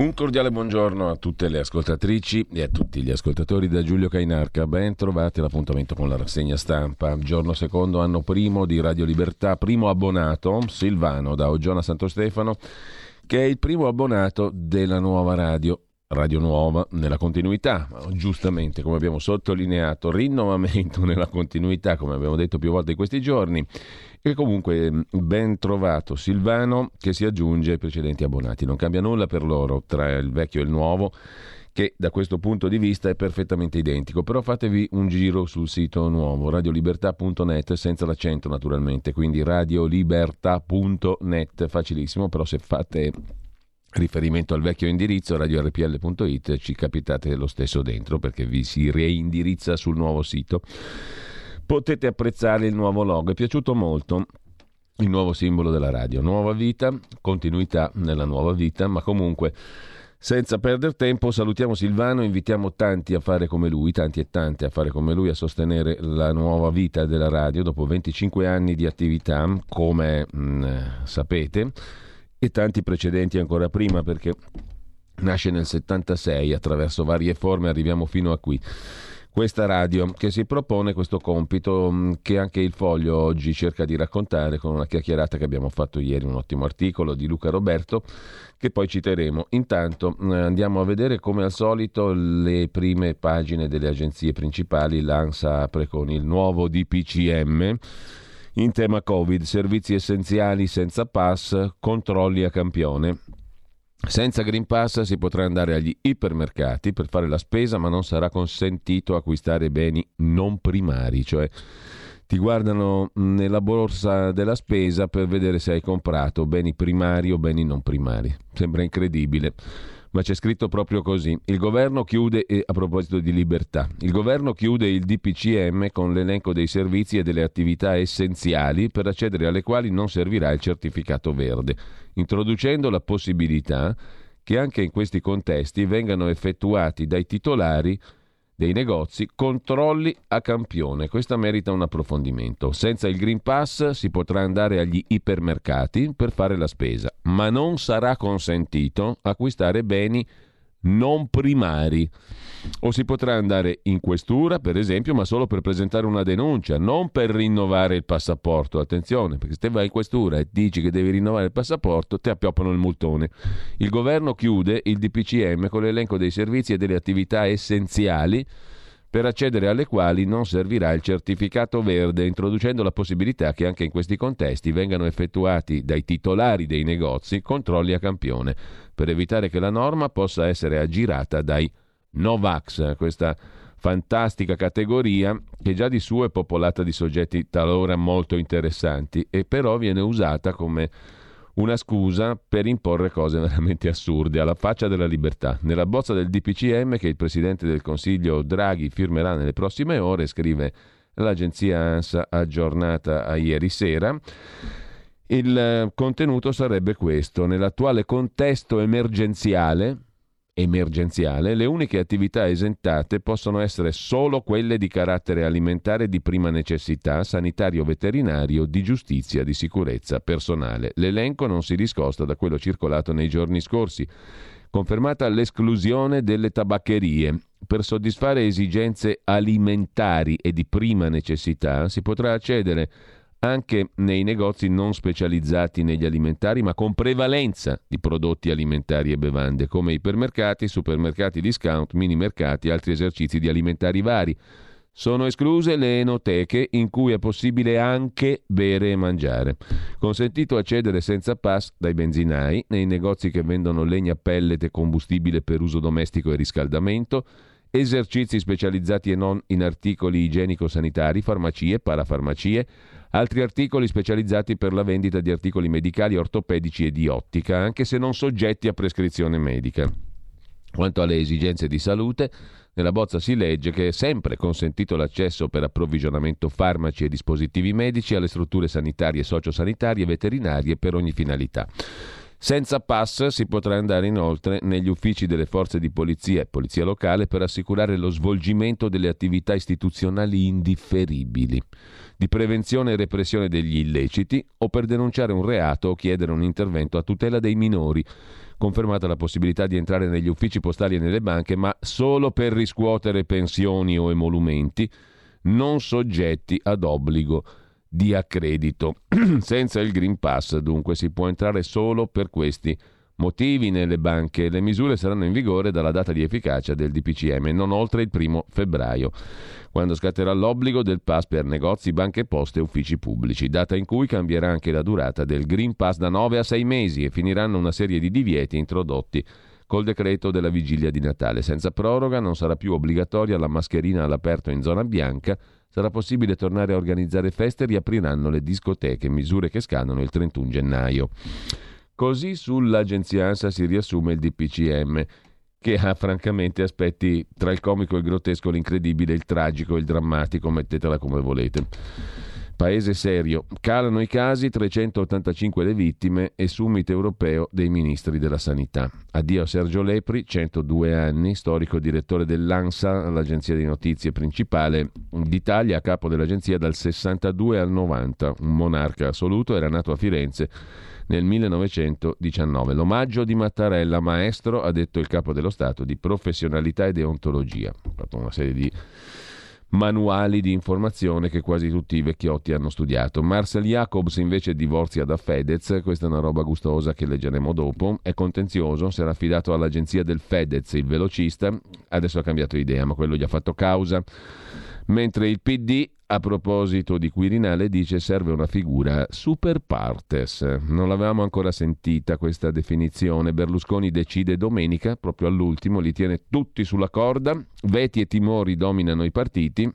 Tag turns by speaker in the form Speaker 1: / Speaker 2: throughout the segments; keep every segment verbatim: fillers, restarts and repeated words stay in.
Speaker 1: Un cordiale buongiorno a tutte le ascoltatrici e a tutti gli ascoltatori da Giulio Cainarca. Ben trovati all'appuntamento con la rassegna stampa. Giorno secondo, anno primo di Radio Libertà. Primo abbonato, Silvano da Oggiona Santo Stefano, che è il primo abbonato della nuova radio. Radio nuova nella continuità, giustamente, come abbiamo sottolineato, rinnovamento nella continuità, come abbiamo detto più volte in questi giorni. E comunque ben trovato Silvano, che si aggiunge ai precedenti abbonati. Non cambia nulla per loro tra il vecchio e il nuovo, che da questo punto di vista è perfettamente identico. Però fatevi un giro sul sito nuovo, radiolibertà punto net, senza l'accento naturalmente, quindi radiolibertà punto net, facilissimo. Però se fate riferimento al vecchio indirizzo radio erre pi elle punto it ci capitate lo stesso dentro, perché vi si reindirizza sul nuovo sito. Potete apprezzare il nuovo logo, è piaciuto molto il nuovo simbolo della radio. Nuova vita, continuità nella nuova vita, ma comunque senza perdere tempo salutiamo Silvano, invitiamo tanti a fare come lui, tanti e tante a fare come lui, a sostenere la nuova vita della radio dopo venticinque anni di attività, come mh, sapete, e tanti precedenti ancora prima, perché nasce nel settantasei, attraverso varie forme arriviamo fino a qui. Questa radio che si propone questo compito che anche il Foglio oggi cerca di raccontare con una chiacchierata che abbiamo fatto ieri, un ottimo articolo di Luca Roberto che poi citeremo. Intanto andiamo a vedere come al solito le prime pagine delle agenzie principali. L'ANSA apre con il nuovo D P C M in tema Covid, servizi essenziali senza pass, controlli a campione. Senza Green Pass si potrà andare agli ipermercati per fare la spesa, ma non sarà consentito acquistare beni non primari, cioè ti guardano nella borsa della spesa per vedere se hai comprato beni primari o beni non primari. Sembra incredibile, ma c'è scritto proprio così. Il governo chiude, e a proposito di libertà, il governo chiude il D P C M con l'elenco dei servizi e delle attività essenziali per accedere alle quali non servirà il certificato verde, introducendo la possibilità che anche in questi contesti vengano effettuati dai titolari dei negozi controlli a campione. Questa merita un approfondimento. Senza il Green Pass si potrà andare agli ipermercati per fare la spesa, ma non sarà consentito acquistare beni non primari. O si potrà andare in questura, per esempio, ma solo per presentare una denuncia, non per rinnovare il passaporto. Attenzione, perché se te vai in questura e dici che devi rinnovare il passaporto, ti appioppano il multone. Il governo chiude il D P C M con l'elenco dei servizi e delle attività essenziali per accedere alle quali non servirà il certificato verde, introducendo la possibilità che anche in questi contesti vengano effettuati dai titolari dei negozi controlli a campione, per evitare che la norma possa essere aggirata dai Novax, questa fantastica categoria che già di suo è popolata di soggetti talora molto interessanti e però viene usata come una scusa per imporre cose veramente assurde, alla faccia della libertà. Nella bozza del D P C M che il Presidente del Consiglio Draghi firmerà nelle prossime ore, scrive l'agenzia ANSA aggiornata a ieri sera, il contenuto sarebbe questo: nell'attuale contesto emergenziale emergenziale, le uniche attività esentate possono essere solo quelle di carattere alimentare di prima necessità, sanitario veterinario, di giustizia, di sicurezza personale. L'elenco non si discosta da quello circolato nei giorni scorsi. Confermata l'esclusione delle tabaccherie. Per soddisfare esigenze alimentari e di prima necessità si potrà accedere anche nei negozi non specializzati negli alimentari, ma con prevalenza di prodotti alimentari e bevande, come ipermercati, supermercati discount, mini mercati e altri esercizi di alimentari vari. Sono escluse le enoteche, in cui è possibile anche bere e mangiare. Consentito accedere senza pass dai benzinai, nei negozi che vendono legna, pellet e combustibile per uso domestico e riscaldamento, esercizi specializzati e non in articoli igienico-sanitari, farmacie, parafarmacie, altri articoli specializzati per la vendita di articoli medicali, ortopedici e di ottica, anche se non soggetti a prescrizione medica. Quanto alle esigenze di salute, nella bozza si legge che è sempre consentito l'accesso per approvvigionamento farmaci e dispositivi medici alle strutture sanitarie, sociosanitarie e veterinarie per ogni finalità. Senza pass si potrà andare inoltre negli uffici delle forze di polizia e polizia locale per assicurare lo svolgimento delle attività istituzionali indifferibili, di prevenzione e repressione degli illeciti o per denunciare un reato o chiedere un intervento a tutela dei minori. Confermata la possibilità di entrare negli uffici postali e nelle banche, ma solo per riscuotere pensioni o emolumenti, non soggetti ad obbligo di accredito. Senza il Green Pass, dunque, si può entrare solo per questi motivi nelle banche. Le misure saranno in vigore dalla data di efficacia del D P C M, non oltre il primo febbraio, quando scatterà l'obbligo del pass per negozi, banche, poste e uffici pubblici, data in cui cambierà anche la durata del Green Pass da nove a sei mesi e finiranno una serie di divieti introdotti col decreto della vigilia di Natale. Senza proroga non sarà più obbligatoria la mascherina all'aperto in zona bianca, sarà possibile tornare a organizzare feste e riapriranno le discoteche, misure che scadono il trentuno gennaio. Così sull'agenzia ANSA si riassume il D P C M, che ha francamente aspetti tra il comico e il grottesco, l'incredibile, il tragico e il drammatico, mettetela come volete. Paese serio, calano i casi, trecentottantacinque le vittime e summit europeo dei ministri della sanità. Addio a Sergio Lepri, centodue anni, storico direttore dell'ANSA, l'agenzia di notizie principale d'Italia, a capo dell'agenzia dal sessantadue al novanta, un monarca assoluto, era nato a Firenze nel millenovecentodiciannove. L'omaggio di Mattarella, maestro, ha detto il capo dello Stato, di professionalità e deontologia. Ha fatto una serie di manuali di informazione che quasi tutti i vecchiotti hanno studiato. Marcel Jacobs invece divorzia da Fedez, questa è una roba gustosa che leggeremo dopo, è contenzioso, si era affidato all'agenzia del Fedez, il velocista, adesso ha cambiato idea, ma quello gli ha fatto causa. Mentre il P D, a proposito di Quirinale, dice serve una figura super partes. Non l'avevamo ancora sentita questa definizione. Berlusconi decide domenica, proprio all'ultimo, li tiene tutti sulla corda, veti e timori dominano i partiti.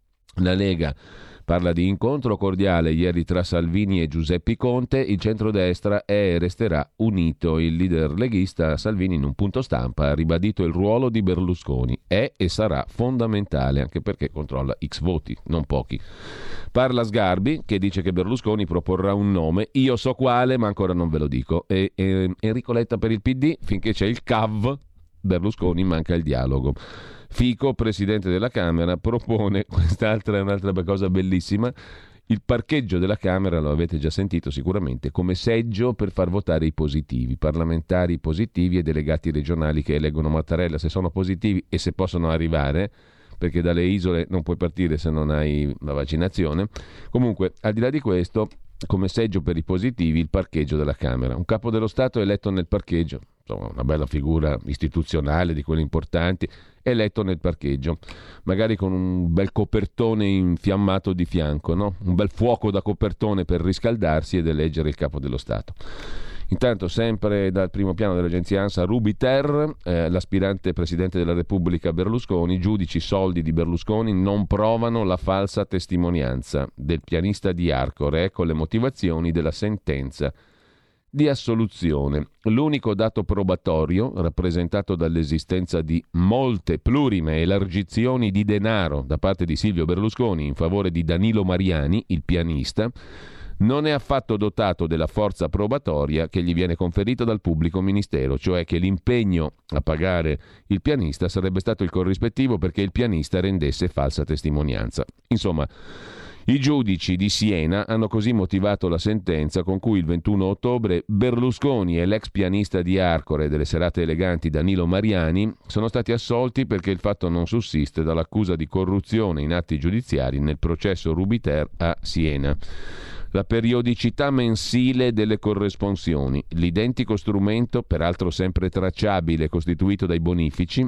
Speaker 1: La Lega parla di incontro cordiale ieri tra Salvini e Giuseppe Conte, il centrodestra è e resterà unito. Il leader leghista Salvini in un punto stampa ha ribadito il ruolo di Berlusconi, è e sarà fondamentale anche perché controlla X voti, non pochi. Parla Sgarbi che dice che Berlusconi proporrà un nome, io so quale ma ancora non ve lo dico, e, e Enrico Letta per il P D, finché c'è il C A V Berlusconi manca il dialogo. Fico, presidente della Camera, propone, quest'altra è un'altra cosa bellissima, il parcheggio della Camera, lo avete già sentito sicuramente, come seggio per far votare i positivi, parlamentari positivi e delegati regionali che eleggono Mattarella se sono positivi e se possono arrivare, perché dalle isole non puoi partire se non hai la vaccinazione. Comunque, al di là di questo, come seggio per i positivi, il parcheggio della Camera. Un capo dello Stato eletto nel parcheggio, insomma una bella figura istituzionale di quelle importanti, eletto nel parcheggio, magari con un bel copertone infiammato di fianco, no? Un bel fuoco da copertone per riscaldarsi ed eleggere il capo dello Stato. Intanto, sempre dal primo piano dell'agenzia ANSA, Rubiter, eh, l'aspirante presidente della Repubblica Berlusconi, giudici soldi di Berlusconi non provano la falsa testimonianza del pianista di Arcore, ecco le motivazioni della sentenza di assoluzione. L'unico dato probatorio, rappresentato dall'esistenza di molte plurime elargizioni di denaro da parte di Silvio Berlusconi in favore di Danilo Mariani, il pianista, non è affatto dotato della forza probatoria che gli viene conferita dal pubblico ministero, cioè che l'impegno a pagare il pianista sarebbe stato il corrispettivo perché il pianista rendesse falsa testimonianza. Insomma, i giudici di Siena hanno così motivato la sentenza con cui il ventuno ottobre Berlusconi e l'ex pianista di Arcore delle serate eleganti Danilo Mariani sono stati assolti perché il fatto non sussiste dall'accusa di corruzione in atti giudiziari nel processo Rubiter a Siena. La periodicità mensile delle corresponsioni, l'identico strumento, peraltro sempre tracciabile, costituito dai bonifici,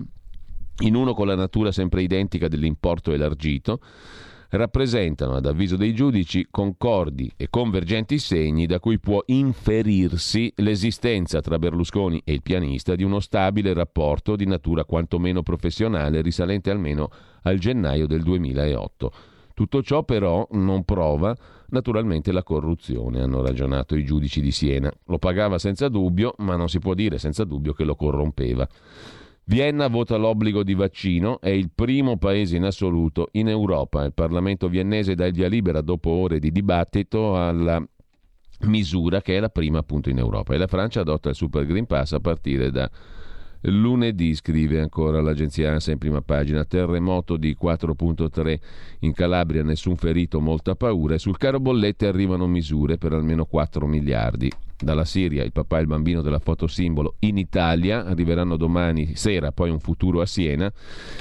Speaker 1: in uno con la natura sempre identica dell'importo elargito, rappresentano, ad avviso dei giudici, concordi e convergenti segni da cui può inferirsi l'esistenza tra Berlusconi e il pianista di uno stabile rapporto di natura quantomeno professionale risalente almeno al gennaio del duemilaotto. Tutto ciò però non prova naturalmente la corruzione, hanno ragionato i giudici di Siena. Lo pagava senza dubbio, ma non si può dire senza dubbio che lo corrompeva. Vienna vota l'obbligo di vaccino, è il primo paese in assoluto in Europa. Il Parlamento viennese dà il via libera dopo ore di dibattito alla misura che è la prima appunto in Europa. E la Francia adotta il Super Green Pass a partire da lunedì, scrive ancora l'agenzia ANSA in prima pagina. Terremoto di quattro virgola tre in Calabria, nessun ferito, molta paura, e sul caro bollette arrivano misure per almeno quattro miliardi. Dalla Siria il papà e il bambino della foto simbolo in Italia, arriveranno domani sera, poi un futuro a Siena.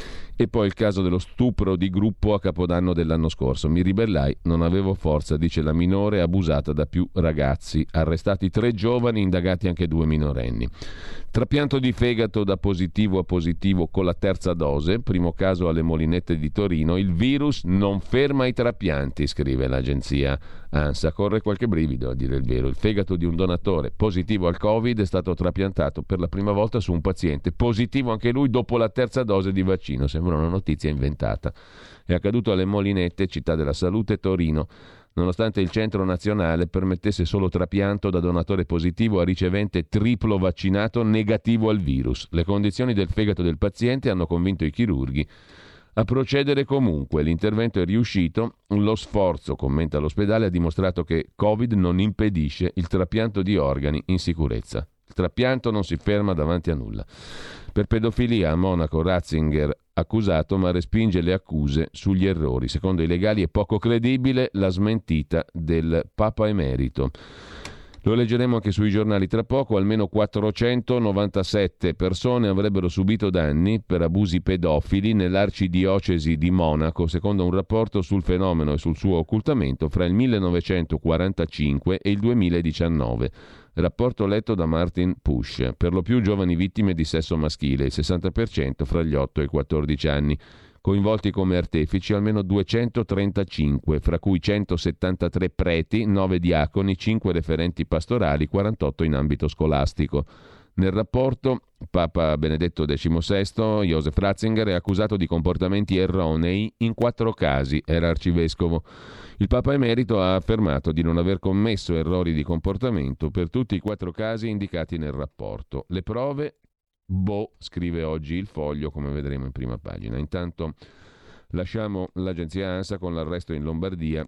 Speaker 1: E poi il caso dello stupro di gruppo a Capodanno dell'anno scorso. Mi ribellai, non avevo forza, dice la minore, abusata da più ragazzi. Arrestati tre giovani, indagati anche due minorenni. Trapianto di fegato da positivo a positivo con la terza dose. Primo caso alle Molinette di Torino. Il virus non ferma i trapianti, scrive l'agenzia ANSA. Corre qualche brivido, a dire il vero. Il fegato di un donatore positivo al Covid è stato trapiantato per la prima volta su un paziente positivo anche lui dopo la terza dose di vaccino. Sembra una notizia inventata. È accaduto alle Molinette, città della salute, Torino, nonostante il centro nazionale permettesse solo trapianto da donatore positivo a ricevente triplo vaccinato negativo al virus. Le condizioni del fegato del paziente hanno convinto i chirurghi a procedere comunque. L'intervento è riuscito, lo sforzo, commenta l'ospedale, ha dimostrato che Covid non impedisce il trapianto di organi in sicurezza. Il trapianto non si ferma davanti a nulla. Per pedofilia a Monaco Ratzinger accusato, ma respinge le accuse sugli errori. Secondo i legali è poco credibile la smentita del Papa Emerito. Lo leggeremo anche sui giornali tra poco. Almeno quattrocentonovantasette persone avrebbero subito danni per abusi pedofili nell'arcidiocesi di Monaco, secondo un rapporto sul fenomeno e sul suo occultamento fra il millenovecentoquarantacinque e il duemiladiciannove. Rapporto letto da Martin Pusch. Per lo più giovani vittime di sesso maschile, il sessanta per cento fra gli otto e i quattordici anni. Coinvolti come artefici almeno duecentotrentacinque, fra cui centosettantatré preti, nove diaconi, cinque referenti pastorali, quarantotto in ambito scolastico. Nel rapporto, Papa Benedetto diciassette, Josef Ratzinger, è accusato di comportamenti erronei in quattro casi, era arcivescovo. Il Papa Emerito ha affermato di non aver commesso errori di comportamento per tutti i quattro casi indicati nel rapporto. Le prove? Boh, scrive oggi il Foglio, come vedremo in prima pagina. Intanto lasciamo l'agenzia ANSA con l'arresto in Lombardia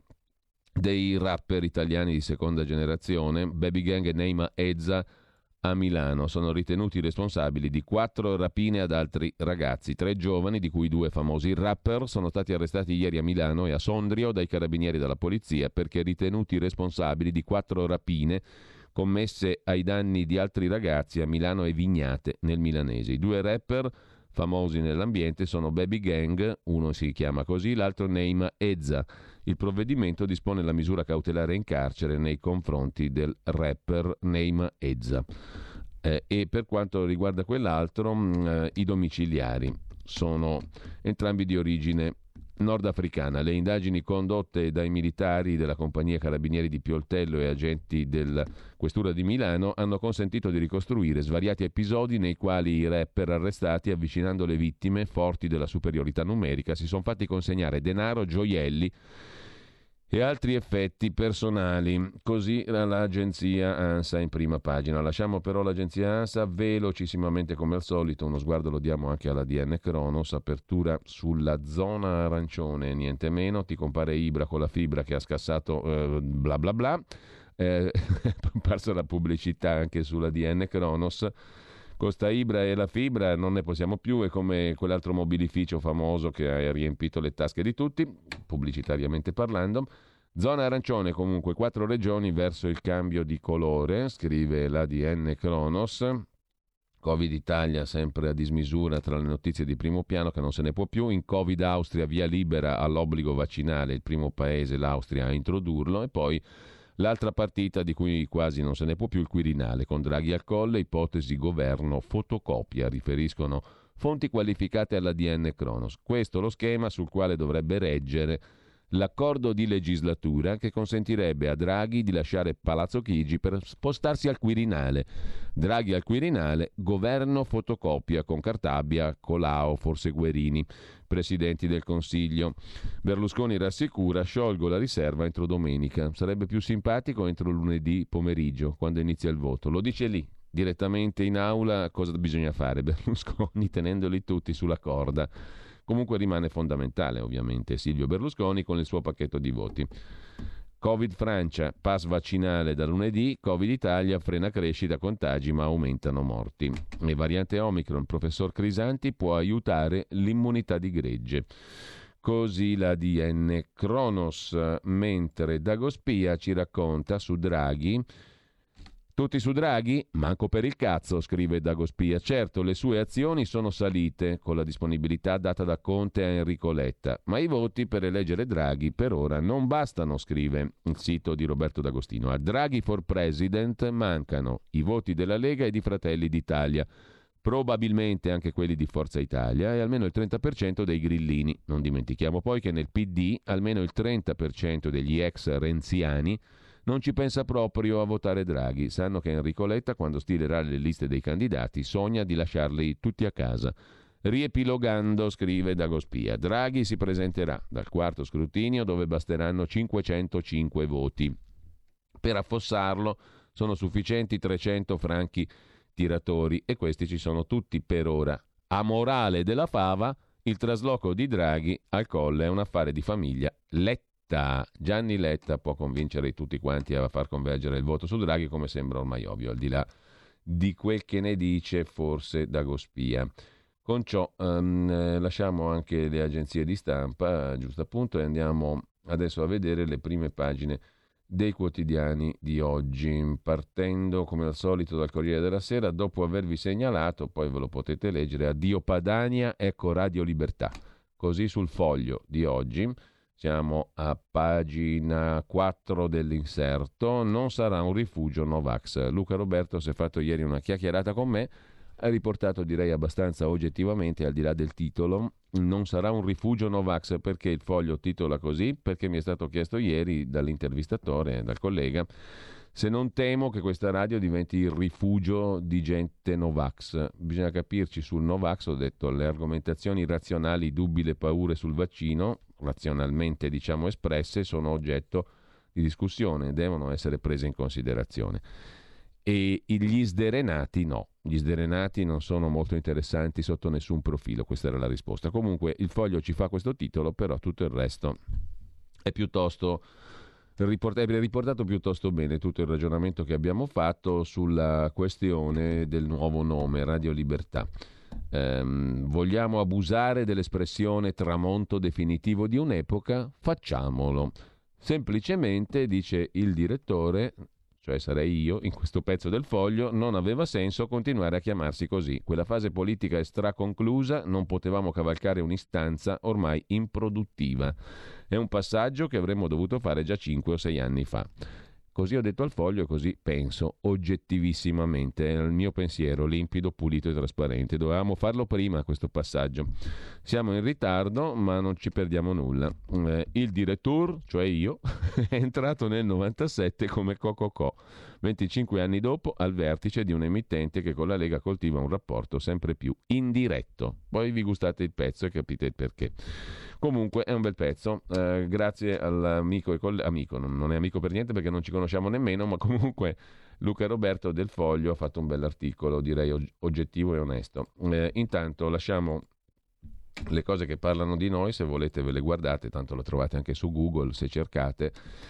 Speaker 1: dei rapper italiani di seconda generazione, Baby Gang e Neima Ezza, a Milano. Sono ritenuti responsabili di quattro rapine ad altri ragazzi. Tre giovani, di cui due famosi rapper, sono stati arrestati ieri a Milano e a Sondrio dai carabinieri della polizia perché ritenuti responsabili di quattro rapine commesse ai danni di altri ragazzi a Milano e Vignate, nel milanese. I due rapper famosi nell'ambiente sono Baby Gang, uno si chiama così, l'altro Neima Ezza. Il provvedimento dispone la misura cautelare in carcere nei confronti del rapper Neima Ezza. Eh, e per quanto riguarda quell'altro, mh, eh, i domiciliari sono entrambi di origine nordafricana. Le indagini condotte dai militari della compagnia Carabinieri di Pioltello e agenti della Questura di Milano hanno consentito di ricostruire svariati episodi nei quali i rapper arrestati, avvicinando le vittime, forti della superiorità numerica, si sono fatti consegnare denaro, gioielli e altri effetti personali. Così l'agenzia ANSA in prima pagina. Lasciamo però l'agenzia ANSA velocissimamente come al solito, uno sguardo lo diamo anche alla D N Cronos, apertura sulla zona arancione, niente meno, ti compare Ibra con la fibra che ha scassato eh, bla bla bla, eh, è comparsa la pubblicità anche sulla D N Cronos. Costa Ibra e la fibra non ne possiamo più, è come quell'altro mobilificio famoso che ha riempito le tasche di tutti, pubblicitariamente parlando. Zona arancione comunque, quattro regioni verso il cambio di colore, scrive l'A D N Cronos. Covid Italia sempre a dismisura tra le notizie di primo piano che non se ne può più. In Covid Austria via libera all'obbligo vaccinale, il primo paese l'Austria a introdurlo, e poi l'altra partita di cui quasi non se ne può più, il Quirinale, con Draghi al colle, ipotesi governo fotocopia, riferiscono fonti qualificate alla D N Cronos. Questo lo schema sul quale dovrebbe reggere l'accordo di legislatura che consentirebbe a Draghi di lasciare Palazzo Chigi per spostarsi al Quirinale. Draghi al Quirinale, governo fotocopia con Cartabia, Colao, forse Guerini, presidenti del Consiglio. Berlusconi rassicura, sciolgo la riserva entro domenica. Sarebbe più simpatico entro lunedì pomeriggio, quando inizia il voto. Lo dice lì, direttamente in aula, cosa bisogna fare Berlusconi, tenendoli tutti sulla corda. Comunque rimane fondamentale ovviamente Silvio Berlusconi con il suo pacchetto di voti. Covid Francia, pass vaccinale da lunedì, Covid Italia frena crescita contagi ma aumentano morti. E variante Omicron, professor Crisanti, può aiutare l'immunità di gregge. Così la D N Cronos, mentre Dagospia ci racconta su Draghi. Tutti su Draghi? Manco per il cazzo, scrive Dagospia. Certo, le sue azioni sono salite con la disponibilità data da Conte a Enrico Letta, ma i voti per eleggere Draghi per ora non bastano, scrive il sito di Roberto D'Agostino. A Draghi for President mancano i voti della Lega e di Fratelli d'Italia, probabilmente anche quelli di Forza Italia e almeno il trenta per cento dei grillini. Non dimentichiamo poi che nel P D almeno il trenta per cento degli ex renziani non ci pensa proprio a votare Draghi. Sanno che Enrico Letta, quando stilerà le liste dei candidati, sogna di lasciarli tutti a casa. Riepilogando, scrive Dagospia, Draghi si presenterà dal quarto scrutinio dove basteranno cinquecentocinque voti. Per affossarlo sono sufficienti trecento franchi tiratori e questi ci sono tutti per ora. A morale della fava, il trasloco di Draghi al Colle è un affare di famiglia Letta. Gianni Letta può convincere tutti quanti a far convergere il voto su Draghi, come sembra ormai ovvio, al di là di quel che ne dice forse Dagospia. Con ciò um, lasciamo anche le agenzie di stampa, giusto appunto, e andiamo adesso a vedere le prime pagine dei quotidiani di oggi, partendo come al solito dal Corriere della Sera, dopo avervi segnalato, poi ve lo potete leggere, addio Padania, ecco Radio Libertà. Così sul Foglio di oggi. Siamo a pagina quattro dell'inserto. Non sarà un rifugio Novax. Luca Roberto si è fatto ieri una chiacchierata con me, ha riportato direi abbastanza oggettivamente, al di là del titolo, non sarà un rifugio Novax. Perché il Foglio titola così? Perché mi è stato chiesto ieri dall'intervistatore, dal collega, se non temo che questa radio diventi il rifugio di gente Novax. Bisogna capirci sul Novax, ho detto, le argomentazioni razionali, dubbi, le paure sul vaccino, razionalmente diciamo espresse, sono oggetto di discussione, devono essere prese in considerazione. E gli sderenati no, gli sderenati non sono molto interessanti sotto nessun profilo, questa era la risposta. Comunque il Foglio ci fa questo titolo, però tutto il resto è piuttosto è riportato piuttosto bene tutto il ragionamento che abbiamo fatto sulla questione del nuovo nome, Radio Libertà. Ehm, vogliamo abusare dell'espressione tramonto definitivo di un'epoca? Facciamolo. Semplicemente, dice il direttore, cioè sarei io, in questo pezzo del Foglio, non aveva senso continuare a chiamarsi così. Quella fase politica è straconclusa, non potevamo cavalcare un'istanza ormai improduttiva. È un passaggio che avremmo dovuto fare già cinque o sei anni fa. Così ho detto al Foglio e così penso oggettivissimamente. È il mio pensiero limpido, pulito e trasparente. Dovevamo farlo prima questo passaggio. Siamo in ritardo, ma non ci perdiamo nulla. Eh, il direttore, cioè io, è entrato nel novantasette come Cococò, venticinque anni dopo, al vertice di un emittente che con la Lega coltiva un rapporto sempre più indiretto. Poi vi gustate il pezzo e capite il perché. Comunque è un bel pezzo, eh, grazie all'amico e coll- amico, non, non è amico per niente perché non ci conosciamo nemmeno, ma comunque Luca Roberto del Foglio ha fatto un bell'articolo, direi og- oggettivo e onesto. Eh, intanto lasciamo le cose che parlano di noi, se volete ve le guardate, tanto lo trovate anche su Google se cercate.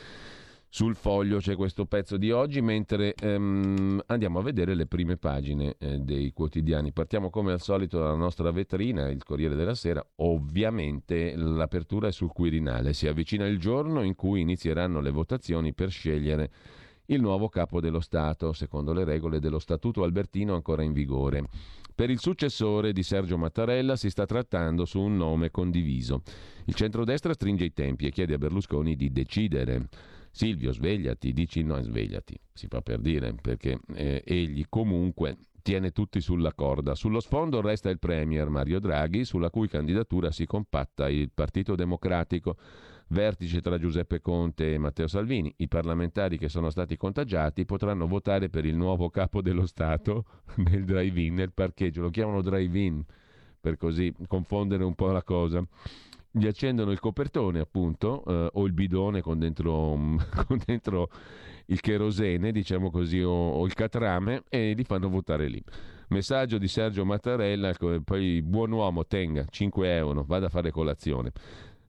Speaker 1: Sul Foglio c'è questo pezzo di oggi, mentre ehm, andiamo a vedere le prime pagine eh, dei quotidiani. Partiamo come al solito dalla nostra vetrina, il Corriere della Sera. Ovviamente l'apertura è sul Quirinale. Si avvicina il giorno in cui inizieranno le votazioni per scegliere il nuovo capo dello Stato, secondo le regole dello Statuto Albertino ancora in vigore. Per il successore di Sergio Mattarella si sta trattando su un nome condiviso. Il centrodestra stringe i tempi e chiede a Berlusconi di decidere. Silvio, svegliati, dici no, svegliati, si fa per dire, perché eh, egli comunque tiene tutti sulla corda. Sullo sfondo resta il premier Mario Draghi, sulla cui candidatura si compatta il Partito Democratico, vertice tra Giuseppe Conte e Matteo Salvini. I parlamentari che sono stati contagiati potranno votare per il nuovo capo dello Stato nel drive-in, nel parcheggio, lo chiamano drive-in per così confondere un po' la cosa. Gli accendono il copertone, appunto, eh, o il bidone con dentro, con dentro il cherosene, diciamo così, o, o il catrame, e li fanno votare lì. Messaggio di Sergio Mattarella, poi buon uomo, tenga cinque euro, vada a fare colazione.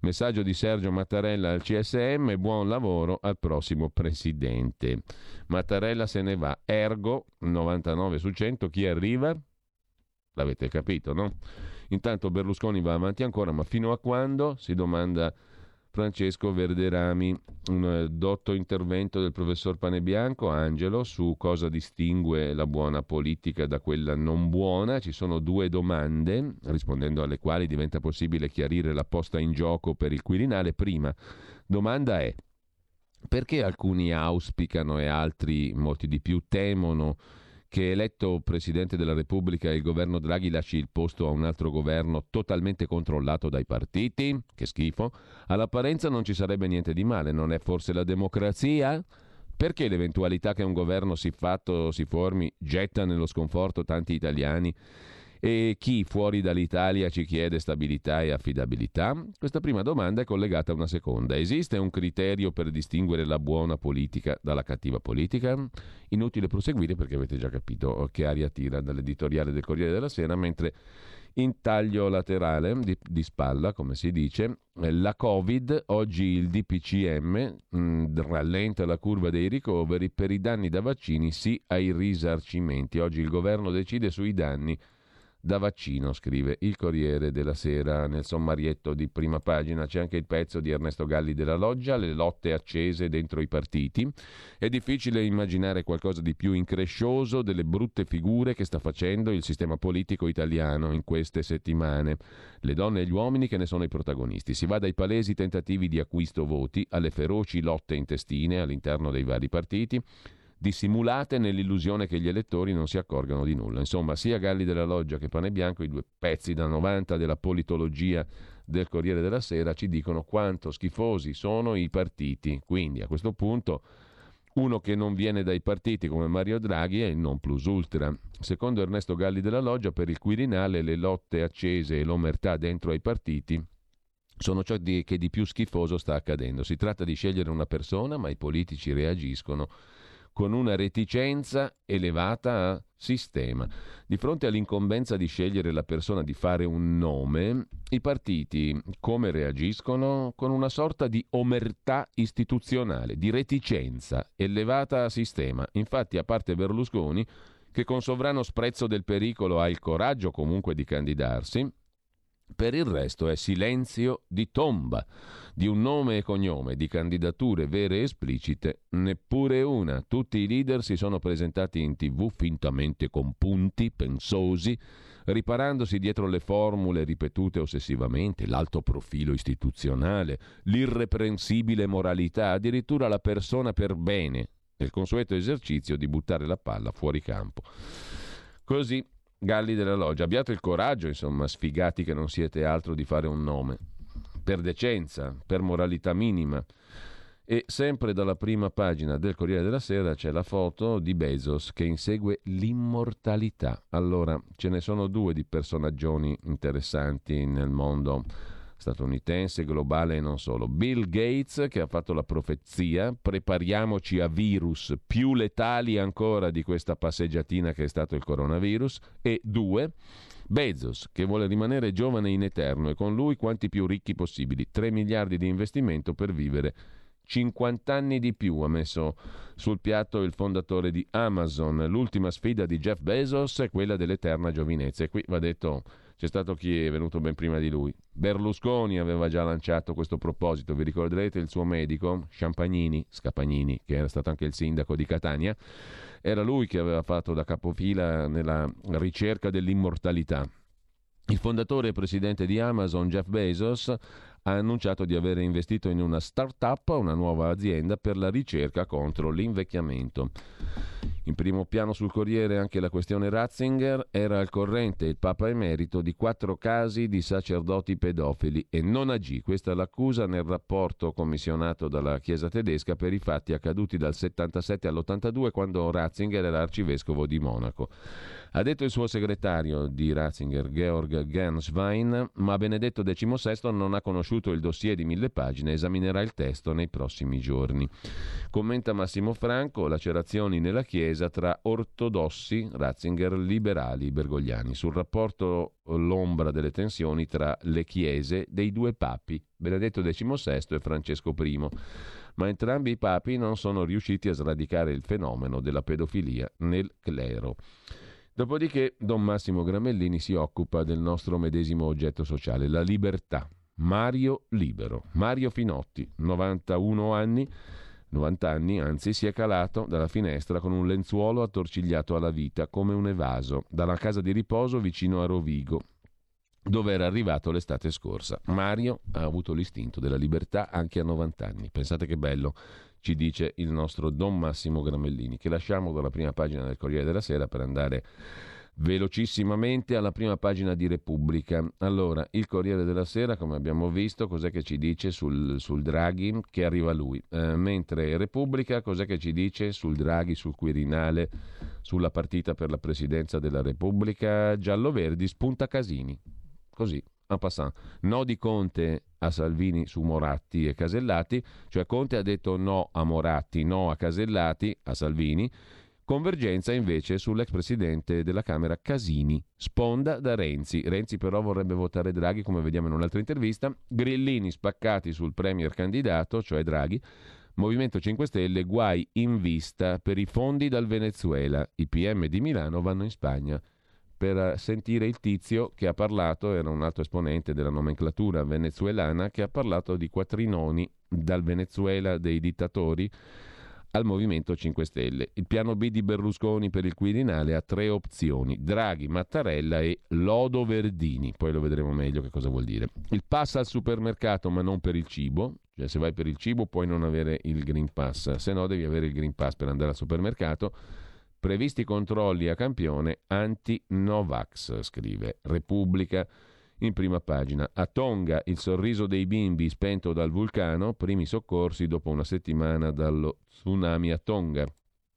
Speaker 1: Messaggio di Sergio Mattarella al C S M, buon lavoro al prossimo presidente. Mattarella se ne va, ergo novantanove su cento, chi arriva? L'avete capito, no? Intanto Berlusconi va avanti ancora, ma fino a quando? Si domanda Francesco Verderami. Un dotto intervento del professor Panebianco, Angelo, su cosa distingue la buona politica da quella non buona. Ci sono due domande, rispondendo alle quali diventa possibile chiarire la posta in gioco per il Quirinale. Prima domanda è: perché alcuni auspicano e altri, molti di più, temono che eletto Presidente della Repubblica il governo Draghi lasci il posto a un altro governo totalmente controllato dai partiti? Che schifo. All'apparenza non ci sarebbe niente di male, non è forse la democrazia? Perché l'eventualità che un governo siffatto si formi getta nello sconforto tanti italiani e chi fuori dall'Italia ci chiede stabilità e affidabilità? Questa prima domanda è collegata a una seconda. Esiste un criterio per distinguere la buona politica dalla cattiva politica? Inutile proseguire perché avete già capito che aria tira dall'editoriale del Corriere della Sera, mentre in taglio laterale, di, di spalla come si dice, la Covid, oggi il D P C M mh, rallenta la curva dei ricoveri, per i danni da vaccini sì ai risarcimenti. Oggi il governo decide sui danni da vaccino, scrive il Corriere della Sera. Nel sommarietto di prima pagina c'è anche il pezzo di Ernesto Galli della Loggia, le lotte accese dentro i partiti. È difficile immaginare qualcosa di più increscioso delle brutte figure che sta facendo il sistema politico italiano in queste settimane. Le donne e gli uomini che ne sono i protagonisti. Si va dai palesi tentativi di acquisto voti alle feroci lotte intestine all'interno dei vari partiti, dissimulate nell'illusione che gli elettori non si accorgano di nulla. Insomma, sia Galli della Loggia che Panebianco, i due pezzi da novanta della politologia del Corriere della Sera, ci dicono quanto schifosi sono i partiti. Quindi, a questo punto, uno che non viene dai partiti come Mario Draghi è il non plus ultra. Secondo Ernesto Galli della Loggia, per il Quirinale le lotte accese e l'omertà dentro ai partiti sono ciò di, che di più schifoso sta accadendo. Si tratta di scegliere una persona, ma i politici reagiscono con una reticenza elevata a sistema. Di fronte all'incombenza di scegliere la persona, di fare un nome, i partiti come reagiscono? Con una sorta di omertà istituzionale, di reticenza elevata a sistema. Infatti, a parte Berlusconi, che con sovrano sprezzo del pericolo ha il coraggio comunque di candidarsi, per il resto è silenzio di tomba. Di un nome e cognome, di candidature vere e esplicite, neppure una. Tutti i leader si sono presentati in tv fintamente compunti, pensosi, riparandosi dietro le formule ripetute ossessivamente, l'alto profilo istituzionale, l'irreprensibile moralità, addirittura la persona per bene, nel consueto esercizio di buttare la palla fuori campo. Così Galli della Loggia, abbiate il coraggio, insomma, sfigati che non siete altro, di fare un nome, per decenza, per moralità minima. E sempre dalla prima pagina del Corriere della Sera c'è la foto di Bezos che insegue l'immortalità. Allora, ce ne sono due di personaggioni interessanti nel mondo statunitense, globale e non solo. Bill Gates, che ha fatto la profezia: prepariamoci a virus più letali ancora di questa passeggiatina che è stato il coronavirus. E due, Bezos, che vuole rimanere giovane in eterno e con lui quanti più ricchi possibili. tre miliardi di investimento per vivere cinquanta anni di più, ha messo sul piatto il fondatore di Amazon. L'ultima sfida di Jeff Bezos è quella dell'eterna giovinezza, e qui va detto, c'è stato chi è venuto ben prima di lui. Berlusconi aveva già lanciato questo proposito, vi ricorderete il suo medico Champagnini, Scapagnini, che era stato anche il sindaco di Catania. Era lui che aveva fatto da capofila nella ricerca dell'immortalità. Il fondatore e presidente di Amazon, Jeff Bezos, ha annunciato di aver investito in una start-up, una nuova azienda per la ricerca contro l'invecchiamento. In primo piano sul Corriere anche la questione Ratzinger. Era al corrente il Papa Emerito di quattro casi di sacerdoti pedofili e non agì. Questa è l'accusa nel rapporto commissionato dalla Chiesa tedesca per i fatti accaduti dal settantasette all'ottantadue, quando Ratzinger era arcivescovo di Monaco. Ha detto il suo segretario di Ratzinger, Georg Genswein, ma Benedetto diciassette non ha conosciuto il dossier di mille pagine, esaminerà il testo nei prossimi giorni. Commenta Massimo Franco: lacerazioni nella Chiesa, contesa tra ortodossi, Ratzinger, liberali, bergogliani, sul rapporto l'ombra delle tensioni tra le chiese dei due papi, Benedetto diciannovesimo e Francesco primo, ma entrambi i papi non sono riusciti a sradicare il fenomeno della pedofilia nel clero. Dopodiché Don Massimo Gramellini si occupa del nostro medesimo oggetto sociale, la libertà. Mario Libero. Mario Finotti, novantuno anni, novanta anni, anzi, si è calato dalla finestra con un lenzuolo attorcigliato alla vita, come un evaso, dalla casa di riposo vicino a Rovigo, dove era arrivato l'estate scorsa. Mario ha avuto l'istinto della libertà anche a novanta anni. Pensate che bello, ci dice il nostro Don Massimo Gramellini, che lasciamo dalla prima pagina del Corriere della Sera per andare velocissimamente alla prima pagina di Repubblica. Allora, il Corriere della Sera, come abbiamo visto, cos'è che ci dice sul, sul Draghi che arriva lui? Eh, mentre Repubblica, cos'è che ci dice sul Draghi, sul Quirinale, sulla partita per la presidenza della Repubblica? Giallo-Verdi spunta Casini. Così, en passant. No di Conte a Salvini su Moratti e Casellati, cioè Conte ha detto no a Moratti, no a Casellati, a Salvini. Convergenza invece sull'ex presidente della Camera Casini, sponda da Renzi. Renzi però vorrebbe votare Draghi, come vediamo in un'altra intervista. Grillini spaccati sul premier candidato, cioè Draghi. Movimento cinque Stelle, guai in vista per i fondi dal Venezuela. I P M di Milano vanno in Spagna per sentire il tizio che ha parlato, era un alto esponente della nomenclatura venezuelana, che ha parlato di quattrinoni dal Venezuela dei dittatori al Movimento cinque Stelle. Il piano B di Berlusconi per il Quirinale ha tre opzioni: Draghi, Mattarella e Lodo Verdini. Poi lo vedremo meglio che cosa vuol dire. Il pass al supermercato, ma non per il cibo. Cioè, se vai per il cibo puoi non avere il Green Pass, se no devi avere il Green Pass per andare al supermercato. Previsti controlli a campione anti-Novax, scrive Repubblica in prima pagina. A Tonga il sorriso dei bimbi spento dal vulcano, primi soccorsi dopo una settimana dallo tsunami a Tonga.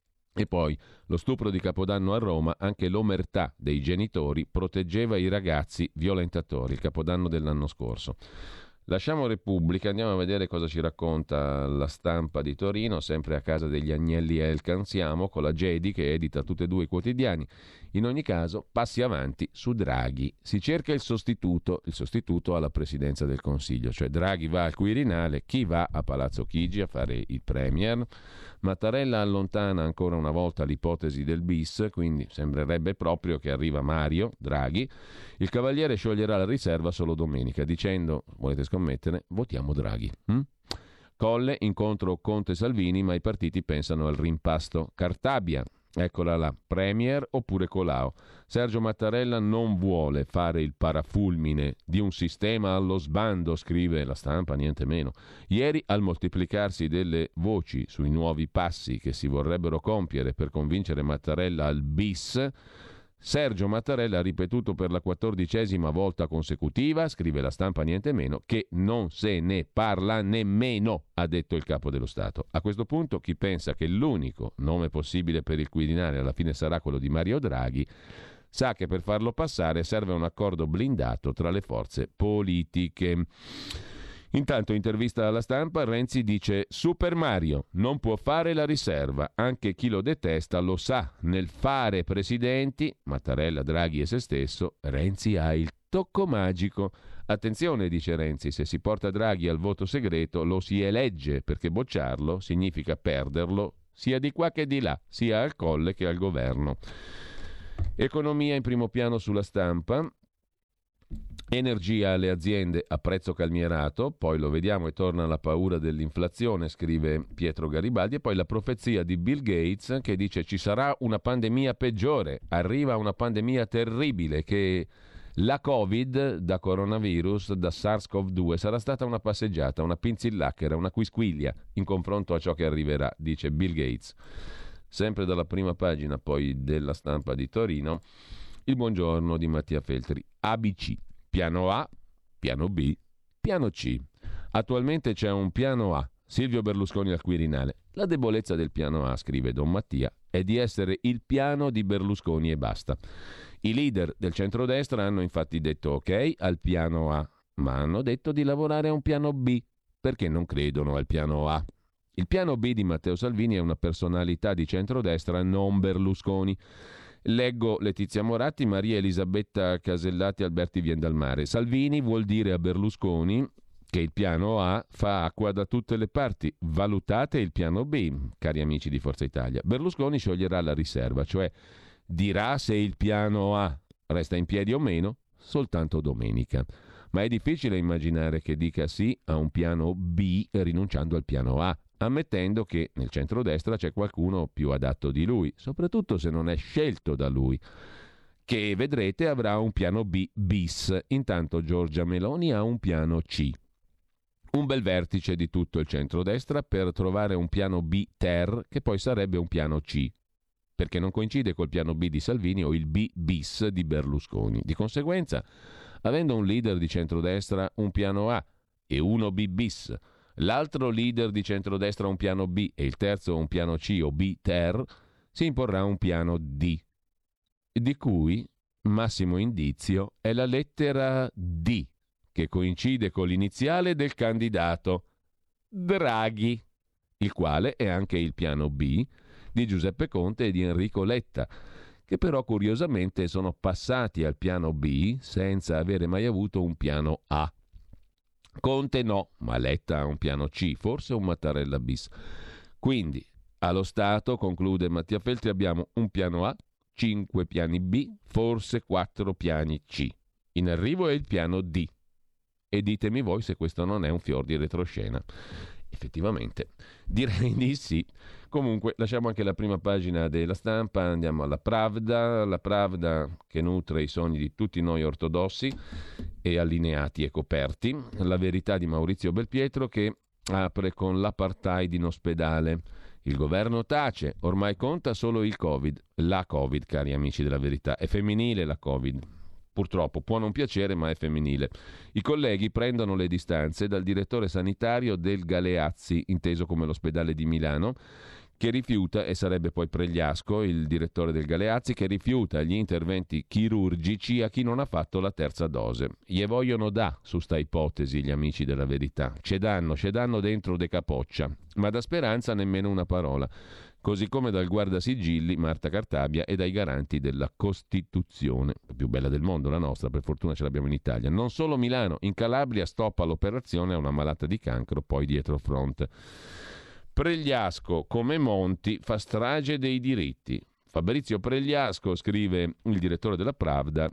Speaker 1: E poi lo stupro di Capodanno a Roma, anche l'omertà dei genitori proteggeva i ragazzi violentatori, il Capodanno dell'anno scorso. Lasciamo Repubblica, andiamo a vedere cosa ci racconta La Stampa di Torino, sempre a casa degli Agnelli Elkan siamo, con la Gedi che edita tutti e due i quotidiani. In ogni caso, passi avanti su Draghi. Si cerca il sostituto, il sostituto alla presidenza del Consiglio, cioè Draghi va al Quirinale, chi va a Palazzo Chigi a fare il premier? Mattarella allontana ancora una volta l'ipotesi del bis, quindi sembrerebbe proprio che arriva Mario Draghi. Il Cavaliere scioglierà la riserva solo domenica, dicendo, volete scommettere, votiamo Draghi. Hm? Colle, incontro Conte-Salvini, ma i partiti pensano al rimpasto. Cartabia, eccola là, premier oppure Colao. Sergio Mattarella non vuole fare il parafulmine di un sistema allo sbando, scrive La Stampa, niente meno. Ieri, al moltiplicarsi delle voci sui nuovi passi che si vorrebbero compiere per convincere Mattarella al bis, Sergio Mattarella ha ripetuto per la quattordicesima volta consecutiva, scrive La Stampa niente meno, che non se ne parla nemmeno, ha detto il capo dello Stato. A questo punto chi pensa che l'unico nome possibile per il Quirinale alla fine sarà quello di Mario Draghi, sa che per farlo passare serve un accordo blindato tra le forze politiche. Intanto, intervista alla Stampa, Renzi dice: Super Mario non può fare la riserva, anche chi lo detesta lo sa, nel fare presidenti, Mattarella, Draghi e se stesso, Renzi ha il tocco magico. Attenzione, dice Renzi, se si porta Draghi al voto segreto lo si elegge, perché bocciarlo significa perderlo sia di qua che di là, sia al Colle che al governo. Economia in primo piano sulla Stampa. Energia alle aziende a prezzo calmierato, poi lo vediamo e torna la paura dell'inflazione, scrive Pietro Garibaldi, e poi la profezia di Bill Gates che dice ci sarà una pandemia peggiore, arriva una pandemia terribile, che la Covid da coronavirus, da SARS-CoV due sarà stata una passeggiata, una pinzillacchera, una quisquiglia in confronto a ciò che arriverà, dice Bill Gates. Sempre dalla prima pagina poi della Stampa di Torino, il buongiorno di Mattia Feltri. A B C, piano A, piano B, piano C. Attualmente c'è un piano A, Silvio Berlusconi al Quirinale. La debolezza del piano A, scrive Don Mattia, è di essere il piano di Berlusconi e basta. I leader del centrodestra hanno infatti detto ok al piano A, ma hanno detto di lavorare a un piano B, perché non credono al piano A. Il piano B di Matteo Salvini è una personalità di centrodestra, non Berlusconi. Leggo Letizia Moratti, Maria Elisabetta Casellati, Alberti Viendalmare. Salvini vuol dire a Berlusconi che il piano A fa acqua da tutte le parti. Valutate il piano B, cari amici di Forza Italia. Berlusconi scioglierà la riserva, cioè dirà se il piano A resta in piedi o meno soltanto domenica. Ma è difficile immaginare che dica sì a un piano B rinunciando al piano A, ammettendo che nel centrodestra c'è qualcuno più adatto di lui, soprattutto se non è scelto da lui, che vedrete avrà un piano B bis. Intanto Giorgia Meloni ha un piano C. Un bel vertice di tutto il centrodestra per trovare un piano B ter, che poi sarebbe un piano C, perché non coincide col piano B di Salvini o il B bis di Berlusconi. Di conseguenza, avendo un leader di centrodestra un piano A e uno B bis, l'altro leader di centrodestra un piano B e il terzo un piano C o B ter, si imporrà un piano D, di cui massimo indizio è la lettera D, che coincide con l'iniziale del candidato Draghi, il quale è anche il piano B di Giuseppe Conte e di Enrico Letta, che però curiosamente sono passati al piano B senza avere mai avuto un piano A. Conte no, ma Letta ha un piano C, forse un Mattarella bis. Quindi, allo Stato, conclude Mattia Feltri, abbiamo un piano A, cinque piani B, forse quattro piani C. In arrivo è il piano D. E ditemi voi se questo non è un fior di retroscena. Effettivamente, direi di sì. Comunque, lasciamo anche la prima pagina della Stampa, andiamo alla Pravda, la Pravda che nutre i sogni di tutti noi ortodossi e allineati e coperti. La Verità di Maurizio Belpietro che apre con l'apartheid in ospedale. Il governo tace, ormai conta solo il Covid. La Covid, cari amici della Verità, è femminile la Covid. Purtroppo, può non piacere, ma è femminile. I colleghi prendono le distanze dal direttore sanitario del Galeazzi, inteso come l'ospedale di Milano, che rifiuta, e sarebbe poi Pregliasco, il direttore del Galeazzi, che rifiuta gli interventi chirurgici a chi non ha fatto la terza dose. Gli vogliono da su sta ipotesi gli amici della Verità. Ce danno, ce danno dentro de capoccia, ma da Speranza nemmeno una parola. Così come dal guardasigilli Marta Cartabia e dai garanti della Costituzione, la più bella del mondo, la nostra, per fortuna ce l'abbiamo in Italia. Non solo Milano, in Calabria stoppa l'operazione a una malata di cancro, poi dietro front. Pregliasco, come Monti, fa strage dei diritti. Fabrizio Pregliasco, scrive il direttore della Pravda,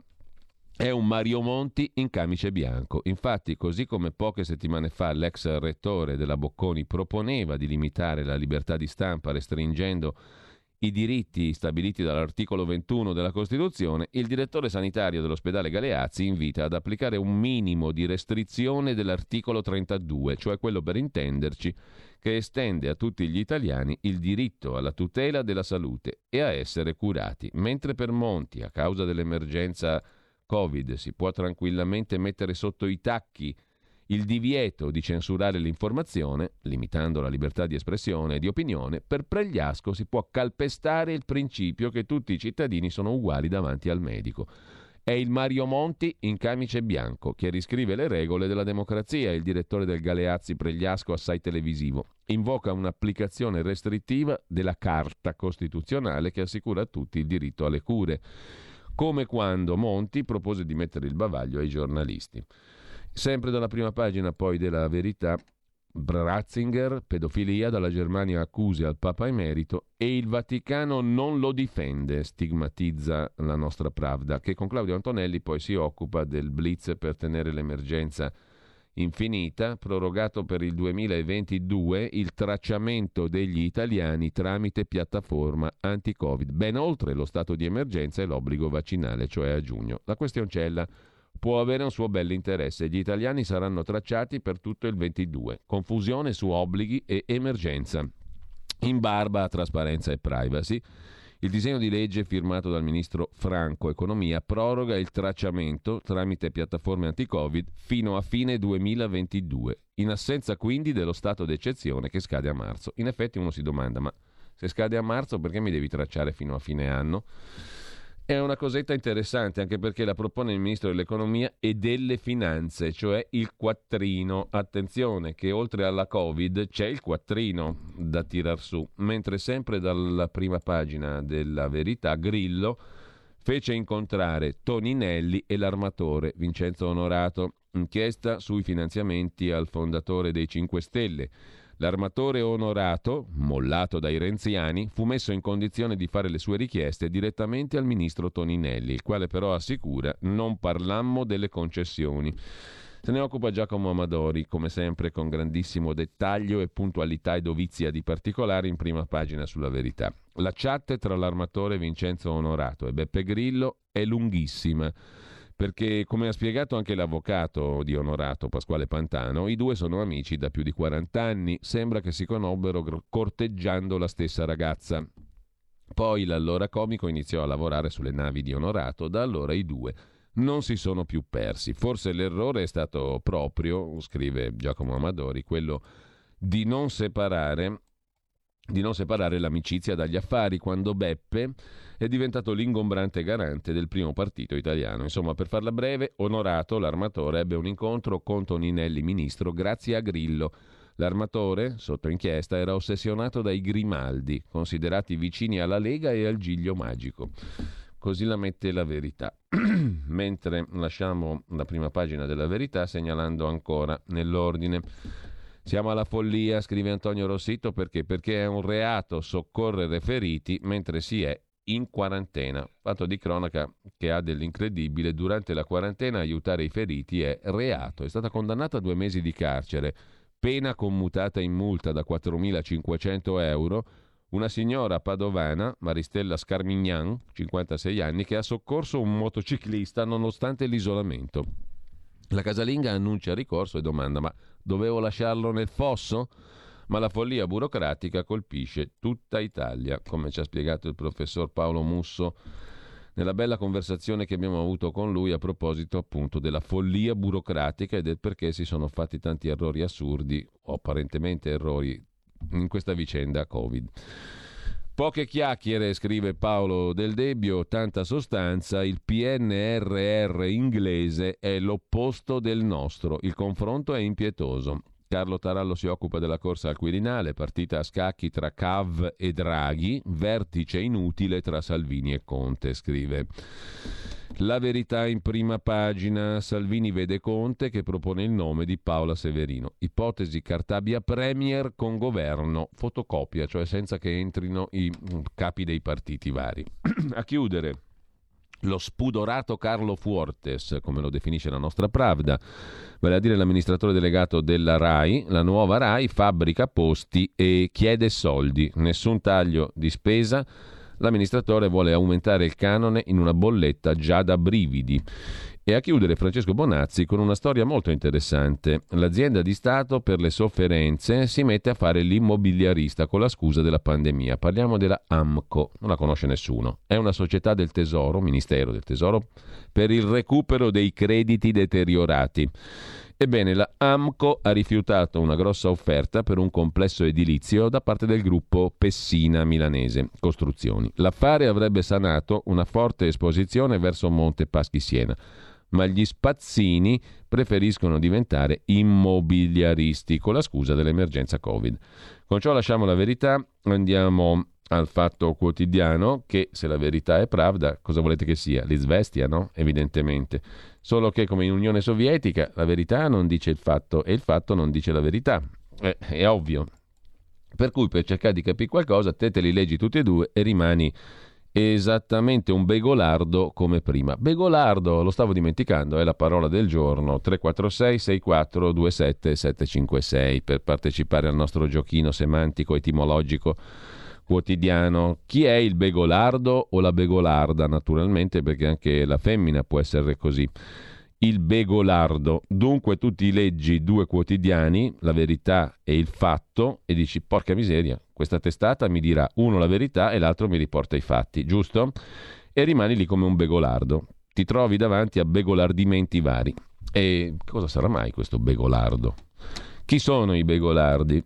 Speaker 1: è un Mario Monti in camice bianco. Infatti, così come poche settimane fa l'ex rettore della Bocconi proponeva di limitare la libertà di stampa restringendo i diritti stabiliti dall'articolo ventuno della Costituzione, il direttore sanitario dell'ospedale Galeazzi invita ad applicare un minimo di restrizione dell'articolo trentadue, cioè quello, per intenderci, che estende a tutti gli italiani il diritto alla tutela della salute e a essere curati, mentre per Monti, a causa dell'emergenza Covid, si può tranquillamente mettere sotto i tacchi il divieto di censurare l'informazione, limitando la libertà di espressione e di opinione. Per Pregliasco si può calpestare il principio che tutti i cittadini sono uguali davanti al medico. È il Mario Monti in camice bianco che riscrive le regole della democrazia. Il direttore del Galeazzi Pregliasco, assai televisivo, invoca un'applicazione restrittiva della Carta Costituzionale che assicura a tutti il diritto alle cure, come quando Monti propose di mettere il bavaglio ai giornalisti. Sempre dalla prima pagina poi della Verità, Ratzinger, pedofilia, dalla Germania accuse al Papa Emerito e il Vaticano non lo difende, stigmatizza la nostra Pravda, che con Claudio Antonelli poi si occupa del blitz per tenere l'emergenza infinita, prorogato per il duemilaventidue il tracciamento degli italiani tramite piattaforma anti-Covid, ben oltre lo stato di emergenza e l'obbligo vaccinale, cioè a giugno. La questioncella può avere un suo bell'interesse. Gli italiani saranno tracciati per tutto il ventidue. Confusione su obblighi e emergenza, in barba a trasparenza e privacy. Il disegno di legge firmato dal ministro Franco Economia proroga il tracciamento tramite piattaforme anti-Covid fino a fine duemilaventidue, in assenza quindi dello stato d'eccezione che scade a marzo. In effetti uno si domanda, ma se scade a marzo perché mi devi tracciare fino a fine anno? È una cosetta interessante, anche perché la propone il Ministro dell'Economia e delle Finanze, cioè il quattrino. Attenzione che oltre alla Covid c'è il quattrino da tirar su, mentre sempre dalla prima pagina della Verità Grillo fece incontrare Toninelli e l'armatore Vincenzo Onorato. Inchiesta sui finanziamenti al fondatore dei cinque Stelle. L'armatore Onorato, mollato dai renziani, fu messo in condizione di fare le sue richieste direttamente al ministro Toninelli, il quale però assicura: non parlammo delle concessioni. Se ne occupa Giacomo Amadori, come sempre con grandissimo dettaglio e puntualità e dovizia di particolari in prima pagina sulla Verità. La chat tra l'armatore Vincenzo Onorato e Beppe Grillo è lunghissima, perché, come ha spiegato anche l'avvocato di Onorato, Pasquale Pantano, i due sono amici da più di quaranta anni, sembra che si conobbero corteggiando la stessa ragazza. Poi l'allora comico iniziò a lavorare sulle navi di Onorato, da allora i due non si sono più persi. Forse l'errore è stato proprio, scrive Giacomo Amadori, quello di non separare di non separare l'amicizia dagli affari, quando Beppe è diventato l'ingombrante garante del primo partito italiano. Insomma, per farla breve, Onorato, l'armatore, ebbe un incontro con Toninelli ministro grazie a Grillo. L'armatore, sotto inchiesta, era ossessionato dai Grimaldi, considerati vicini alla Lega e al Giglio Magico. Così la mette la Verità. Mentre lasciamo la prima pagina della Verità segnalando ancora nell'ordine: siamo alla follia, scrive Antonio Rossitto, perché? Perché è un reato soccorrere feriti mentre si è in quarantena. Fatto di cronaca che ha dell'incredibile: durante la quarantena aiutare i feriti è reato. È stata condannata a due mesi di carcere, pena commutata in multa da quattromilacinquecento euro, una signora padovana, Maristella Scarmignan, cinquantasei anni, che ha soccorso un motociclista nonostante l'isolamento. La casalinga annuncia ricorso e domanda: ma dovevo lasciarlo nel fosso? Ma la follia burocratica colpisce tutta Italia, come ci ha spiegato il professor Paolo Musso nella bella conversazione che abbiamo avuto con lui a proposito appunto della follia burocratica e del perché si sono fatti tanti errori assurdi, o apparentemente errori, in questa vicenda Covid. Poche chiacchiere, scrive Paolo Del Debbio, tanta sostanza. Il P N R R inglese è l'opposto del nostro. Il confronto è impietoso. Carlo Tarallo si occupa della corsa al Quirinale, partita a scacchi tra Cav e Draghi, vertice inutile tra Salvini e Conte, scrive. La Verità in prima pagina: Salvini vede Conte che propone il nome di Paola Severino. Ipotesi Cartabia Premier con governo, fotocopia, cioè senza che entrino i capi dei partiti vari. A chiudere, lo spudorato Carlo Fuortes, come lo definisce la nostra Pravda, vale a dire l'amministratore delegato della RAI. La nuova RAI fabbrica posti e chiede soldi, nessun taglio di spesa. L'amministratore vuole aumentare il canone in una bolletta già da brividi. E a chiudere Francesco Bonazzi con una storia molto interessante. L'azienda di Stato per le sofferenze si mette a fare l'immobiliarista con la scusa della pandemia. Parliamo della AMCO, non la conosce nessuno. È una società del Tesoro, Ministero del Tesoro, per il recupero dei crediti deteriorati. Ebbene, la AMCO ha rifiutato una grossa offerta per un complesso edilizio da parte del gruppo Pessina Milanese Costruzioni. L'affare avrebbe sanato una forte esposizione verso Monte Paschi Siena, ma gli spazzini preferiscono diventare immobiliaristi con la scusa dell'emergenza Covid. Con ciò lasciamo la Verità, andiamo al Fatto Quotidiano, che se la Verità è Pravda, cosa volete che sia? L'Izvestia, no? Evidentemente. Solo che, come in Unione Sovietica, la verità non dice il fatto e il fatto non dice la verità. Eh, è ovvio. Per cui, per cercare di capire qualcosa, te te li leggi tutti e due e rimani esattamente un begolardo come prima. Begolardo, lo stavo dimenticando, è la parola del giorno. Tre quattro sei sei quattro due sette sette cinque sei per partecipare al nostro giochino semantico etimologico quotidiano. Chi è il begolardo o la begolarda? Naturalmente, perché anche la femmina può essere così. Il begolardo. Dunque tu ti leggi due quotidiani, La Verità e Il Fatto, e dici: porca miseria, questa testata mi dirà uno la verità e l'altro mi riporta i fatti, giusto? E rimani lì come un begolardo. Ti trovi davanti a begolardimenti vari. E cosa sarà mai questo begolardo? Chi sono i begolardi?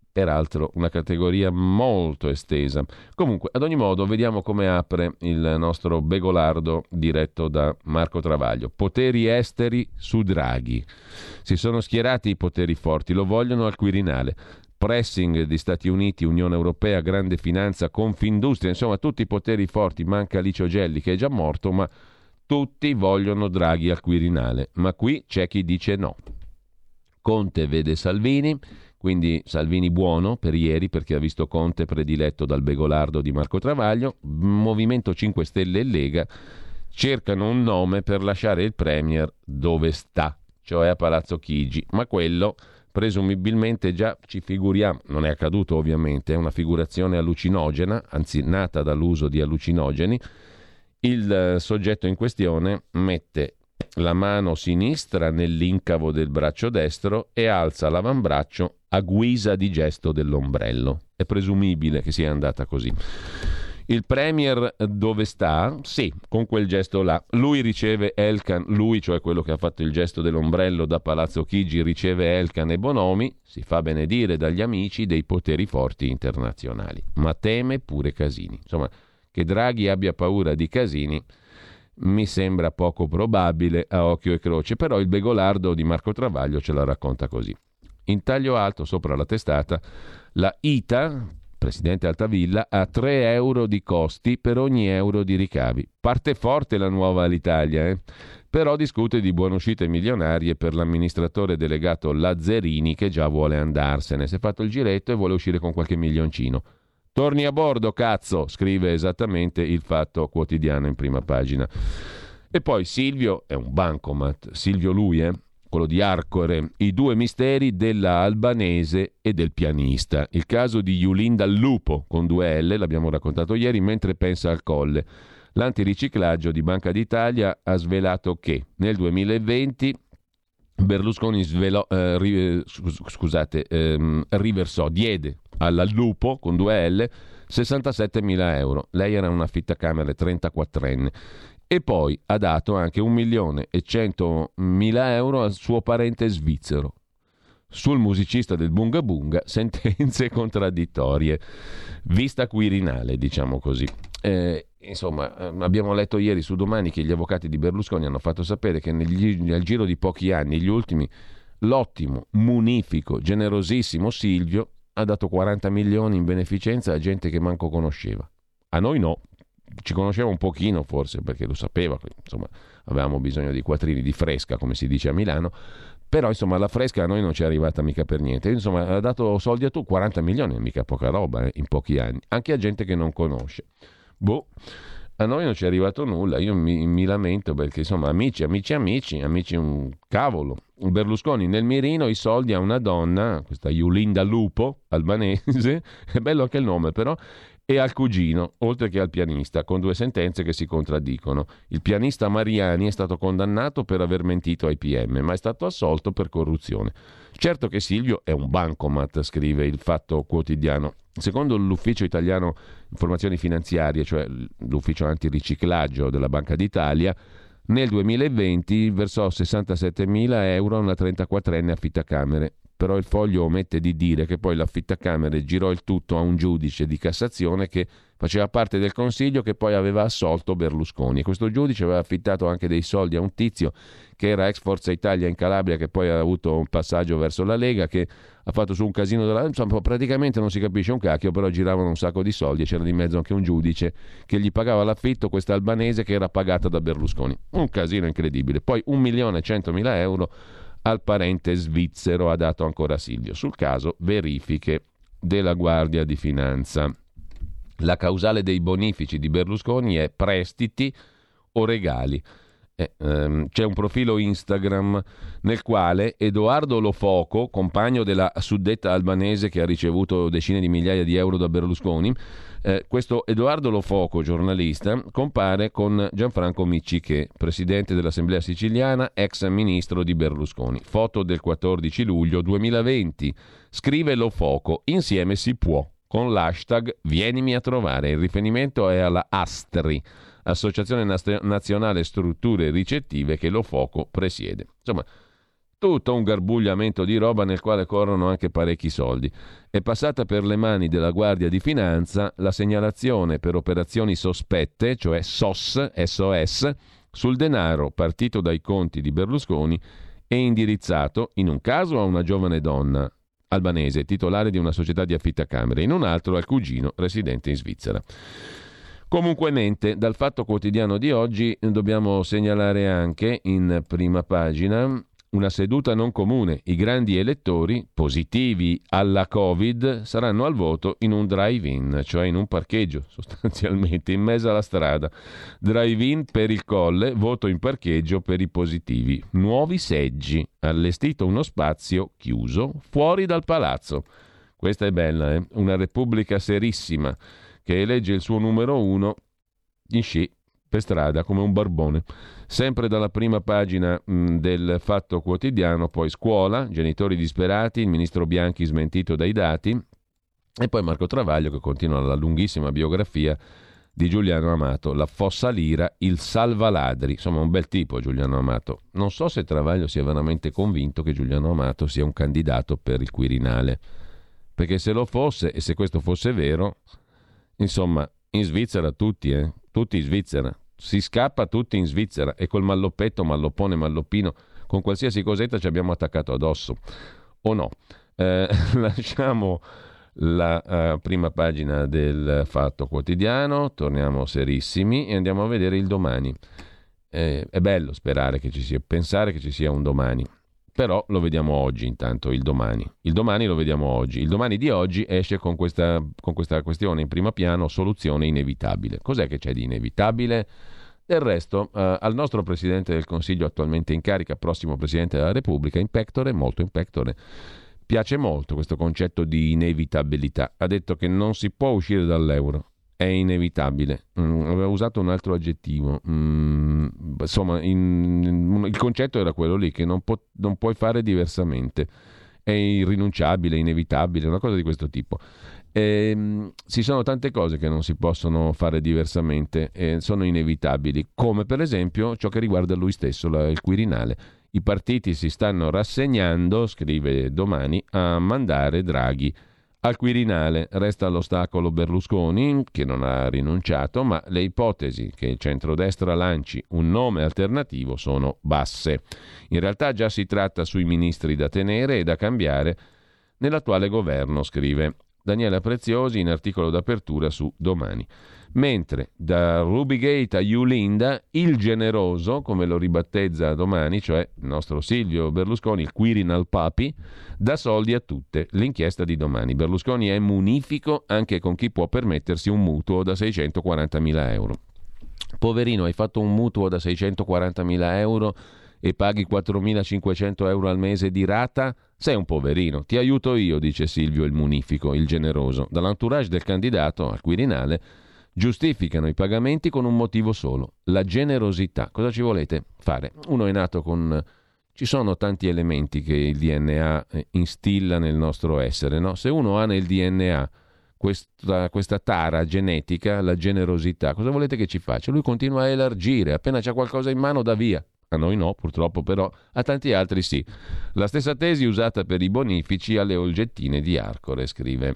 Speaker 1: peraltro una categoria molto estesa. Comunque, ad ogni modo, vediamo come apre il nostro Begolardo diretto da Marco Travaglio. Poteri esteri su Draghi. Si sono schierati i poteri forti, lo vogliono al Quirinale. Pressing di Stati Uniti, Unione Europea, Grande Finanza, Confindustria, insomma tutti i poteri forti, manca Licio Gelli che è già morto, ma tutti vogliono Draghi al Quirinale. Ma qui c'è chi dice no. Conte vede Salvini, quindi Salvini buono per ieri perché ha visto Conte prediletto dal Begolardo di Marco Travaglio. Movimento cinque Stelle e Lega cercano un nome per lasciare il Premier dove sta, cioè a Palazzo Chigi, ma quello presumibilmente già ci figuriamo, non è accaduto ovviamente, è una figurazione allucinogena, anzi nata dall'uso di allucinogeni. Il soggetto in questione mette la mano sinistra nell'incavo del braccio destro e alza l'avambraccio a guisa di gesto dell'ombrello. È presumibile che sia andata così. Il Premier dove sta? Sì, con quel gesto là. Lui riceve Elkann, lui, cioè quello che ha fatto il gesto dell'ombrello da Palazzo Chigi, riceve Elkann e Bonomi, si fa benedire dagli amici dei poteri forti internazionali, ma teme pure Casini. Insomma, che Draghi abbia paura di Casini mi sembra poco probabile a occhio e croce, però il Begolardo di Marco Travaglio ce la racconta così. In taglio alto, sopra la testata, la I T A, Presidente Altavilla, ha tre euro di costi per ogni euro di ricavi. Parte forte la nuova Alitalia, eh? Però discute di buonuscite milionarie per l'amministratore delegato Lazzarini che già vuole andarsene. Si è fatto il giretto e vuole uscire con qualche milioncino. Torni a bordo, cazzo, scrive esattamente il Fatto Quotidiano in prima pagina. E poi Silvio è un bancomat, Silvio lui, eh? Quello di Arcore, i due misteri della albanese e del pianista. Il caso di Yulinda Lupo, con due L, l'abbiamo raccontato ieri, mentre pensa al Colle. L'antiriciclaggio di Banca d'Italia ha svelato che nel duemilaventi Berlusconi svelò, eh, ri, scusate, ehm, riversò, diede alla Lupo, con due L, sessantasettemila euro. Lei era una affittacamere trentaquattrenne. E poi ha dato anche un milione e centomila euro al suo parente svizzero. Sul musicista del Bunga Bunga, sentenze contraddittorie. Vista Quirinale, diciamo così. Eh, insomma, abbiamo letto ieri su Domani che gli avvocati di Berlusconi hanno fatto sapere che negli, nel giro di pochi anni, gli ultimi, l'ottimo, munifico, generosissimo Silvio ha dato quaranta milioni in beneficenza a gente che manco conosceva. A noi no. Ci conosceva un pochino forse perché lo sapeva, insomma avevamo bisogno di quattrini di fresca come si dice a Milano, però insomma la fresca a noi non ci è arrivata mica per niente, insomma ha dato soldi a tu, quaranta milioni è mica poca roba eh, in pochi anni, anche a gente che non conosce. Boh, a noi non ci è arrivato nulla, io mi, mi lamento perché insomma amici, amici, amici, amici un cavolo. Berlusconi nel mirino i soldi a una donna, questa Yulinda Lupo, albanese, è bello anche il nome però, e al cugino, oltre che al pianista, con due sentenze che si contraddicono. Il pianista Mariani è stato condannato per aver mentito ai P M, ma è stato assolto per corruzione. Certo che Silvio è un bancomat, scrive il Fatto Quotidiano. Secondo l'Ufficio Italiano Informazioni Finanziarie, cioè l'ufficio antiriciclaggio della Banca d'Italia, nel duemilaventi versò sessantasettemila euro a una trentaquattrenne affittacamere. Però il Foglio omette di dire che poi l'affittacamere girò il tutto a un giudice di Cassazione che faceva parte del consiglio che poi aveva assolto Berlusconi. E questo giudice aveva affittato anche dei soldi a un tizio che era ex Forza Italia in Calabria, che poi ha avuto un passaggio verso la Lega, che ha fatto su un casino della... Insomma, praticamente non si capisce un cacchio, però giravano un sacco di soldi e c'era di mezzo anche un giudice che gli pagava l'affitto, questa albanese che era pagata da Berlusconi. Un casino incredibile. Poi un milione e centomila euro al parente svizzero ha dato ancora Silvio. Sul caso verifiche della Guardia di Finanza. La causale dei bonifici di Berlusconi è prestiti o regali. Eh, ehm, c'è un profilo Instagram nel quale Edoardo Lofoco, compagno della suddetta albanese che ha ricevuto decine di migliaia di euro da Berlusconi, eh, questo Edoardo Lofoco, giornalista, compare con Gianfranco Miccichè, presidente dell'Assemblea siciliana, ex ministro di Berlusconi. Foto del quattordici luglio duemilaventi. Scrive Lofoco: insieme si può, con l'hashtag vienimi a trovare. Il riferimento è alla ASTRI, Associazione Nazionale Strutture Ricettive, che Lofoco presiede. Insomma, Tutto un garbugliamento di roba nel quale corrono anche parecchi soldi. È passata per le mani della Guardia di Finanza la segnalazione per operazioni sospette, cioè S O S, S O S, sul denaro partito dai conti di Berlusconi e indirizzato, in un caso a una giovane donna albanese, titolare di una società di affittacamere, in un altro al cugino residente in Svizzera. Comunquemente, dal Fatto Quotidiano di oggi dobbiamo segnalare anche in prima pagina una seduta non comune. I grandi elettori positivi alla Covid saranno al voto in un drive-in, cioè in un parcheggio, sostanzialmente in mezzo alla strada. Drive-in per il Colle, voto in parcheggio per i positivi. Nuovi seggi, allestito uno spazio chiuso fuori dal palazzo. Questa è bella, eh? Una Repubblica serissima che elegge il suo numero uno in sci per strada come un barbone. Sempre dalla prima pagina mh, del Fatto Quotidiano, poi scuola, genitori disperati, il ministro Bianchi smentito dai dati, e poi Marco Travaglio che continua la lunghissima biografia di Giuliano Amato, la fossa Lira, il salvaladri. Insomma, un bel tipo Giuliano Amato. Non so se Travaglio sia veramente convinto che Giuliano Amato sia un candidato per il Quirinale, perché se lo fosse, e se questo fosse vero, insomma, in Svizzera tutti, eh, tutti in Svizzera. Si scappa tutti in Svizzera e col malloppetto, malloppone, malloppino, con qualsiasi cosetta ci abbiamo attaccato addosso. O no? Eh, lasciamo la uh, prima pagina del Fatto Quotidiano, torniamo serissimi e andiamo a vedere il Domani. Eh, è bello sperare che ci sia, pensare che ci sia un domani. Però lo vediamo oggi intanto, il Domani. Il Domani lo vediamo oggi. Il Domani di oggi esce con questa, con questa questione in primo piano, soluzione inevitabile. Cos'è che c'è di inevitabile? Del resto, eh, al nostro Presidente del Consiglio attualmente in carica, prossimo Presidente della Repubblica, in pectore, molto in pectore, piace molto questo concetto di inevitabilità. Ha detto che non si può uscire dall'euro. È inevitabile. Mm, aveva usato un altro aggettivo. Mm, insomma, in, in, il concetto era quello lì, che non, po- non puoi fare diversamente. È irrinunciabile, inevitabile, una cosa di questo tipo. E, mh, ci sono tante cose che non si possono fare diversamente e sono inevitabili, come per esempio ciò che riguarda lui stesso, la, il Quirinale. I partiti si stanno rassegnando, scrive Domani, a mandare Draghi al Quirinale. Resta l'ostacolo Berlusconi, che non ha rinunciato, ma le ipotesi che il centrodestra lanci un nome alternativo sono basse. In realtà già si tratta sui ministri da tenere e da cambiare nell'attuale governo, scrive Daniela Preziosi in articolo d'apertura su Domani. Mentre da Rubygate a Iulinda, il generoso, come lo ribattezza Domani, cioè il nostro Silvio Berlusconi, il Quirinal Papi, dà soldi a tutte. L'inchiesta di Domani. Berlusconi è munifico anche con chi può permettersi un mutuo da seicentoquarantamila euro. Poverino, hai fatto un mutuo da seicentoquarantamila euro e paghi quattromilacinquecento euro al mese di rata? Sei un poverino. Ti aiuto io, dice Silvio il munifico, il generoso. Dall'entourage del candidato al Quirinale giustificano i pagamenti con un motivo solo: la generosità. Cosa ci volete fare? Uno è nato con... Ci sono tanti elementi che il D N A instilla nel nostro essere, no? Se uno ha nel D N A questa, questa tara genetica, la generosità, cosa volete che ci faccia? Lui continua a elargire, appena c'è qualcosa in mano dà via. A noi no, purtroppo, però a tanti altri sì. La stessa tesi usata per i bonifici alle Olgettine di Arcore, scrive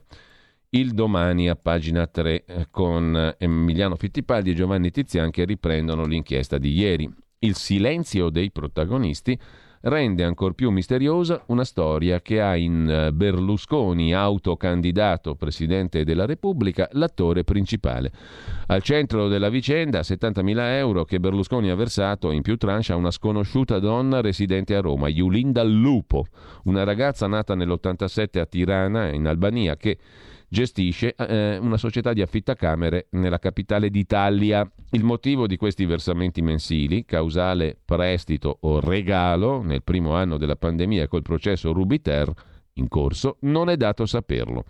Speaker 1: il Domani a pagina tre, con Emiliano Fittipaldi e Giovanni Tizian che riprendono l'inchiesta di ieri. Il silenzio dei protagonisti rende ancor più misteriosa una storia che ha in Berlusconi, autocandidato Presidente della Repubblica, l'attore principale. Al centro della vicenda, settantamila euro che Berlusconi ha versato in più tranche a una sconosciuta donna residente a Roma, Iulinda Lupo, una ragazza nata nell'ottantasette a Tirana, in Albania, che gestisce eh, una società di affittacamere nella capitale d'Italia. Il motivo di questi versamenti mensili, causale prestito o regalo nel primo anno della pandemia col processo Rubiter in corso, non è dato saperlo.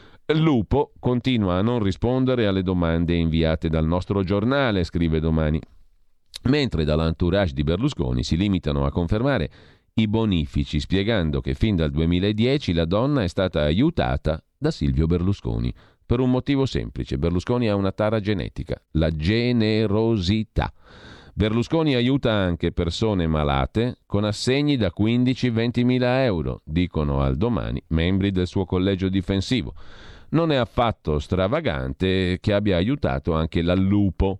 Speaker 1: Lupo continua a non rispondere alle domande inviate dal nostro giornale, scrive Domani, mentre dall'entourage di Berlusconi si limitano a confermare i bonifici, spiegando che fin dal duemiladieci la donna è stata aiutata da Silvio Berlusconi per un motivo semplice: Berlusconi ha una tara genetica, la generosità. Berlusconi aiuta anche persone malate con assegni da quindici venti mila euro, dicono al Domani membri del suo collegio difensivo. Non è affatto stravagante che abbia aiutato anche l'Allupo,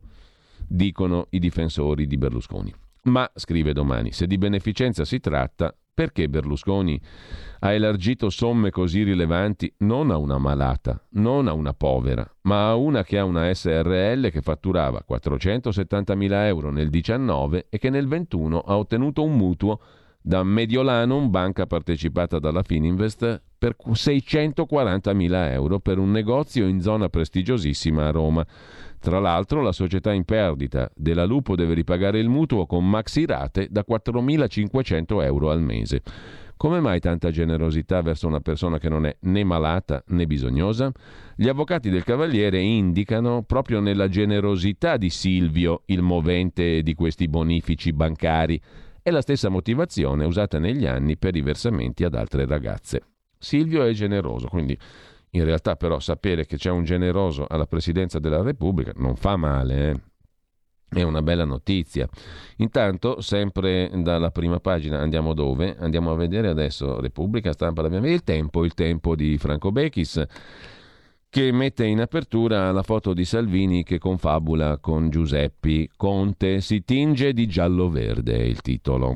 Speaker 1: dicono i difensori di Berlusconi. Ma, scrive Domani, se di beneficenza si tratta, perché Berlusconi ha elargito somme così rilevanti non a una malata, non a una povera, ma a una che ha una S R L che fatturava quattrocentosettantamila euro nel diciannove e che nel ventuno ha ottenuto un mutuo da Mediolanum, banca partecipata dalla Fininvest, per seicentoquarantamila euro per un negozio in zona prestigiosissima a Roma. Tra l'altro la società in perdita della Lupo deve ripagare il mutuo con maxirate da quattromilacinquecento euro al mese. Come mai tanta generosità verso una persona che non è né malata né bisognosa? Gli avvocati del Cavaliere indicano proprio nella generosità di Silvio il movente di questi bonifici bancari. È la stessa motivazione usata negli anni per i versamenti ad altre ragazze. Silvio è generoso, quindi in realtà però sapere che c'è un generoso alla Presidenza della Repubblica non fa male, eh? È una bella notizia. Intanto, sempre dalla prima pagina, andiamo dove? Andiamo a vedere adesso Repubblica, Stampa, l'abbiamo visto, il tempo, il tempo di Franco Bechis, che mette in apertura la foto di Salvini che confabula con Giuseppe Conte. Si tinge di giallo-verde, è il titolo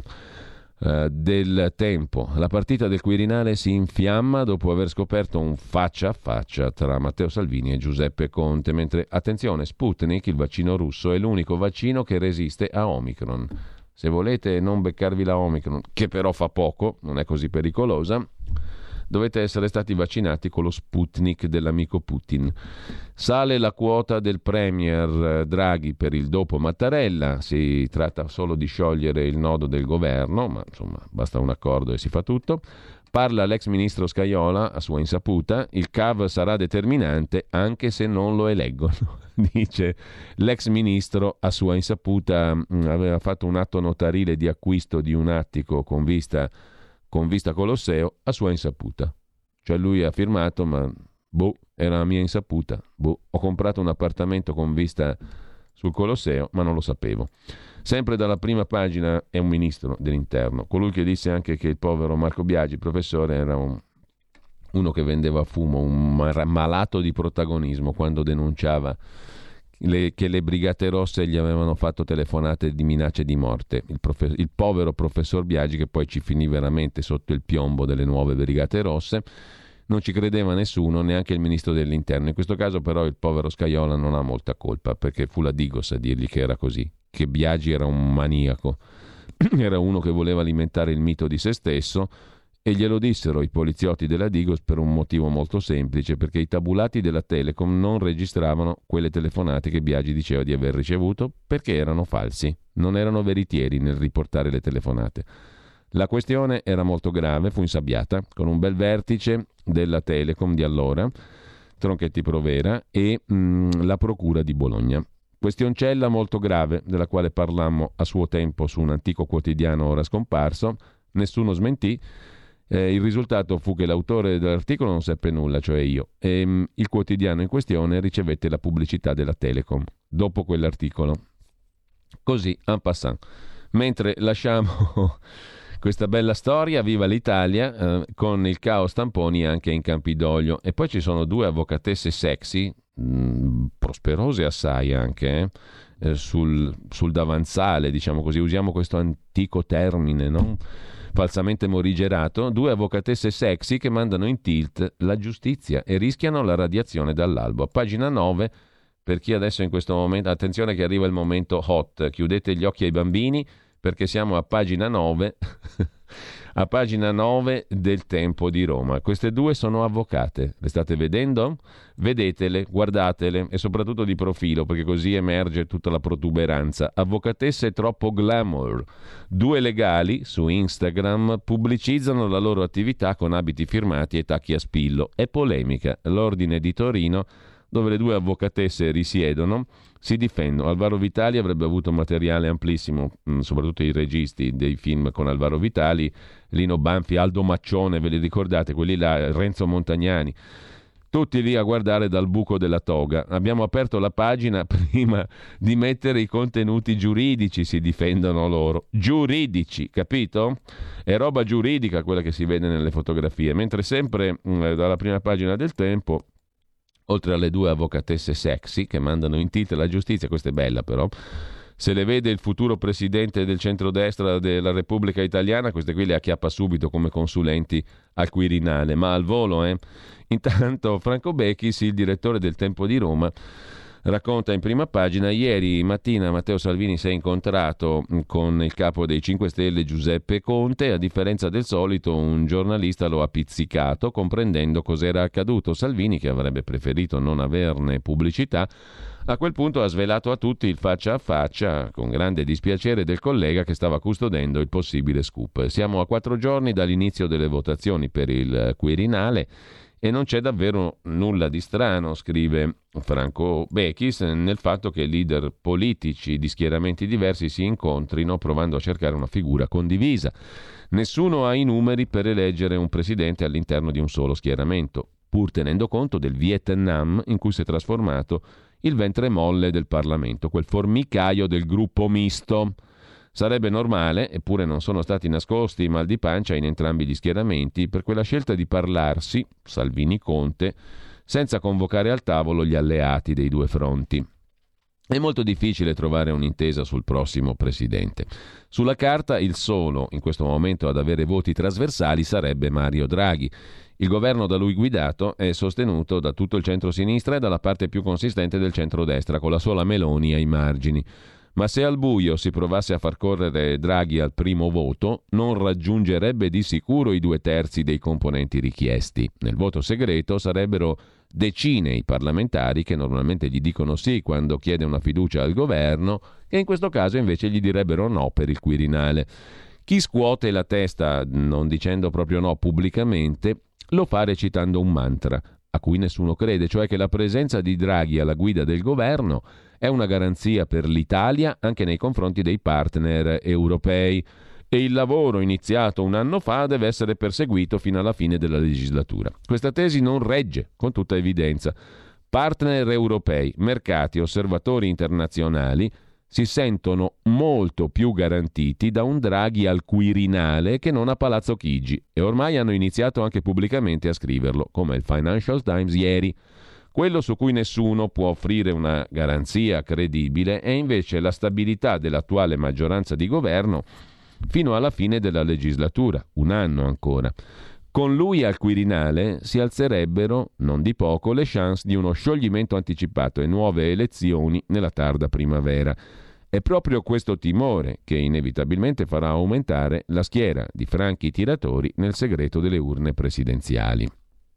Speaker 1: uh, del Tempo. La partita del Quirinale si infiamma dopo aver scoperto un faccia a faccia tra Matteo Salvini e Giuseppe Conte, mentre, attenzione, Sputnik, il vaccino russo, è l'unico vaccino che resiste a Omicron. Se volete non beccarvi la Omicron, che però fa poco, non è così pericolosa, dovete essere stati vaccinati con lo Sputnik dell'amico Putin. Sale la quota del premier Draghi per il dopo Mattarella, si tratta solo di sciogliere il nodo del governo, ma insomma basta un accordo e si fa tutto. Parla l'ex ministro Scajola a sua insaputa, il C A V sarà determinante anche se non lo eleggono, dice l'ex ministro a sua insaputa. Aveva fatto un atto notarile di acquisto di un attico con vista con vista Colosseo a sua insaputa, cioè lui ha firmato ma boh, era la mia insaputa, boh, ho comprato un appartamento con vista sul Colosseo ma non lo sapevo. Sempre dalla prima pagina è un ministro dell'interno, colui che disse anche che il povero Marco Biagi, professore, era un, uno che vendeva fumo, un malato di protagonismo quando denunciava Le, che le Brigate Rosse gli avevano fatto telefonate di minacce di morte. Il, profe, il povero professor Biagi, che poi ci finì veramente sotto il piombo delle nuove Brigate Rosse, non ci credeva nessuno, neanche il ministro dell'interno. In questo caso però il povero Scajola non ha molta colpa, perché fu la Digos a dirgli che era così, che Biagi era un maniaco, era uno che voleva alimentare il mito di se stesso. E glielo dissero i poliziotti della Digos per un motivo molto semplice, perché i tabulati della Telecom non registravano quelle telefonate che Biagi diceva di aver ricevuto, perché erano falsi, non erano veritieri nel riportare le telefonate. La questione era molto grave, fu insabbiata con un bel vertice della Telecom di allora, Tronchetti Provera, e mh, la Procura di Bologna. Questioncella molto grave, della quale parlammo a suo tempo su un antico quotidiano ora scomparso, nessuno smentì. Eh, il risultato fu che l'autore dell'articolo non seppe nulla, cioè io, e mh, il quotidiano in questione ricevette la pubblicità della Telecom dopo quell'articolo. Così, en passant. Mentre lasciamo questa bella storia, viva l'Italia, eh, con il caos tamponi anche in Campidoglio. E poi ci sono due avvocatesse sexy, mh, prosperose assai anche, eh, sul, sul davanzale, diciamo così, usiamo questo antico termine, no? Falsamente morigerato, due avvocatesse sexy che mandano in tilt la giustizia e rischiano la radiazione dall'albo. A pagina nove, per chi adesso in questo momento, attenzione che arriva il momento hot, chiudete gli occhi ai bambini perché siamo a pagina nove, a pagina nove del Tempo di Roma. Queste due sono avvocate, le state vedendo? Vedetele, guardatele e soprattutto di profilo, perché così emerge tutta la protuberanza. Avvocatesse troppo glamour. Due legali su Instagram pubblicizzano la loro attività con abiti firmati e tacchi a spillo. È polemica. L'Ordine di Torino, dove le due avvocatesse risiedono, si difendono. Alvaro Vitali avrebbe avuto materiale amplissimo, mh, soprattutto i registi dei film con Alvaro Vitali, Lino Banfi, Aldo Maccione, ve li ricordate? Quelli là, Renzo Montagnani. tutti lì a guardare dal buco della toga. Abbiamo aperto la pagina prima di mettere i contenuti giuridici, si difendono loro. Giuridici, capito? È roba giuridica quella che si vede nelle fotografie, mentre sempre mh, dalla prima pagina del Tempo, oltre alle due avvocatesse sexy che mandano in tilt la giustizia, questa è bella però, se le vede il futuro presidente del centrodestra della Repubblica Italiana, queste qui le acchiappa subito come consulenti al Quirinale, ma al volo, eh? Intanto Franco Bechis, il direttore del Tempo di Roma, racconta in prima pagina: ieri mattina Matteo Salvini si è incontrato con il capo dei cinque Stelle Giuseppe Conte. A differenza del solito, un giornalista lo ha pizzicato comprendendo cos'era accaduto. Salvini, che avrebbe preferito non averne pubblicità, a quel punto ha svelato a tutti il faccia a faccia, con grande dispiacere del collega che stava custodendo il possibile scoop. Siamo a quattro giorni dall'inizio delle votazioni per il Quirinale e non c'è davvero nulla di strano, scrive Franco Bechis, nel fatto che leader politici di schieramenti diversi si incontrino provando a cercare una figura condivisa. Nessuno ha i numeri per eleggere un presidente all'interno di un solo schieramento, pur tenendo conto del Vietnam in cui si è trasformato il ventre molle del Parlamento, quel formicaio del gruppo misto. Sarebbe normale, eppure non sono stati nascosti i mal di pancia in entrambi gli schieramenti per quella scelta di parlarsi, Salvini-Conte, senza convocare al tavolo gli alleati dei due fronti. È molto difficile trovare un'intesa sul prossimo presidente. Sulla carta il solo, in questo momento, ad avere voti trasversali sarebbe Mario Draghi. Il governo da lui guidato è sostenuto da tutto il centro-sinistra e dalla parte più consistente del centro-destra, con la sola Meloni ai margini. Ma se al buio si provasse a far correre Draghi al primo voto, non raggiungerebbe di sicuro i due terzi dei componenti richiesti. Nel voto segreto sarebbero decine i parlamentari che normalmente gli dicono sì quando chiede una fiducia al governo, che in questo caso invece gli direbbero no per il Quirinale. Chi scuote la testa, non dicendo proprio no pubblicamente, lo fa recitando un mantra a cui nessuno crede, cioè che la presenza di Draghi alla guida del governo è una garanzia per l'Italia anche nei confronti dei partner europei e il lavoro iniziato un anno fa deve essere perseguito fino alla fine della legislatura. Questa tesi non regge, con tutta evidenza. Partner europei, mercati, osservatori internazionali si sentono molto più garantiti da un Draghi al Quirinale che non a Palazzo Chigi e ormai hanno iniziato anche pubblicamente a scriverlo, come il Financial Times ieri. Quello su cui nessuno può offrire una garanzia credibile è invece la stabilità dell'attuale maggioranza di governo fino alla fine della legislatura, un anno ancora. Con lui al Quirinale si alzerebbero, non di poco, le chance di uno scioglimento anticipato e nuove elezioni nella tarda primavera. È proprio questo timore che inevitabilmente farà aumentare la schiera di franchi tiratori nel segreto delle urne presidenziali.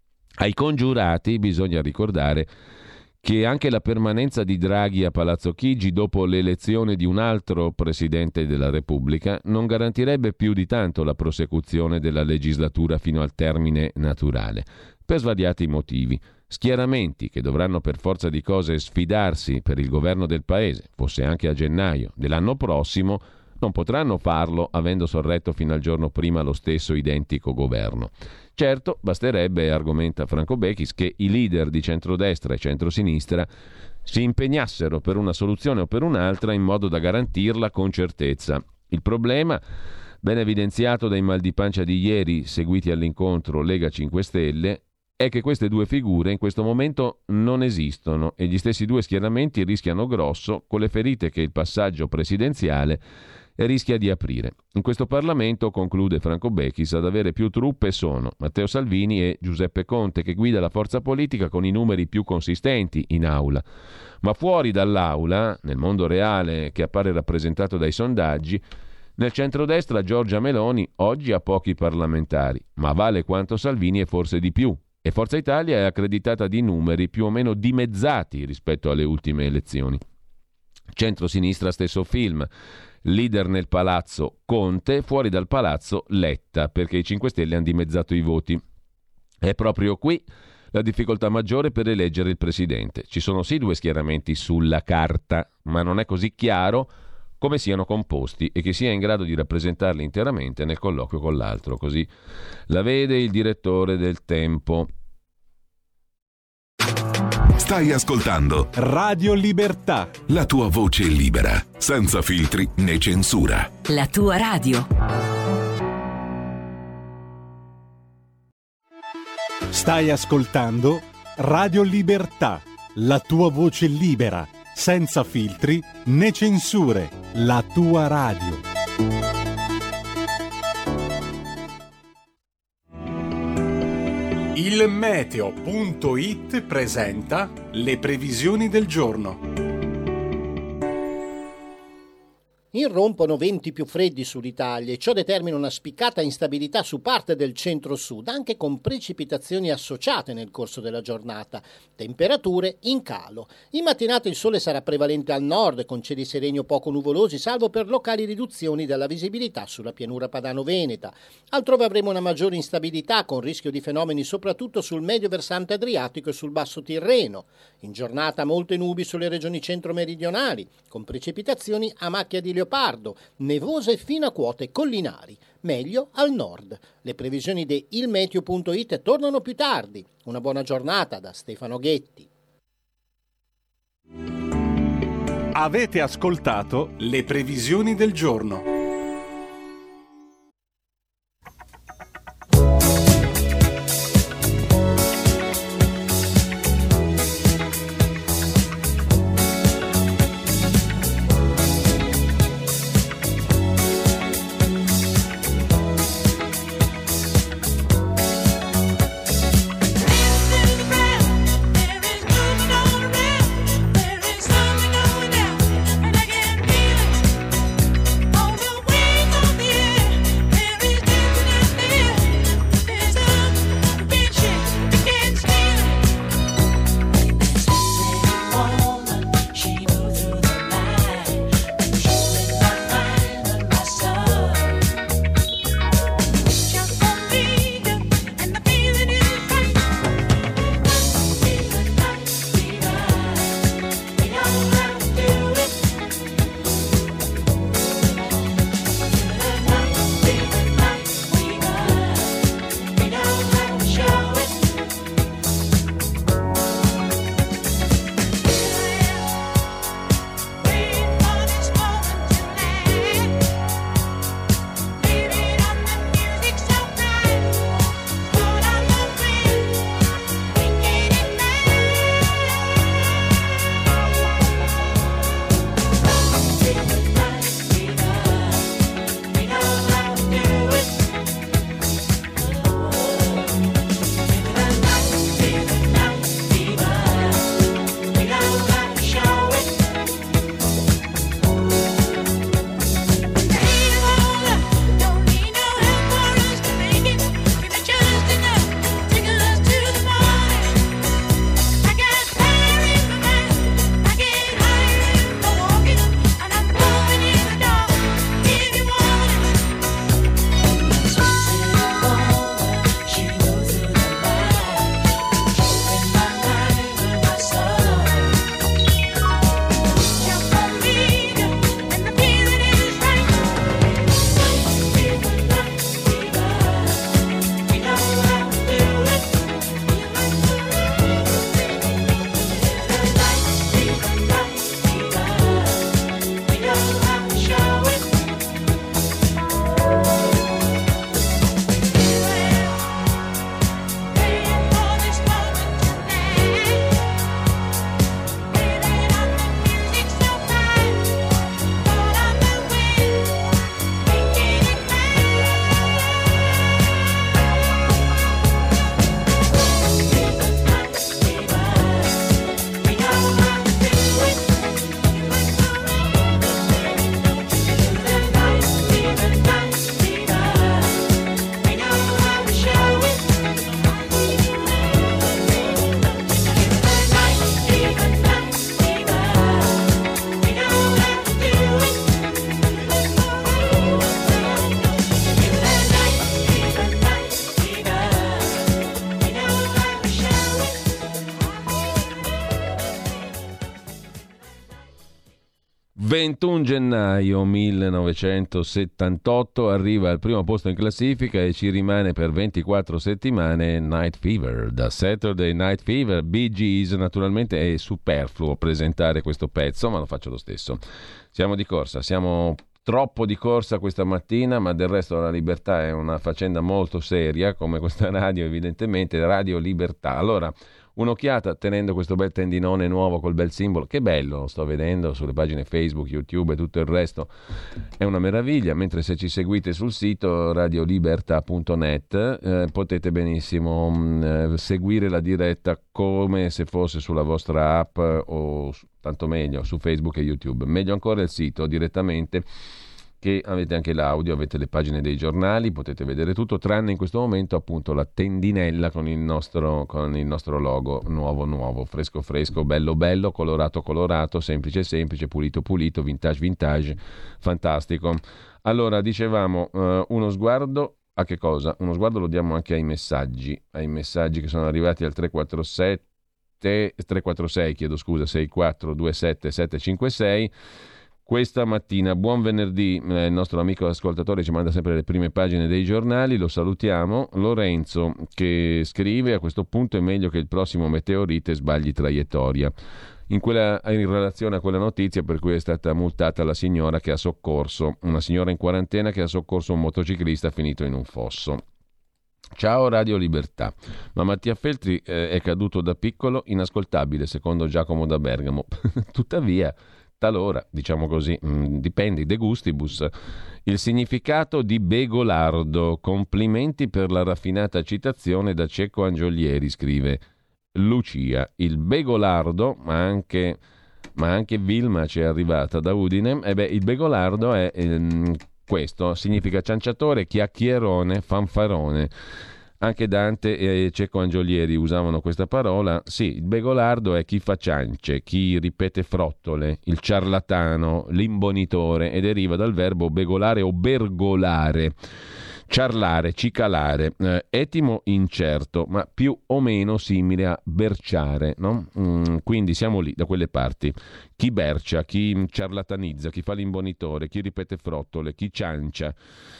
Speaker 1: Ai congiurati bisogna ricordare che anche la permanenza di Draghi a Palazzo Chigi dopo l'elezione di un altro Presidente della Repubblica non garantirebbe più di tanto la prosecuzione della legislatura fino al termine naturale, per svariati motivi. Schieramenti che dovranno per forza di cose sfidarsi per il governo del Paese, fosse anche a gennaio dell'anno prossimo, non potranno farlo avendo sorretto fino al giorno prima lo stesso identico governo. Certo, basterebbe, argomenta Franco Bechis, che i leader di centrodestra e centrosinistra si impegnassero per una soluzione o per un'altra in modo da garantirla con certezza. Il problema, ben evidenziato dai mal di pancia di ieri seguiti all'incontro Lega cinque Stelle, è che queste due figure in questo momento non esistono e gli stessi due schieramenti rischiano grosso con le ferite che il passaggio presidenziale rischia di aprire. In questo Parlamento, conclude Franco Bechis, ad avere più truppe sono Matteo Salvini e Giuseppe Conte, che guida la forza politica con i numeri più consistenti in aula. Ma fuori dall'aula, nel mondo reale che appare rappresentato dai sondaggi, nel centrodestra Giorgia Meloni oggi ha pochi parlamentari, ma vale quanto Salvini e forse di più. E Forza Italia è accreditata di numeri più o meno dimezzati rispetto alle ultime elezioni. Centrosinistra stesso film. Leader nel palazzo Conte, fuori dal palazzo Letta, perché i cinque Stelle hanno dimezzato i voti. È proprio qui la difficoltà maggiore per eleggere il presidente. Ci sono sì due schieramenti sulla carta, ma non è così chiaro come siano composti e che sia in grado di rappresentarli interamente nel colloquio con l'altro. Così la vede il direttore del Tempo.
Speaker 2: Stai ascoltando
Speaker 3: Radio Libertà,
Speaker 2: la tua voce libera, senza filtri né censura.
Speaker 4: La tua radio.
Speaker 3: Stai ascoltando Radio Libertà, la tua voce libera, senza filtri né censure. La tua radio. Il meteo punto it presenta le previsioni del giorno.
Speaker 5: Irrompono venti più freddi sull'Italia e ciò determina una spiccata instabilità su parte del centro-sud, anche con precipitazioni associate nel corso della giornata. Temperature in calo. In mattinata il sole sarà prevalente al nord, con cieli sereni o poco nuvolosi, salvo per locali riduzioni della visibilità sulla pianura padano-veneta. Altrove avremo una maggiore instabilità, con rischio di fenomeni soprattutto sul medio versante adriatico e sul basso Tirreno. In giornata molte nubi sulle regioni centro-meridionali, con precipitazioni a macchia di leopardo, nevose fino a quote collinari, meglio al nord. Le previsioni di ilmeteo punto it tornano più tardi. Una buona giornata da Stefano Ghetti.
Speaker 3: Avete ascoltato le previsioni del giorno.
Speaker 6: There is something going down, and I can feel it.
Speaker 1: ventuno gennaio millenovecentosettantotto arriva al primo posto in classifica e ci rimane per ventiquattro settimane Night Fever, da Saturday Night Fever, Bee Gees. Naturalmente è superfluo presentare questo pezzo, ma lo faccio lo stesso. Siamo di corsa, siamo troppo di corsa questa mattina, ma del resto la libertà è una faccenda molto seria, come questa radio evidentemente, Radio Libertà. Allora, un'occhiata tenendo questo bel tendinone nuovo col bel simbolo, che bello, lo sto vedendo sulle pagine Facebook, YouTube e tutto il resto, è una meraviglia, mentre se ci seguite sul sito radiolibertà punto net eh, potete benissimo mh, seguire la diretta come se fosse sulla vostra app o tanto meglio su Facebook e YouTube, meglio ancora il sito direttamente, che avete anche l'audio, avete le pagine dei giornali, potete vedere tutto, tranne in questo momento appunto la tendinella con il nostro, con il nostro logo nuovo nuovo, fresco fresco, bello bello, colorato colorato, semplice semplice, pulito pulito, vintage vintage, fantastico. Allora, dicevamo, uh, uno sguardo a che cosa? Uno sguardo lo diamo anche ai messaggi, ai messaggi che sono arrivati al tre quattro sette tre quattro sei, chiedo scusa, sei quattro due sette sette cinque sei. Questa mattina, buon venerdì, eh, il nostro amico ascoltatore ci manda sempre le prime pagine dei giornali, lo salutiamo. Lorenzo che scrive: a questo punto è meglio che il prossimo meteorite sbagli traiettoria. In, quella, in relazione a quella notizia per cui è stata multata la signora che ha soccorso, una signora in quarantena che ha soccorso un motociclista finito in un fosso. Ciao Radio Libertà, ma Mattia Feltri eh, è caduto da piccolo, inascoltabile secondo Giacomo da Bergamo. Tuttavia, talora, diciamo così, mh, dipende, de gustibus. Il significato di begolardo. Complimenti per la raffinata citazione da Cecco Angiolieri, scrive Lucia. Il begolardo, ma anche, ma anche Vilma ci è arrivata da Udine. E beh, il begolardo è ehm, questo, significa cianciatore, chiacchierone, fanfarone. Anche Dante e Cecco Angiolieri usavano questa parola. Sì, il begolardo è chi fa ciance, chi ripete frottole, il ciarlatano, l'imbonitore, e deriva dal verbo begolare o bergolare, ciarlare, cicalare, eh, etimo incerto, ma più o meno simile a berciare, no? Mm, quindi siamo lì, da quelle parti. Chi bercia, chi ciarlatanizza, chi fa l'imbonitore, chi ripete frottole, chi ciancia.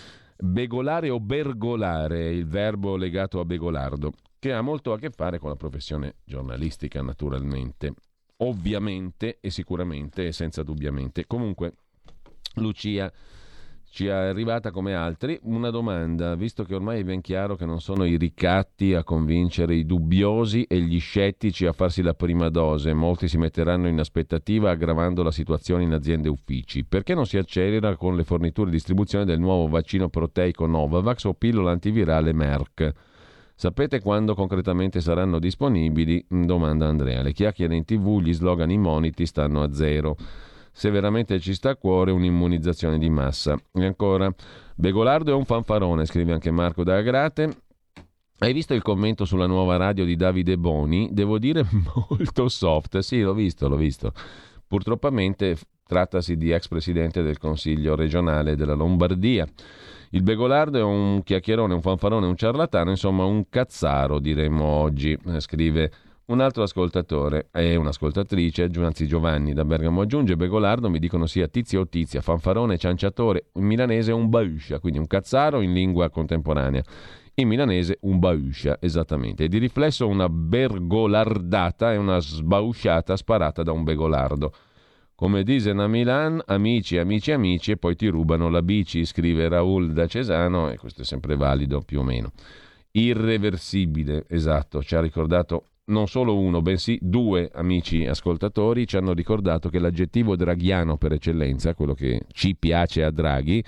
Speaker 1: Begolare o bergolare, il verbo legato a begolardo, che ha molto a che fare con la professione giornalistica, naturalmente, ovviamente e sicuramente e senza dubbiamente. Comunque, Lucia ci è arrivata come altri una domanda, visto che ormai è ben chiaro che non sono i ricatti a convincere i dubbiosi e gli scettici a farsi la prima dose, molti si metteranno in aspettativa aggravando la situazione in aziende e uffici. Perché non si accelera con le forniture e distribuzione del nuovo vaccino proteico Novavax o pillola antivirale Merck? Sapete quando concretamente saranno disponibili? Domanda Andrea. Le chiacchiere in tv, gli slogan immoniti stanno a zero. Se veramente ci sta a cuore un'immunizzazione di massa. E ancora, begolardo è un fanfarone, scrive anche Marco da Agrate. Hai visto il commento sulla nuova radio di Davide Boni? Devo dire molto soft. Sì, l'ho visto, l'ho visto. Purtroppamente trattasi di ex presidente del Consiglio regionale della Lombardia. Il begolardo è un chiacchierone, un fanfarone, un ciarlatano, insomma un cazzaro, diremmo oggi, scrive un altro ascoltatore e un'ascoltatrice, anzi Giovanni da Bergamo, aggiunge: begolardo mi dicono sia tizio o tizia, fanfarone, cianciatore, in milanese un bauscia, quindi un cazzaro in lingua contemporanea, in milanese un bauscia, esattamente, e di riflesso una bergolardata è una sbausciata sparata da un begolardo. Come dicono a Milan, amici, amici, amici, e poi ti rubano la bici, scrive Raul da Cesano, e questo è sempre valido più o meno. Irreversibile, esatto, ci ha ricordato non solo uno, bensì due amici ascoltatori ci hanno ricordato che l'aggettivo draghiano per eccellenza, quello che ci piace a Draghi,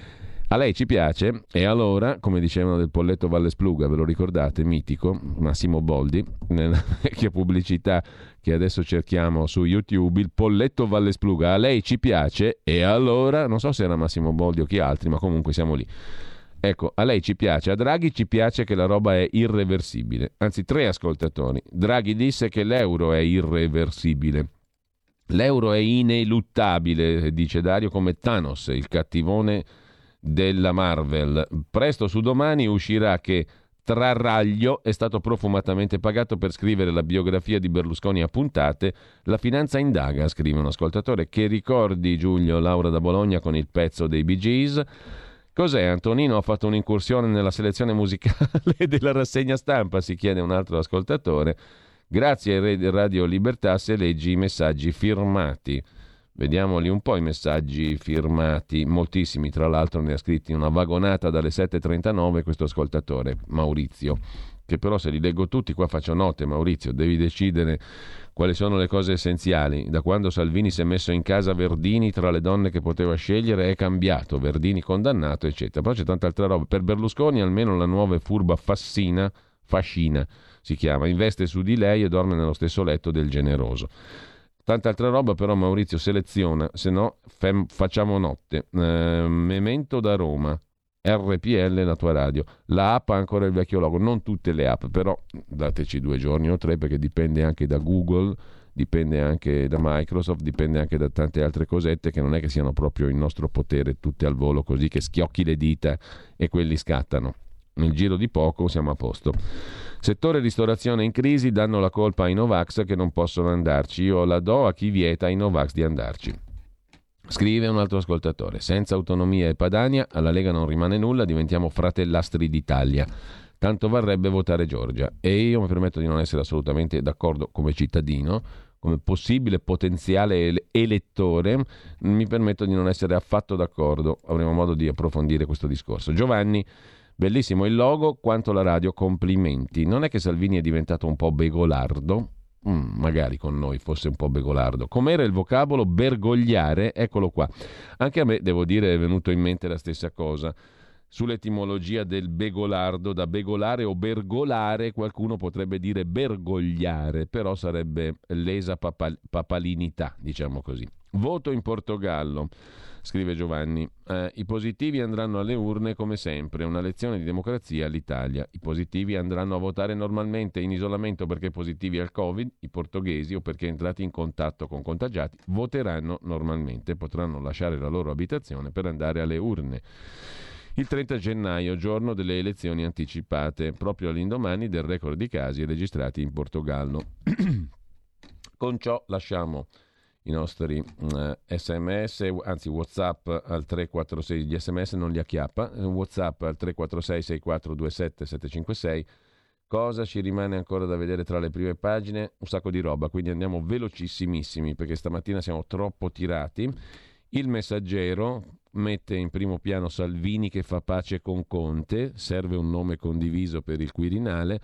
Speaker 1: a lei ci piace, e allora, come dicevano del Polletto Vallespluga, ve lo ricordate, mitico, Massimo Boldi, nella vecchia pubblicità che adesso cerchiamo su YouTube, il Polletto Vallespluga, a lei ci piace, e allora, non so se era Massimo Boldi o chi altri, ma comunque siamo lì. Ecco, a lei ci piace, a Draghi ci piace che la roba è irreversibile. Anzi, tre ascoltatori. Draghi disse che l'euro è irreversibile. L'euro è ineluttabile, dice Dario, come Thanos, il cattivone della Marvel. Presto su Domani uscirà che Trarraglio è stato profumatamente pagato per scrivere la biografia di Berlusconi a puntate. La finanza indaga, scrive un ascoltatore. Che ricordi, Giulio? Laura da Bologna con il pezzo dei Bee Gees. Cos'è? Antonino ha fatto un'incursione nella selezione musicale della rassegna stampa, si chiede un altro ascoltatore. Grazie a Radio Libertà se leggi i messaggi firmati. Vediamoli un po' i messaggi firmati, moltissimi, tra l'altro ne ha scritti una vagonata dalle sette e trentanove questo ascoltatore, Maurizio, che però se li leggo tutti qua faccio note. Maurizio, devi decidere quali sono le cose essenziali. Da quando Salvini si è messo in casa Verdini, tra le donne che poteva scegliere è cambiato, Verdini condannato, eccetera. Poi c'è tanta altra roba. Per Berlusconi almeno la nuova e furba Fassina, Fascina si chiama, investe su di lei e dorme nello stesso letto del generoso. Tanta altra roba, però Maurizio seleziona, se no fem, facciamo notte. Eh, Memento da Roma, R P L la tua radio, la app ha ancora il vecchio logo, non tutte le app, però dateci due giorni o tre perché dipende anche da Google, dipende anche da Microsoft, dipende anche da tante altre cosette che non è che siano proprio in nostro potere tutte al volo così che schiocchi le dita e quelli scattano. Nel giro di poco siamo a posto. Settore ristorazione in crisi, danno la colpa ai Novax che non possono andarci. Io la do a chi vieta ai Novax di andarci. Scrive un altro ascoltatore. Senza autonomia e Padania alla Lega non rimane nulla, diventiamo fratellastri d'Italia. Tanto varrebbe votare Giorgia. E io mi permetto di non essere assolutamente d'accordo come cittadino, come possibile potenziale elettore, mi permetto di non essere affatto d'accordo. Avremo modo di approfondire questo discorso. Giovanni, bellissimo il logo, quanto la radio, complimenti. Non è che Salvini è diventato un po' begolardo? Mm, magari con noi fosse un po' begolardo. Com'era il vocabolo bergogliare? Eccolo qua. Anche a me, devo dire, è venuto in mente la stessa cosa. Sull'etimologia del begolardo, da begolare o bergolare, qualcuno potrebbe dire bergogliare, però sarebbe lesa papal- papalinità, diciamo così. Voto in Portogallo. Scrive Giovanni, eh, i positivi andranno alle urne come sempre, una lezione di democrazia all'Italia. I positivi andranno a votare normalmente in isolamento perché positivi al Covid, i portoghesi o perché entrati in contatto con contagiati voteranno normalmente, potranno lasciare la loro abitazione per andare alle urne. Il trenta gennaio, giorno delle elezioni anticipate, proprio all'indomani del record di casi registrati in Portogallo. Con ciò lasciamo i nostri uh, sms, anzi WhatsApp al tre quattro sei, gli sms non li acchiappa, WhatsApp al tre quattro sei sei quattro due sette sette cinque sei. Cosa ci rimane ancora da vedere tra le prime pagine? Un sacco di roba, quindi andiamo velocissimissimi perché stamattina siamo troppo tirati. Il Messaggero mette in primo piano Salvini che fa pace con Conte, serve un nome condiviso per il Quirinale.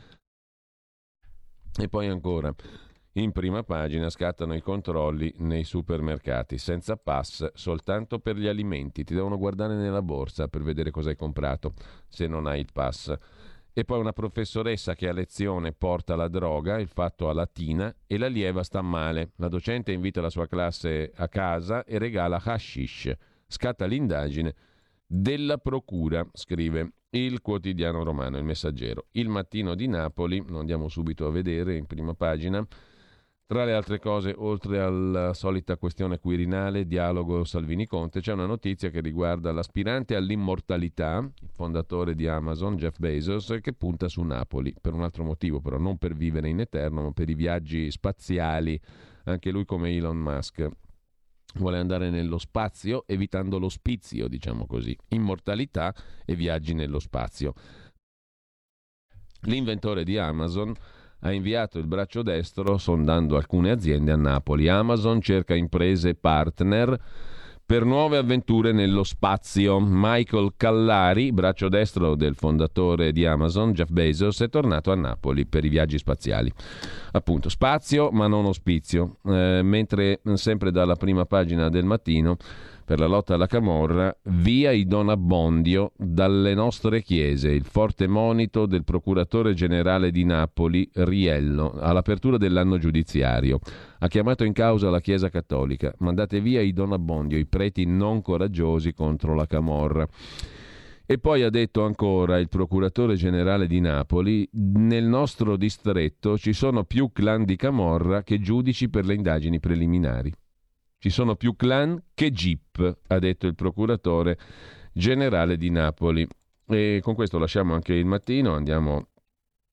Speaker 1: E poi ancora in prima pagina scattano i controlli nei supermercati, senza pass, soltanto per gli alimenti. Ti devono guardare nella borsa per vedere cosa hai comprato se non hai il pass. E poi una professoressa che a lezione porta la droga, il fatto a Latina, e l'allieva sta male. La docente invita la sua classe a casa e regala hashish. Scatta l'indagine della procura, scrive il quotidiano romano, il Messaggero. Il Mattino di Napoli, lo andiamo subito a vedere in prima pagina. Tra le altre cose, oltre alla solita questione quirinale, dialogo Salvini-Conte, c'è una notizia che riguarda l'aspirante all'immortalità, il fondatore di Amazon, Jeff Bezos, che punta su Napoli, per un altro motivo però, non per vivere in eterno, ma per i viaggi spaziali, anche lui come Elon Musk. Vuole andare nello spazio evitando l'ospizio, diciamo così, immortalità e viaggi nello spazio. L'inventore di Amazon ha inviato il braccio destro sondando alcune aziende a Napoli. Amazon cerca imprese partner per nuove avventure nello spazio. Michael Callari, braccio destro del fondatore di Amazon, Jeff Bezos, è tornato a Napoli per i viaggi spaziali. Appunto, spazio ma non ospizio. Eh, mentre sempre dalla prima pagina del Mattino, per la lotta alla camorra, via i Don Abbondio dalle nostre chiese, il forte monito del procuratore generale di Napoli, Riello, all'apertura dell'anno giudiziario. Ha chiamato in causa la Chiesa Cattolica. Mandate via i Don Abbondio, i preti non coraggiosi contro la camorra. E poi ha detto ancora il procuratore generale di Napoli: nel nostro distretto ci sono più clan di camorra che giudici per le indagini preliminari. Ci sono più clan che jeep, ha detto il procuratore generale di Napoli. E con questo lasciamo anche il Mattino, andiamo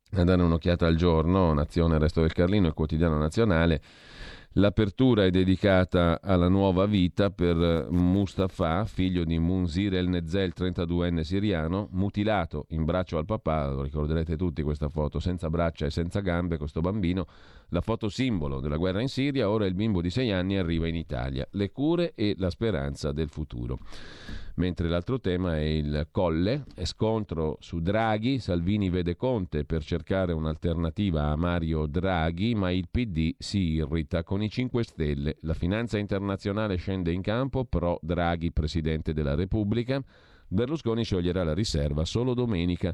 Speaker 1: A dare un'occhiata al giorno, Nazione, Resto del Carlino e Quotidiano Nazionale. L'apertura è dedicata alla nuova vita per Mustafa, figlio di Munzir El Nezel, trentaduenne siriano, mutilato in braccio al papà. Lo ricorderete tutti questa foto, senza braccia e senza gambe, questo bambino, la foto simbolo della guerra in Siria. Ora il bimbo di sei anni arriva in Italia, le cure e la speranza del futuro. Mentre l'altro tema è il Colle, è scontro su Draghi, Salvini vede Conte per cercare un'alternativa a Mario Draghi, ma il P D si irrita con i cinque Stelle. La finanza internazionale scende in campo, pro Draghi Presidente della Repubblica. Berlusconi scioglierà la riserva solo domenica.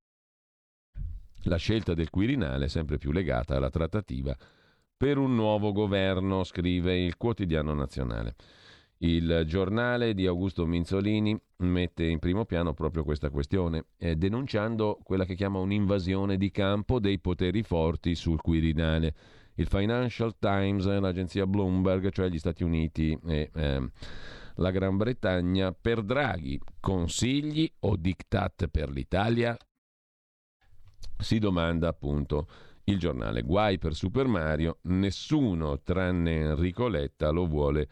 Speaker 1: La scelta del Quirinale sempre più legata alla trattativa per un nuovo governo, scrive il Quotidiano Nazionale. Il Giornale di Augusto Minzolini mette in primo piano proprio questa questione, eh, denunciando quella che chiama un'invasione di campo dei poteri forti sul Quirinale. Il Financial Times, l'agenzia Bloomberg, cioè gli Stati Uniti e eh, la Gran Bretagna, per Draghi, consigli o diktat per l'Italia? Si domanda appunto il giornale. Guai per Super Mario, nessuno tranne Enrico Letta lo vuole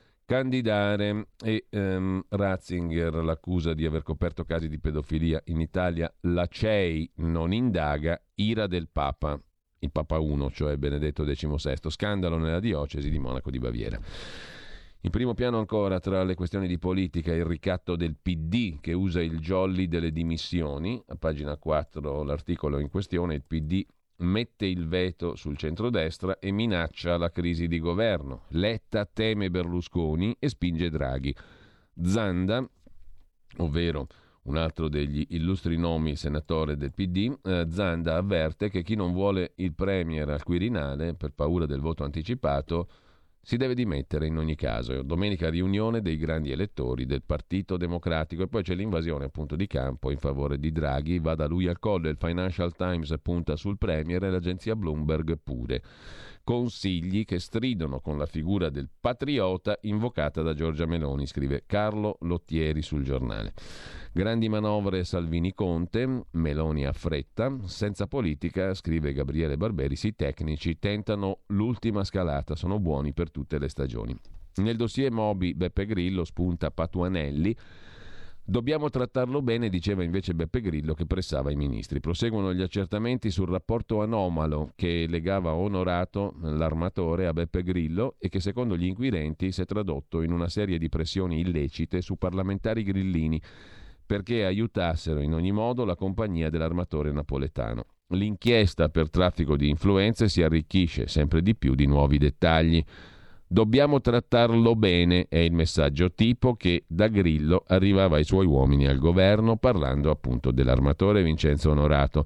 Speaker 1: candidare e um, Ratzinger l'accusa di aver coperto casi di pedofilia in Italia. La C E I non indaga, ira del Papa, il Papa uno, cioè Benedetto diciassette, scandalo nella diocesi di Monaco di Baviera. In primo piano ancora, tra le questioni di politica, il ricatto del P D che usa il jolly delle dimissioni. A pagina quattro l'articolo in questione, il P D mette il veto sul centrodestra e minaccia la crisi di governo. Letta teme Berlusconi e spinge Draghi. Zanda, ovvero un altro degli illustri nomi senatore del P D, eh, Zanda avverte che chi non vuole il premier al Quirinale per paura del voto anticipato si deve dimettere in ogni caso. Domenica riunione dei grandi elettori del Partito Democratico e poi c'è l'invasione appunto di campo in favore di Draghi. Va da lui al collo, il Financial Times punta sul premier e l'agenzia Bloomberg pure. Consigli che stridono con la figura del patriota invocata da Giorgia Meloni, scrive Carlo Lottieri sul giornale. Grandi manovre Salvini-Conte, Meloni a fretta, senza politica, scrive Gabriele Barberi, sì tecnici tentano l'ultima scalata, sono buoni per tutte le stagioni. Nel dossier Moby Beppe Grillo spunta Patuanelli. Dobbiamo trattarlo bene, diceva invece Beppe Grillo che pressava i ministri. Proseguono gli accertamenti sul rapporto anomalo che legava Onorato, l'armatore, a Beppe Grillo e che secondo gli inquirenti si è tradotto in una serie di pressioni illecite su parlamentari grillini perché aiutassero in ogni modo la compagnia dell'armatore napoletano. L'inchiesta per traffico di influenze si arricchisce sempre di più di nuovi dettagli. Dobbiamo trattarlo bene è il messaggio tipo che da Grillo arrivava ai suoi uomini al governo, parlando appunto dell'armatore Vincenzo Onorato.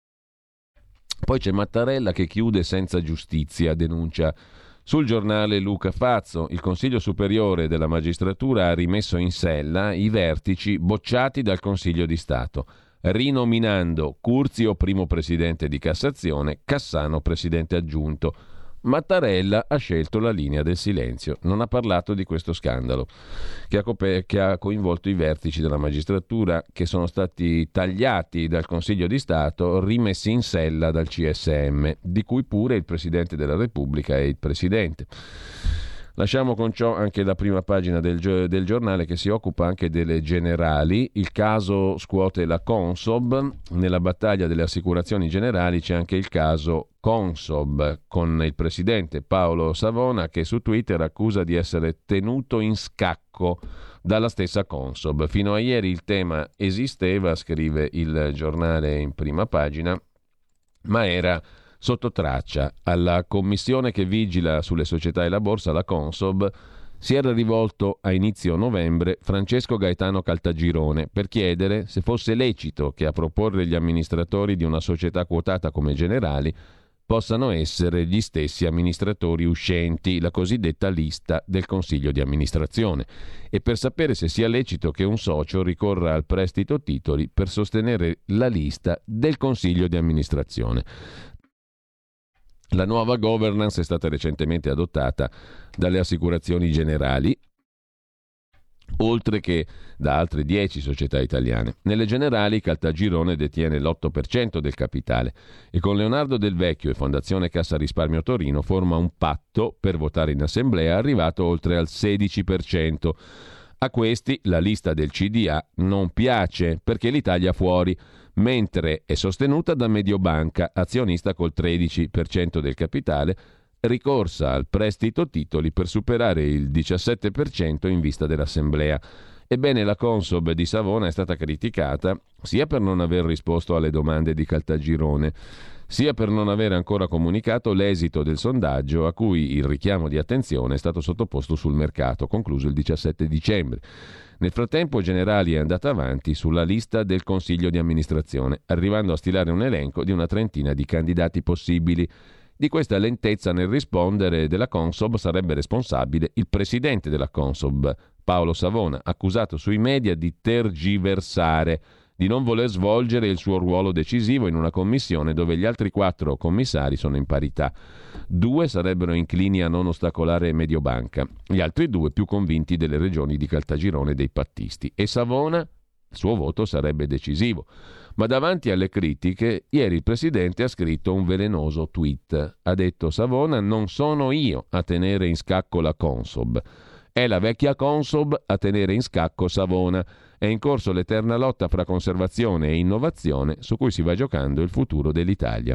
Speaker 1: Poi c'è Mattarella che chiude senza giustizia, denuncia sul giornale Luca Fazzo. Il Consiglio Superiore della Magistratura ha rimesso in sella i vertici bocciati dal Consiglio di Stato, rinominando Curzio primo presidente di Cassazione, Cassano presidente aggiunto. Mattarella ha scelto la linea del silenzio, non ha parlato di questo scandalo che ha, cop- che ha coinvolto i vertici della magistratura che sono stati tagliati dal Consiglio di Stato, rimessi in sella dal C S M, di cui pure il Presidente della Repubblica è il Presidente. Lasciamo con ciò anche la prima pagina del, del giornale che si occupa anche delle generali. Il caso scuote la Consob. Nella battaglia delle assicurazioni generali c'è anche il caso Consob con il presidente Paolo Savona che su Twitter accusa di essere tenuto in scacco dalla stessa Consob. Fino a ieri il tema esisteva, scrive il giornale in prima pagina, ma era sotto traccia. Alla commissione che vigila sulle società e la borsa, la Consob, si era rivolto a inizio novembre Francesco Gaetano Caltagirone per chiedere se fosse lecito che a proporre gli amministratori di una società quotata come Generali possano essere gli stessi amministratori uscenti, la cosiddetta lista del consiglio di amministrazione, e per sapere se sia lecito che un socio ricorra al prestito titoli per sostenere la lista del consiglio di amministrazione. La nuova governance è stata recentemente adottata dalle assicurazioni generali oltre che da altre dieci società italiane. Nelle generali Caltagirone detiene l'otto per cento del capitale e con Leonardo Del Vecchio e Fondazione Cassa Risparmio Torino forma un patto per votare in assemblea arrivato oltre al sedici per cento. A questi la lista del C D A non piace perché l'Italia fuori, mentre è sostenuta da Mediobanca, azionista col tredici per cento del capitale, ricorsa al prestito titoli per superare il diciassette per cento in vista dell'assemblea. Ebbene, la Consob di Savona è stata criticata sia per non aver risposto alle domande di Caltagirone, sia per non aver ancora comunicato l'esito del sondaggio a cui il richiamo di attenzione è stato sottoposto sul mercato, concluso il diciassette dicembre. Nel frattempo Generali è andata avanti sulla lista del Consiglio di amministrazione, arrivando a stilare un elenco di una trentina di candidati possibili. Di questa lentezza nel rispondere della Consob sarebbe responsabile il presidente della Consob, Paolo Savona, accusato sui media di tergiversare, di non voler svolgere il suo ruolo decisivo in una commissione dove gli altri quattro commissari sono in parità. Due sarebbero inclini a non ostacolare Mediobanca, gli altri due più convinti delle regioni di Caltagirone e dei pattisti. E Savona, il suo voto sarebbe decisivo. Ma davanti alle critiche, ieri il presidente ha scritto un velenoso tweet. Ha detto: Savona, non sono io a tenere in scacco la Consob, è la vecchia Consob a tenere in scacco Savona. È in corso l'eterna lotta fra conservazione e innovazione su cui si va giocando il futuro dell'Italia.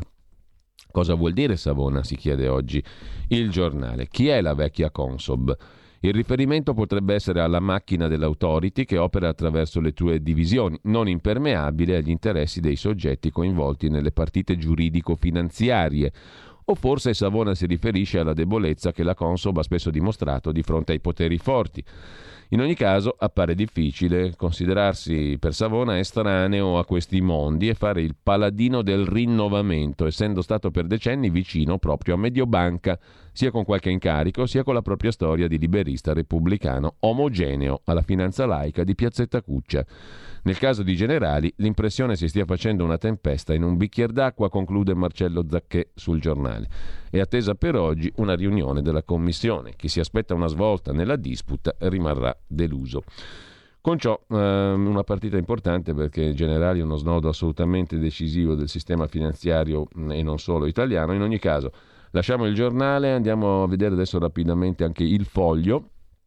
Speaker 1: Cosa vuol dire Savona? Si chiede oggi il giornale. Chi è la vecchia Consob? Il riferimento potrebbe essere alla macchina dell'Authority che opera attraverso le tue divisioni, non impermeabile agli interessi dei soggetti coinvolti nelle partite giuridico-finanziarie. O forse Savona si riferisce alla debolezza che la Consob ha spesso dimostrato di fronte ai poteri forti. In ogni caso appare difficile considerarsi per Savona estraneo a questi mondi e fare il paladino del rinnovamento, essendo stato per decenni vicino proprio a Mediobanca, sia con qualche incarico sia con la propria storia di liberista repubblicano omogeneo alla finanza laica di Piazzetta Cuccia. Nel caso di Generali l'impressione si stia facendo una tempesta in un bicchiere d'acqua, conclude Marcello Zacchè sul giornale. È attesa per oggi una riunione della commissione. Chi si aspetta una svolta nella disputa rimarrà deluso. Con ciò ehm, una partita importante perché Generali è uno snodo assolutamente decisivo del sistema finanziario e non solo italiano. In ogni caso lasciamo il giornale, andiamo a vedere adesso rapidamente anche Il Foglio,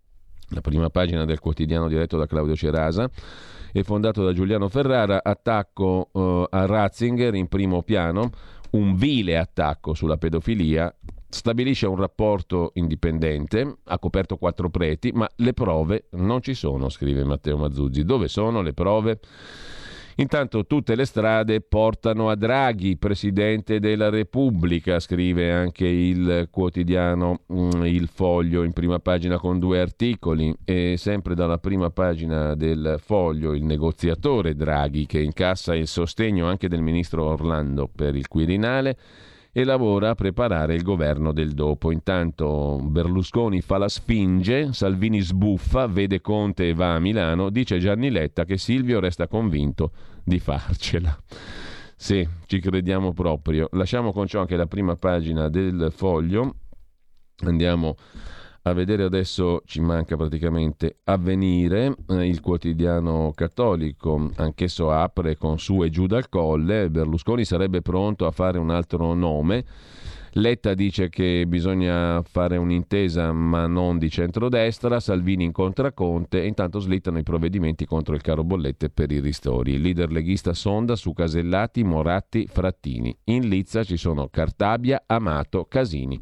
Speaker 1: la prima pagina del quotidiano diretto da Claudio Cerasa e fondato da Giuliano Ferrara. Attacco eh, a Ratzinger in primo piano, un vile attacco sulla pedofilia, stabilisce un rapporto indipendente, ha coperto quattro preti, ma le prove non ci sono, scrive Matteo Mazzuzzi. Dove sono le prove? Intanto tutte le strade portano a Draghi, Presidente della Repubblica, scrive anche il quotidiano Il Foglio in prima pagina con due articoli, e sempre dalla prima pagina del Foglio il negoziatore Draghi che incassa il sostegno anche del ministro Orlando per il Quirinale e lavora a preparare il governo del dopo. Intanto Berlusconi fa la sfinge, Salvini sbuffa, vede Conte e va a Milano, dice Gianni Letta che Silvio resta convinto di farcela. Sì, ci crediamo proprio. Lasciamo con ciò anche la prima pagina del Foglio. Andiamo a vedere adesso, ci manca praticamente Avvenire, eh, il quotidiano cattolico, anch'esso apre con su e giù dal colle. Berlusconi sarebbe pronto a fare un altro nome. Letta dice che bisogna fare un'intesa ma non di centrodestra. Salvini incontra Conte e intanto slittano i provvedimenti contro il caro bollette per i ristori. Il leader leghista sonda su Casellati, Moratti, Frattini. In lizza ci sono Cartabia, Amato, Casini.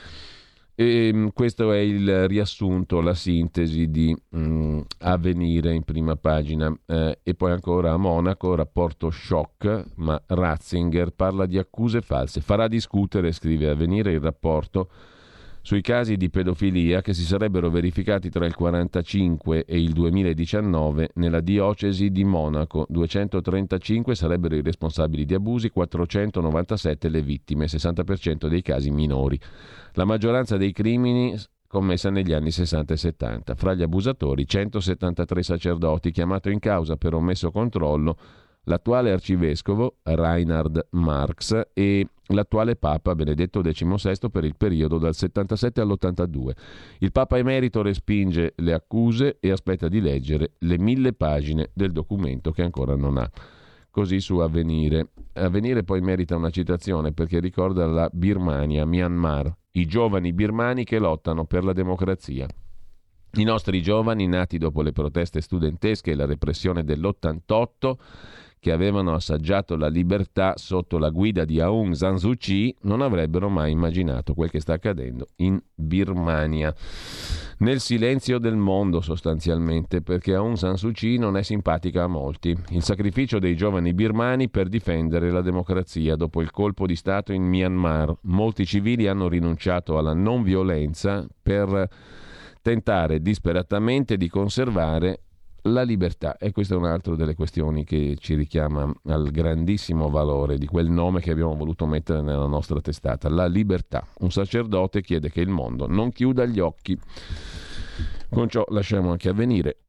Speaker 1: E questo è il riassunto, la sintesi di mh, Avvenire in prima pagina. Eh, e poi ancora a Monaco, rapporto shock, ma Ratzinger parla di accuse false. Farà discutere, scrive Avvenire, il rapporto sui casi di pedofilia che si sarebbero verificati tra il quarantacinque e il duemiladiciannove nella diocesi di Monaco. duecentotrentacinque sarebbero i responsabili di abusi, quattrocentonovantasette le vittime, sessanta per cento dei casi minori. La maggioranza dei crimini commessa negli anni sessanta e settanta. Fra gli abusatori centosettantatré sacerdoti, chiamato in causa per omesso controllo l'attuale arcivescovo Reinhard Marx e l'attuale Papa Benedetto diciassette per il periodo dal settantasette all'ottantadue. Il Papa emerito respinge le accuse e aspetta di leggere le mille pagine del documento che ancora non ha. Così su Avvenire. Avvenire poi merita una citazione perché ricorda la Birmania, Myanmar, i giovani birmani che lottano per la democrazia. I nostri giovani, nati dopo le proteste studentesche e la repressione dell'ottantotto, che avevano assaggiato la libertà sotto la guida di Aung San Suu Kyi, non avrebbero mai immaginato quel che sta accadendo in Birmania. Nel silenzio del mondo, sostanzialmente, perché Aung San Suu Kyi non è simpatica a molti. Il sacrificio dei giovani birmani per difendere la democrazia dopo il colpo di Stato in Myanmar. Molti civili hanno rinunciato alla non violenza per tentare disperatamente di conservare la libertà, e questa è un'altra delle questioni che ci richiama al grandissimo valore di quel nome che abbiamo voluto mettere nella nostra testata, la libertà. Un sacerdote chiede che il mondo non chiuda gli occhi. Con ciò lasciamo anche Avvenire.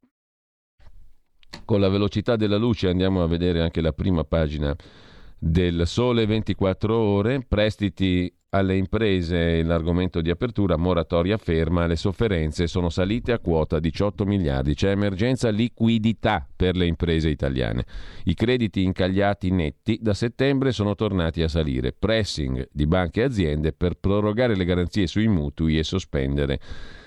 Speaker 1: Con la velocità della luce andiamo a vedere anche la prima pagina del Sole ventiquattro Ore, prestiti alle imprese, l'argomento di apertura, moratoria ferma, le sofferenze sono salite a quota diciotto miliardi, c'è emergenza liquidità per le imprese italiane. I crediti incagliati netti da settembre sono tornati a salire, pressing di banche e aziende per prorogare le garanzie sui mutui e sospendere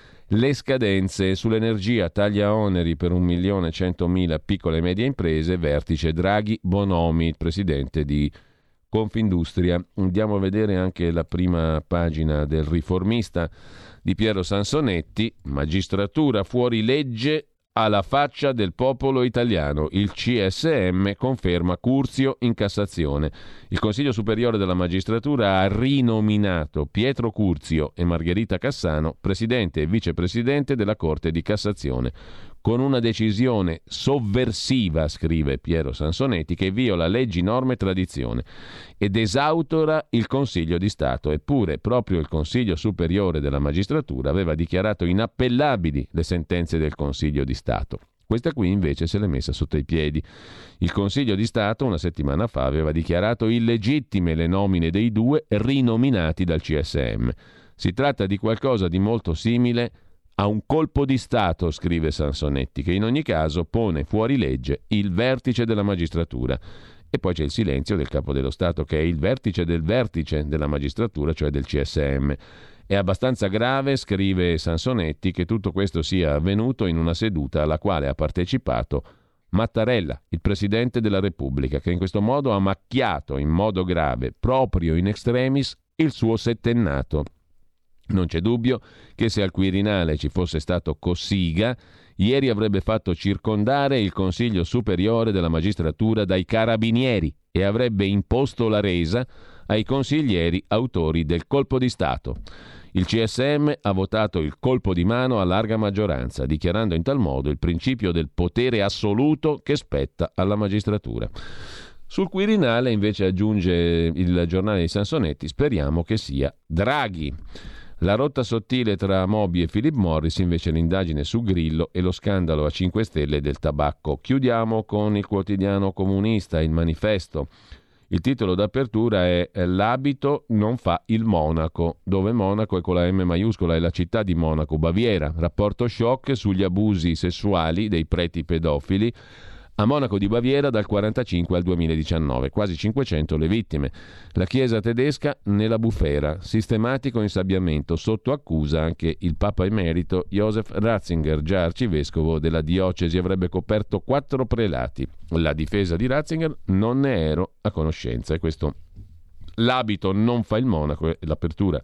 Speaker 1: le scadenze. Sull'energia, taglia oneri per un milione centomila piccole e medie imprese, vertice Draghi, Bonomi, il presidente di Confindustria. Andiamo a vedere anche la prima pagina del Riformista di Piero Sansonetti, magistratura fuori legge alla faccia del popolo italiano. Il C S M conferma Curzio in Cassazione. Il Consiglio Superiore della Magistratura ha rinominato Pietro Curzio e Margherita Cassano presidente e vicepresidente della Corte di Cassazione, con una decisione sovversiva, scrive Piero Sansonetti, che viola leggi, norme e tradizione ed esautora il Consiglio di Stato. Eppure proprio il Consiglio Superiore della Magistratura aveva dichiarato inappellabili le sentenze del Consiglio di Stato. Questa qui invece se l'è messa sotto i piedi. Il Consiglio di Stato una settimana fa aveva dichiarato illegittime le nomine dei due rinominati dal C S M. Si tratta di qualcosa di molto simile a un colpo di Stato, scrive Sansonetti, che in ogni caso pone fuori legge il vertice della magistratura. E poi c'è il silenzio del Capo dello Stato, che è il vertice del vertice della magistratura, cioè del C S M. È abbastanza grave, scrive Sansonetti, che tutto questo sia avvenuto in una seduta alla quale ha partecipato Mattarella, il Presidente della Repubblica, che in questo modo ha macchiato in modo grave, proprio in extremis, il suo settennato. Non c'è dubbio che se al Quirinale ci fosse stato Cossiga, ieri avrebbe fatto circondare il Consiglio Superiore della Magistratura dai carabinieri e avrebbe imposto la resa ai consiglieri autori del colpo di Stato. Il C S M ha votato il colpo di mano a larga maggioranza, dichiarando in tal modo il principio del potere assoluto che spetta alla magistratura. Sul Quirinale invece aggiunge il giornale di Sansonetti, speriamo che sia Draghi. La rotta sottile tra Moby e Philip Morris, invece l'indagine su Grillo e lo scandalo a cinque Stelle del tabacco. Chiudiamo con il quotidiano comunista, il Manifesto. Il titolo d'apertura è L'abito non fa il Monaco, dove Monaco è con la M maiuscola, è la città di Monaco, Baviera. Rapporto shock sugli abusi sessuali dei preti pedofili a Monaco di Baviera dal quarantacinque al duemiladiciannove, quasi cinquecento le vittime. La chiesa tedesca nella bufera, sistematico insabbiamento, sotto accusa anche il Papa emerito Josef Ratzinger, già arcivescovo della diocesi, avrebbe coperto quattro prelati. La difesa di Ratzinger: non ne ero a conoscenza. E questo l'abito non fa il monaco, è l'apertura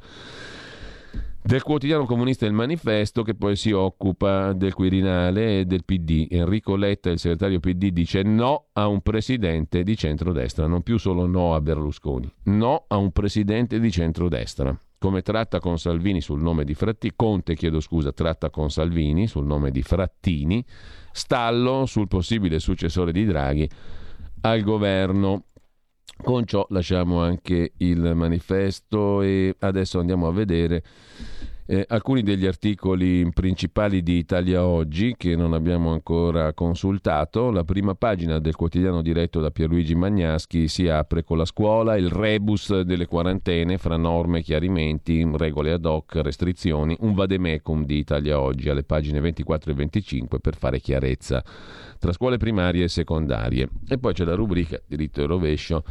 Speaker 1: del quotidiano comunista Il Manifesto, che poi si occupa del Quirinale e del P D. Enrico Letta, il segretario P D, dice no a un presidente di centrodestra, non più solo no a Berlusconi, no a un presidente di centrodestra. Come tratta con Salvini sul nome di Frattini, Conte, chiedo scusa, tratta con Salvini sul nome di Frattini, stallo sul possibile successore di Draghi al governo. Con ciò lasciamo anche il Manifesto e adesso andiamo a vedere Eh, alcuni degli articoli principali di Italia Oggi che non abbiamo ancora consultato. La prima pagina del quotidiano diretto da Pierluigi Magnaschi si apre con la scuola, il rebus delle quarantene fra norme, chiarimenti, regole ad hoc, restrizioni, un vademecum di Italia Oggi alle pagine ventiquattro e venticinque per fare chiarezza tra scuole primarie e secondarie. E poi c'è la rubrica diritto e rovescio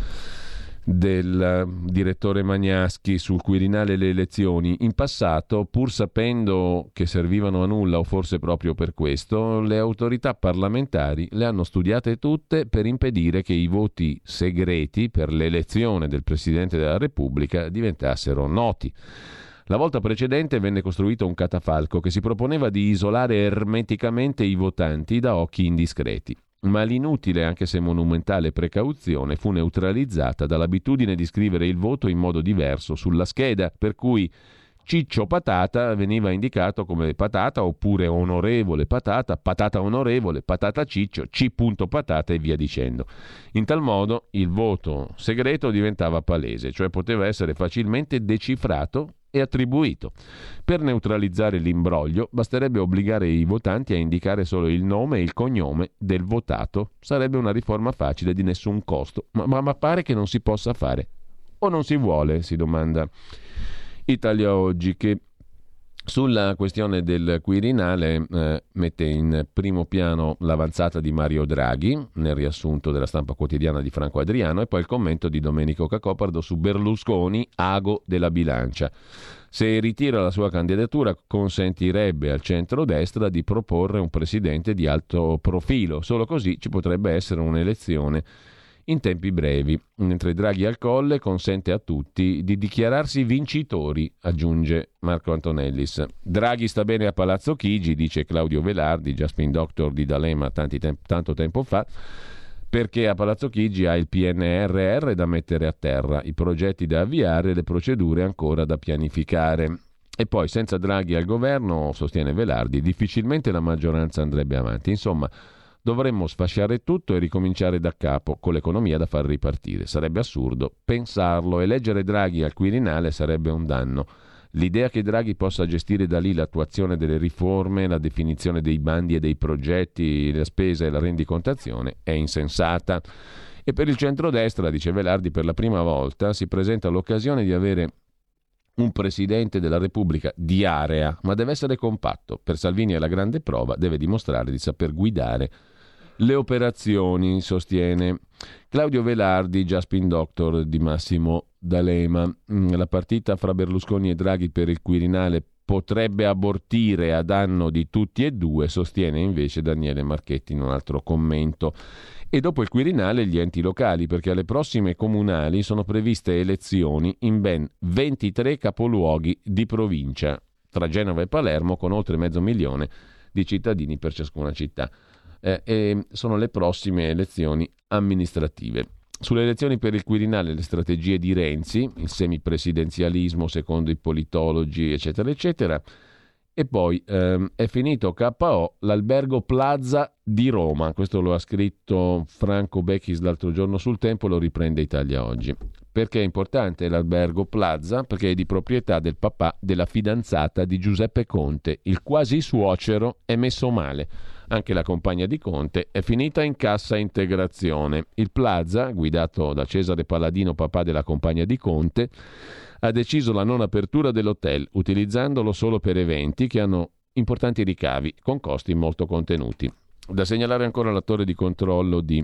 Speaker 1: del direttore Magnaschi sul Quirinale e le elezioni. In passato, pur sapendo che servivano a nulla o forse proprio per questo, le autorità parlamentari le hanno studiate tutte per impedire che i voti segreti per l'elezione del Presidente della Repubblica diventassero noti. La volta precedente venne costruito un catafalco che si proponeva di isolare ermeticamente i votanti da occhi indiscreti. Ma l'inutile, anche se monumentale, precauzione fu neutralizzata dall'abitudine di scrivere il voto in modo diverso sulla scheda, per cui Ciccio Patata veniva indicato come patata, oppure onorevole patata, patata onorevole, patata Ciccio, C. Patata e via dicendo. In tal modo il voto segreto diventava palese, cioè poteva essere facilmente decifrato e attribuito. Per neutralizzare l'imbroglio basterebbe obbligare i votanti a indicare solo il nome e il cognome del votato. Sarebbe una riforma facile, di nessun costo, ma, ma, ma pare che non si possa fare. O non si vuole, si domanda Italia Oggi, che sulla questione del Quirinale eh, mette in primo piano l'avanzata di Mario Draghi nel riassunto della Stampa Quotidiana di Franco Adriano, e poi il commento di Domenico Cacopardo su Berlusconi, ago della bilancia. Se ritira la sua candidatura consentirebbe al centrodestra di proporre un presidente di alto profilo, solo così ci potrebbe essere un'elezione in tempi brevi, mentre Draghi al colle consente a tutti di dichiararsi vincitori, aggiunge Marco Antonellis. Draghi sta bene a Palazzo Chigi, dice Claudio Velardi, già spin doctor di D'Alema tanti te- tanto tempo fa, perché a Palazzo Chigi ha il P N R R da mettere a terra, i progetti da avviare, le procedure ancora da pianificare. E poi senza Draghi al governo, sostiene Velardi, difficilmente la maggioranza andrebbe avanti. Insomma, dovremmo sfasciare tutto e ricominciare da capo, con l'economia da far ripartire. Sarebbe assurdo pensarlo. Eleggere Draghi al Quirinale sarebbe un danno. L'idea che Draghi possa gestire da lì l'attuazione delle riforme, la definizione dei bandi e dei progetti, la spesa e la rendicontazione è insensata. E per il centrodestra, dice Velardi, per la prima volta si presenta l'occasione di avere un Presidente della Repubblica di area, ma deve essere compatto. Per Salvini è la grande prova, deve dimostrare di saper guidare le operazioni, sostiene Claudio Velardi, già spin doctor di Massimo D'Alema. La partita fra Berlusconi e Draghi per il Quirinale potrebbe abortire a danno di tutti e due, sostiene invece Daniele Marchetti in un altro commento. E dopo il Quirinale gli enti locali, perché alle prossime comunali sono previste elezioni in ben ventitré capoluoghi di provincia, tra Genova e Palermo, con oltre mezzo milione di cittadini per ciascuna città. Eh, e sono le prossime elezioni amministrative. Sulle elezioni per il Quirinale le strategie di Renzi, il semipresidenzialismo secondo i politologi, eccetera, eccetera. E poi ehm, è finito K O l'albergo Plaza di Roma. Questo lo ha scritto Franco Becchis l'altro giorno sul Tempo, lo riprende Italia Oggi. Perché è importante l'albergo Plaza? Perché è di proprietà del papà della fidanzata di Giuseppe Conte. Il quasi suocero è messo male. Anche la compagna di Conte è finita in cassa integrazione. Il Plaza, guidato da Cesare Palladino, papà della compagna di Conte, ha deciso la non apertura dell'hotel, utilizzandolo solo per eventi che hanno importanti ricavi, con costi molto contenuti. Da segnalare ancora l'attore di controllo di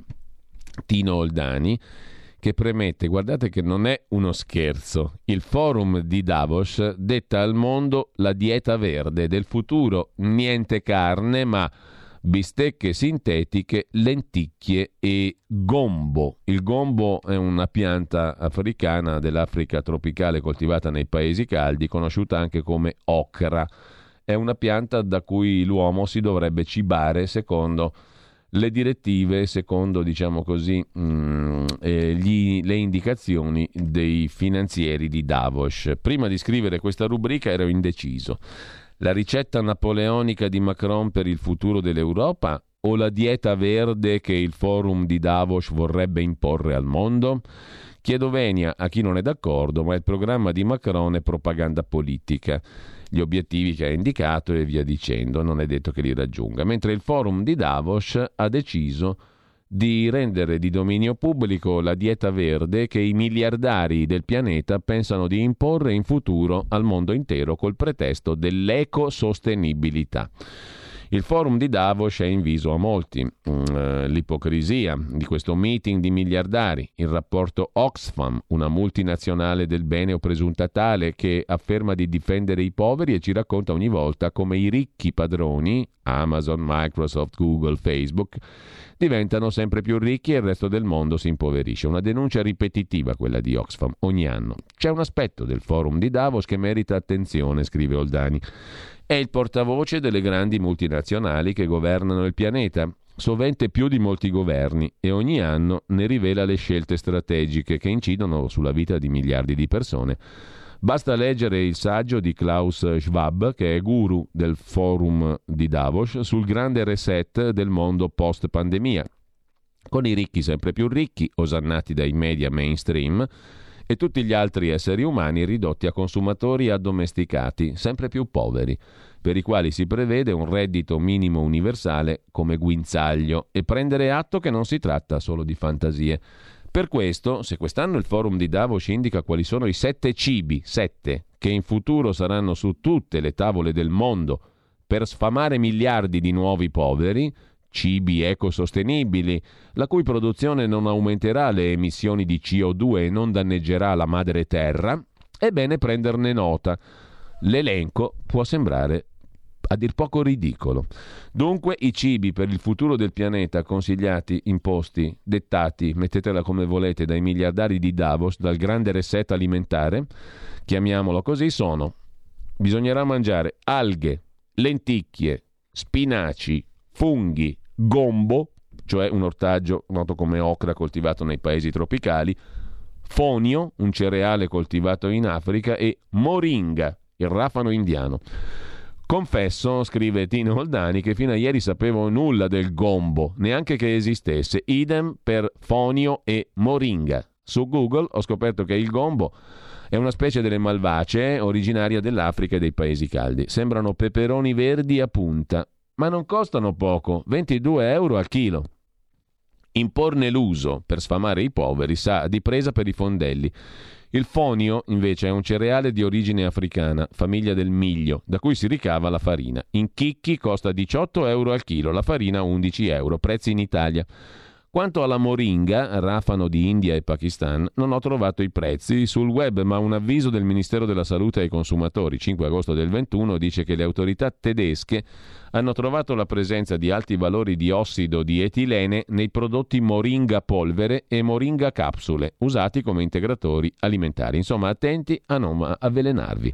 Speaker 1: Tino Oldani, che premette, guardate che non è uno scherzo, il forum di Davos detta al mondo la dieta verde del futuro, niente carne ma bistecche sintetiche, lenticchie e gombo. Il gombo è una pianta africana dell'Africa tropicale coltivata nei paesi caldi, conosciuta anche come ocra. È una pianta da cui l'uomo si dovrebbe cibare secondo le direttive, secondo, diciamo così, mh, eh, gli, le indicazioni dei finanzieri di Davos. Prima di scrivere questa rubrica ero indeciso. La ricetta napoleonica di Macron per il futuro dell'Europa o la dieta verde che il forum di Davos vorrebbe imporre al mondo? Chiedo venia a chi non è d'accordo, ma il programma di Macron è propaganda politica. Gli obiettivi che ha indicato e via dicendo, non è detto che li raggiunga. Mentre il forum di Davos ha deciso di rendere di dominio pubblico la dieta verde che i miliardari del pianeta pensano di imporre in futuro al mondo intero col pretesto dell'ecosostenibilità. Il forum di Davos è inviso a molti. Mm, l'ipocrisia di questo meeting di miliardari, il rapporto Oxfam, una multinazionale del bene o presunta tale che afferma di difendere i poveri e ci racconta ogni volta come i ricchi padroni, Amazon, Microsoft, Google, Facebook, diventano sempre più ricchi e il resto del mondo si impoverisce. Una denuncia ripetitiva quella di Oxfam ogni anno. C'è un aspetto del forum di Davos che merita attenzione, scrive Oldani. È il portavoce delle grandi multinazionali che governano il pianeta, sovente più di molti governi, e ogni anno ne rivela le scelte strategiche che incidono sulla vita di miliardi di persone. Basta leggere il saggio di Klaus Schwab, che è guru del forum di Davos, sul grande reset del mondo post-pandemia, con i ricchi sempre più ricchi, osannati dai media mainstream, e tutti gli altri esseri umani ridotti a consumatori addomesticati, sempre più poveri, per i quali si prevede un reddito minimo universale come guinzaglio, e prendere atto che non si tratta solo di fantasie. Per questo, se quest'anno il forum di Davos indica quali sono i sette cibi, sette, che in futuro saranno su tutte le tavole del mondo per sfamare miliardi di nuovi poveri, cibi ecosostenibili, la cui produzione non aumenterà le emissioni di C O due e non danneggerà la madre terra, è bene prenderne nota. L'elenco può sembrare a dir poco ridicolo. Dunque i cibi per il futuro del pianeta consigliati, imposti, dettati, mettetela come volete, dai miliardari di Davos, dal grande reset alimentare, chiamiamolo così, sono: bisognerà mangiare alghe, lenticchie, spinaci, funghi, gombo, cioè un ortaggio noto come ocra coltivato nei paesi tropicali, fonio, un cereale coltivato in Africa, e moringa, il rafano indiano. Confesso, scrive Tino Oldani, che fino a ieri sapevo nulla del gombo, neanche che esistesse, idem per fonio e moringa. Su Google ho scoperto che il gombo è una specie delle malvacee originaria dell'Africa e dei paesi caldi. Sembrano peperoni verdi a punta, ma non costano poco, ventidue euro al chilo. Imporne l'uso per sfamare i poveri sa di presa per i fondelli. Il fonio, invece, è un cereale di origine africana, famiglia del miglio, da cui si ricava la farina. In chicchi costa diciotto euro al chilo, la farina undici euro, prezzi in Italia. Quanto alla moringa, rafano di India e Pakistan, non ho trovato i prezzi sul web, ma un avviso del Ministero della Salute ai consumatori, cinque agosto del ventuno, dice che le autorità tedesche hanno trovato la presenza di alti valori di ossido di etilene nei prodotti moringa polvere e moringa capsule, usati come integratori alimentari. Insomma, attenti a non avvelenarvi.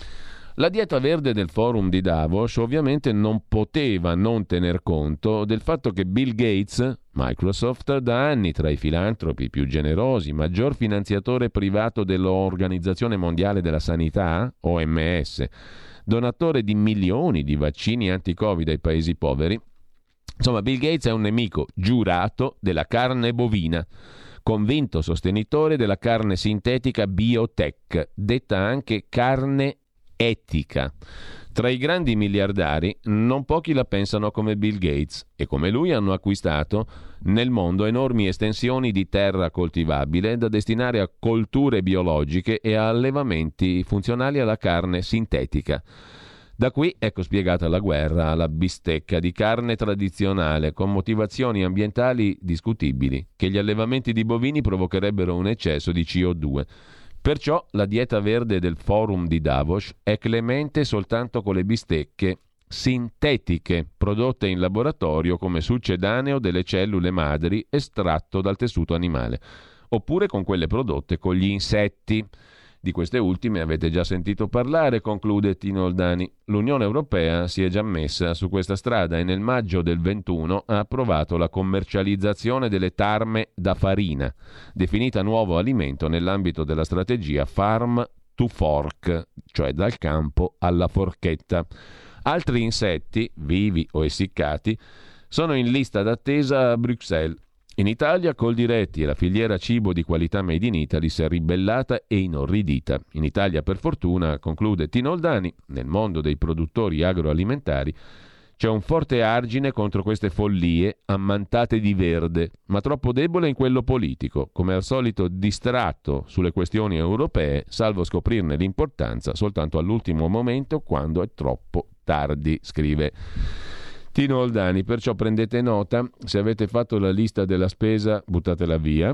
Speaker 1: La dieta verde del forum di Davos ovviamente non poteva non tener conto del fatto che Bill Gates, Microsoft, da anni tra i filantropi più generosi, maggior finanziatore privato dell'Organizzazione Mondiale della Sanità, O M S, donatore di milioni di vaccini anti-Covid ai paesi poveri, insomma Bill Gates è un nemico giurato della carne bovina, convinto sostenitore della carne sintetica biotech, detta anche carne etica. Tra i grandi miliardari non pochi la pensano come Bill Gates e come lui hanno acquistato nel mondo enormi estensioni di terra coltivabile da destinare a colture biologiche e a allevamenti funzionali alla carne sintetica. Da qui ecco spiegata la guerra alla bistecca di carne tradizionale con motivazioni ambientali discutibili, che gli allevamenti di bovini provocherebbero un eccesso di C O due. Perciò la dieta verde del forum di Davos è clemente soltanto con le bistecche sintetiche, prodotte in laboratorio come succedaneo delle cellule madri estratto dal tessuto animale, oppure con quelle prodotte con gli insetti. Di queste ultime avete già sentito parlare, conclude Tino Oldani. L'Unione Europea si è già messa su questa strada e nel maggio del ventuno ha approvato la commercializzazione delle tarme da farina, definita nuovo alimento nell'ambito della strategia Farm to Fork, cioè dal campo alla forchetta. Altri insetti, vivi o essiccati, sono in lista d'attesa a Bruxelles. In Italia Coldiretti e la filiera cibo di qualità made in Italy si è ribellata e inorridita. In Italia, per fortuna, conclude Tino Oldani, nel mondo dei produttori agroalimentari c'è un forte argine contro queste follie ammantate di verde, ma troppo debole in quello politico, come al solito distratto sulle questioni europee, salvo scoprirne l'importanza soltanto all'ultimo momento, quando è troppo tardi, scrive Tino Oldani. Perciò prendete nota, se avete fatto la lista della spesa, buttatela via,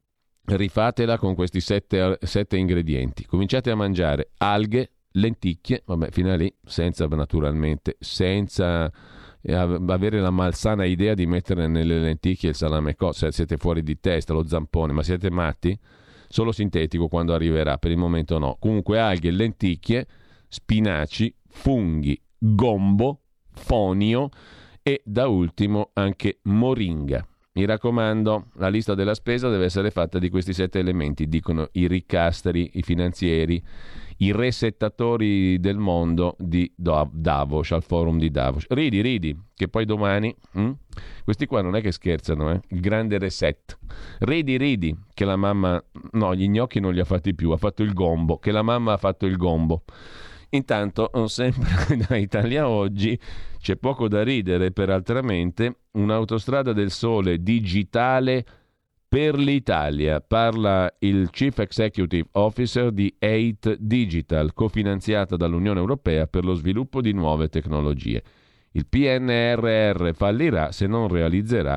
Speaker 1: rifatela con questi sette, sette ingredienti. Cominciate a mangiare alghe, lenticchie, vabbè, fino a lì, senza naturalmente, senza eh, avere la malsana idea di mettere nelle lenticchie il salame cotto. Siete fuori di testa, lo zampone, ma siete matti? Solo sintetico quando arriverà, per il momento no. Comunque alghe, lenticchie, spinaci, funghi, gombo, fonio e da ultimo anche moringa. Mi raccomando, la lista della spesa deve essere fatta di questi sette elementi, dicono i ricastri, i finanzieri, i resettatori del mondo di Davos, al forum di Davos. Ridi, ridi, che poi domani, hm? questi qua non è che scherzano, eh? Il grande reset. Ridi, ridi, che la mamma, no, gli gnocchi non li ha fatti più, ha fatto il gombo, che la mamma ha fatto il gombo. Intanto, sempre da Italia Oggi, c'è poco da ridere per Altramente, un'autostrada del sole digitale per l'Italia. Parla il Chief Executive Officer di Eight Digital, cofinanziata dall'Unione Europea per lo sviluppo di nuove tecnologie. Il P N R R fallirà se non realizzerà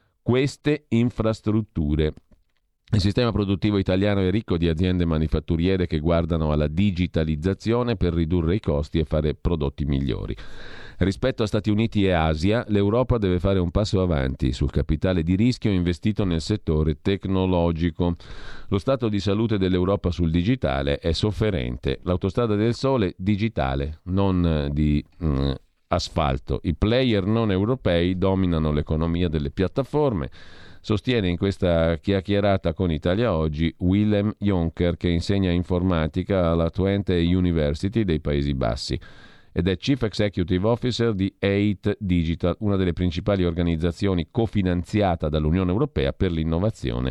Speaker 1: queste infrastrutture. Il sistema produttivo italiano è ricco di aziende manifatturiere che guardano alla digitalizzazione per ridurre i costi e fare prodotti migliori. Rispetto a Stati Uniti e Asia, l'Europa deve fare un passo avanti sul capitale di rischio investito nel settore tecnologico. Lo stato di salute dell'Europa sul digitale è sofferente. L'autostrada del sole digitale, non di mh, asfalto. I player non europei dominano l'economia delle piattaforme. Sostiene in questa chiacchierata con Italia Oggi Willem Jonker, che insegna informatica alla Twente University dei Paesi Bassi ed è Chief Executive Officer di Eight Digital, una delle principali organizzazioni cofinanziata dall'Unione Europea per l'innovazione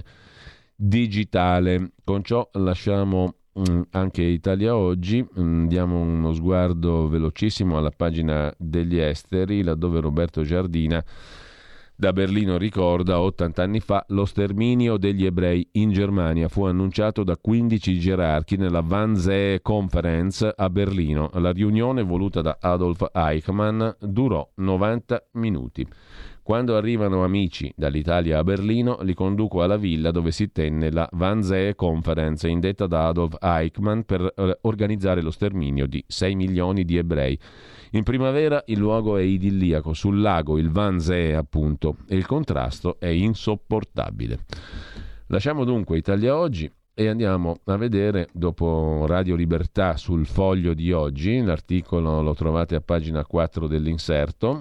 Speaker 1: digitale. Con ciò lasciamo mh, anche Italia Oggi, mh, diamo uno sguardo velocissimo alla pagina degli esteri, laddove Roberto Giardina da Berlino ricorda: ottanta anni fa lo sterminio degli ebrei in Germania fu annunciato da quindici gerarchi nella Wannsee Conference a Berlino. La riunione, voluta da Adolf Eichmann, durò novanta minuti. Quando arrivano amici dall'Italia a Berlino, li conduco alla villa dove si tenne la Wannsee Conference, indetta da Adolf Eichmann per eh, organizzare lo sterminio di sei milioni di ebrei. In primavera il luogo è idilliaco, sul lago, il Wannsee appunto, e il contrasto è insopportabile. Lasciamo dunque Italia Oggi e andiamo a vedere, dopo Radio Libertà sul Foglio di oggi, l'articolo lo trovate a pagina quattro dell'inserto,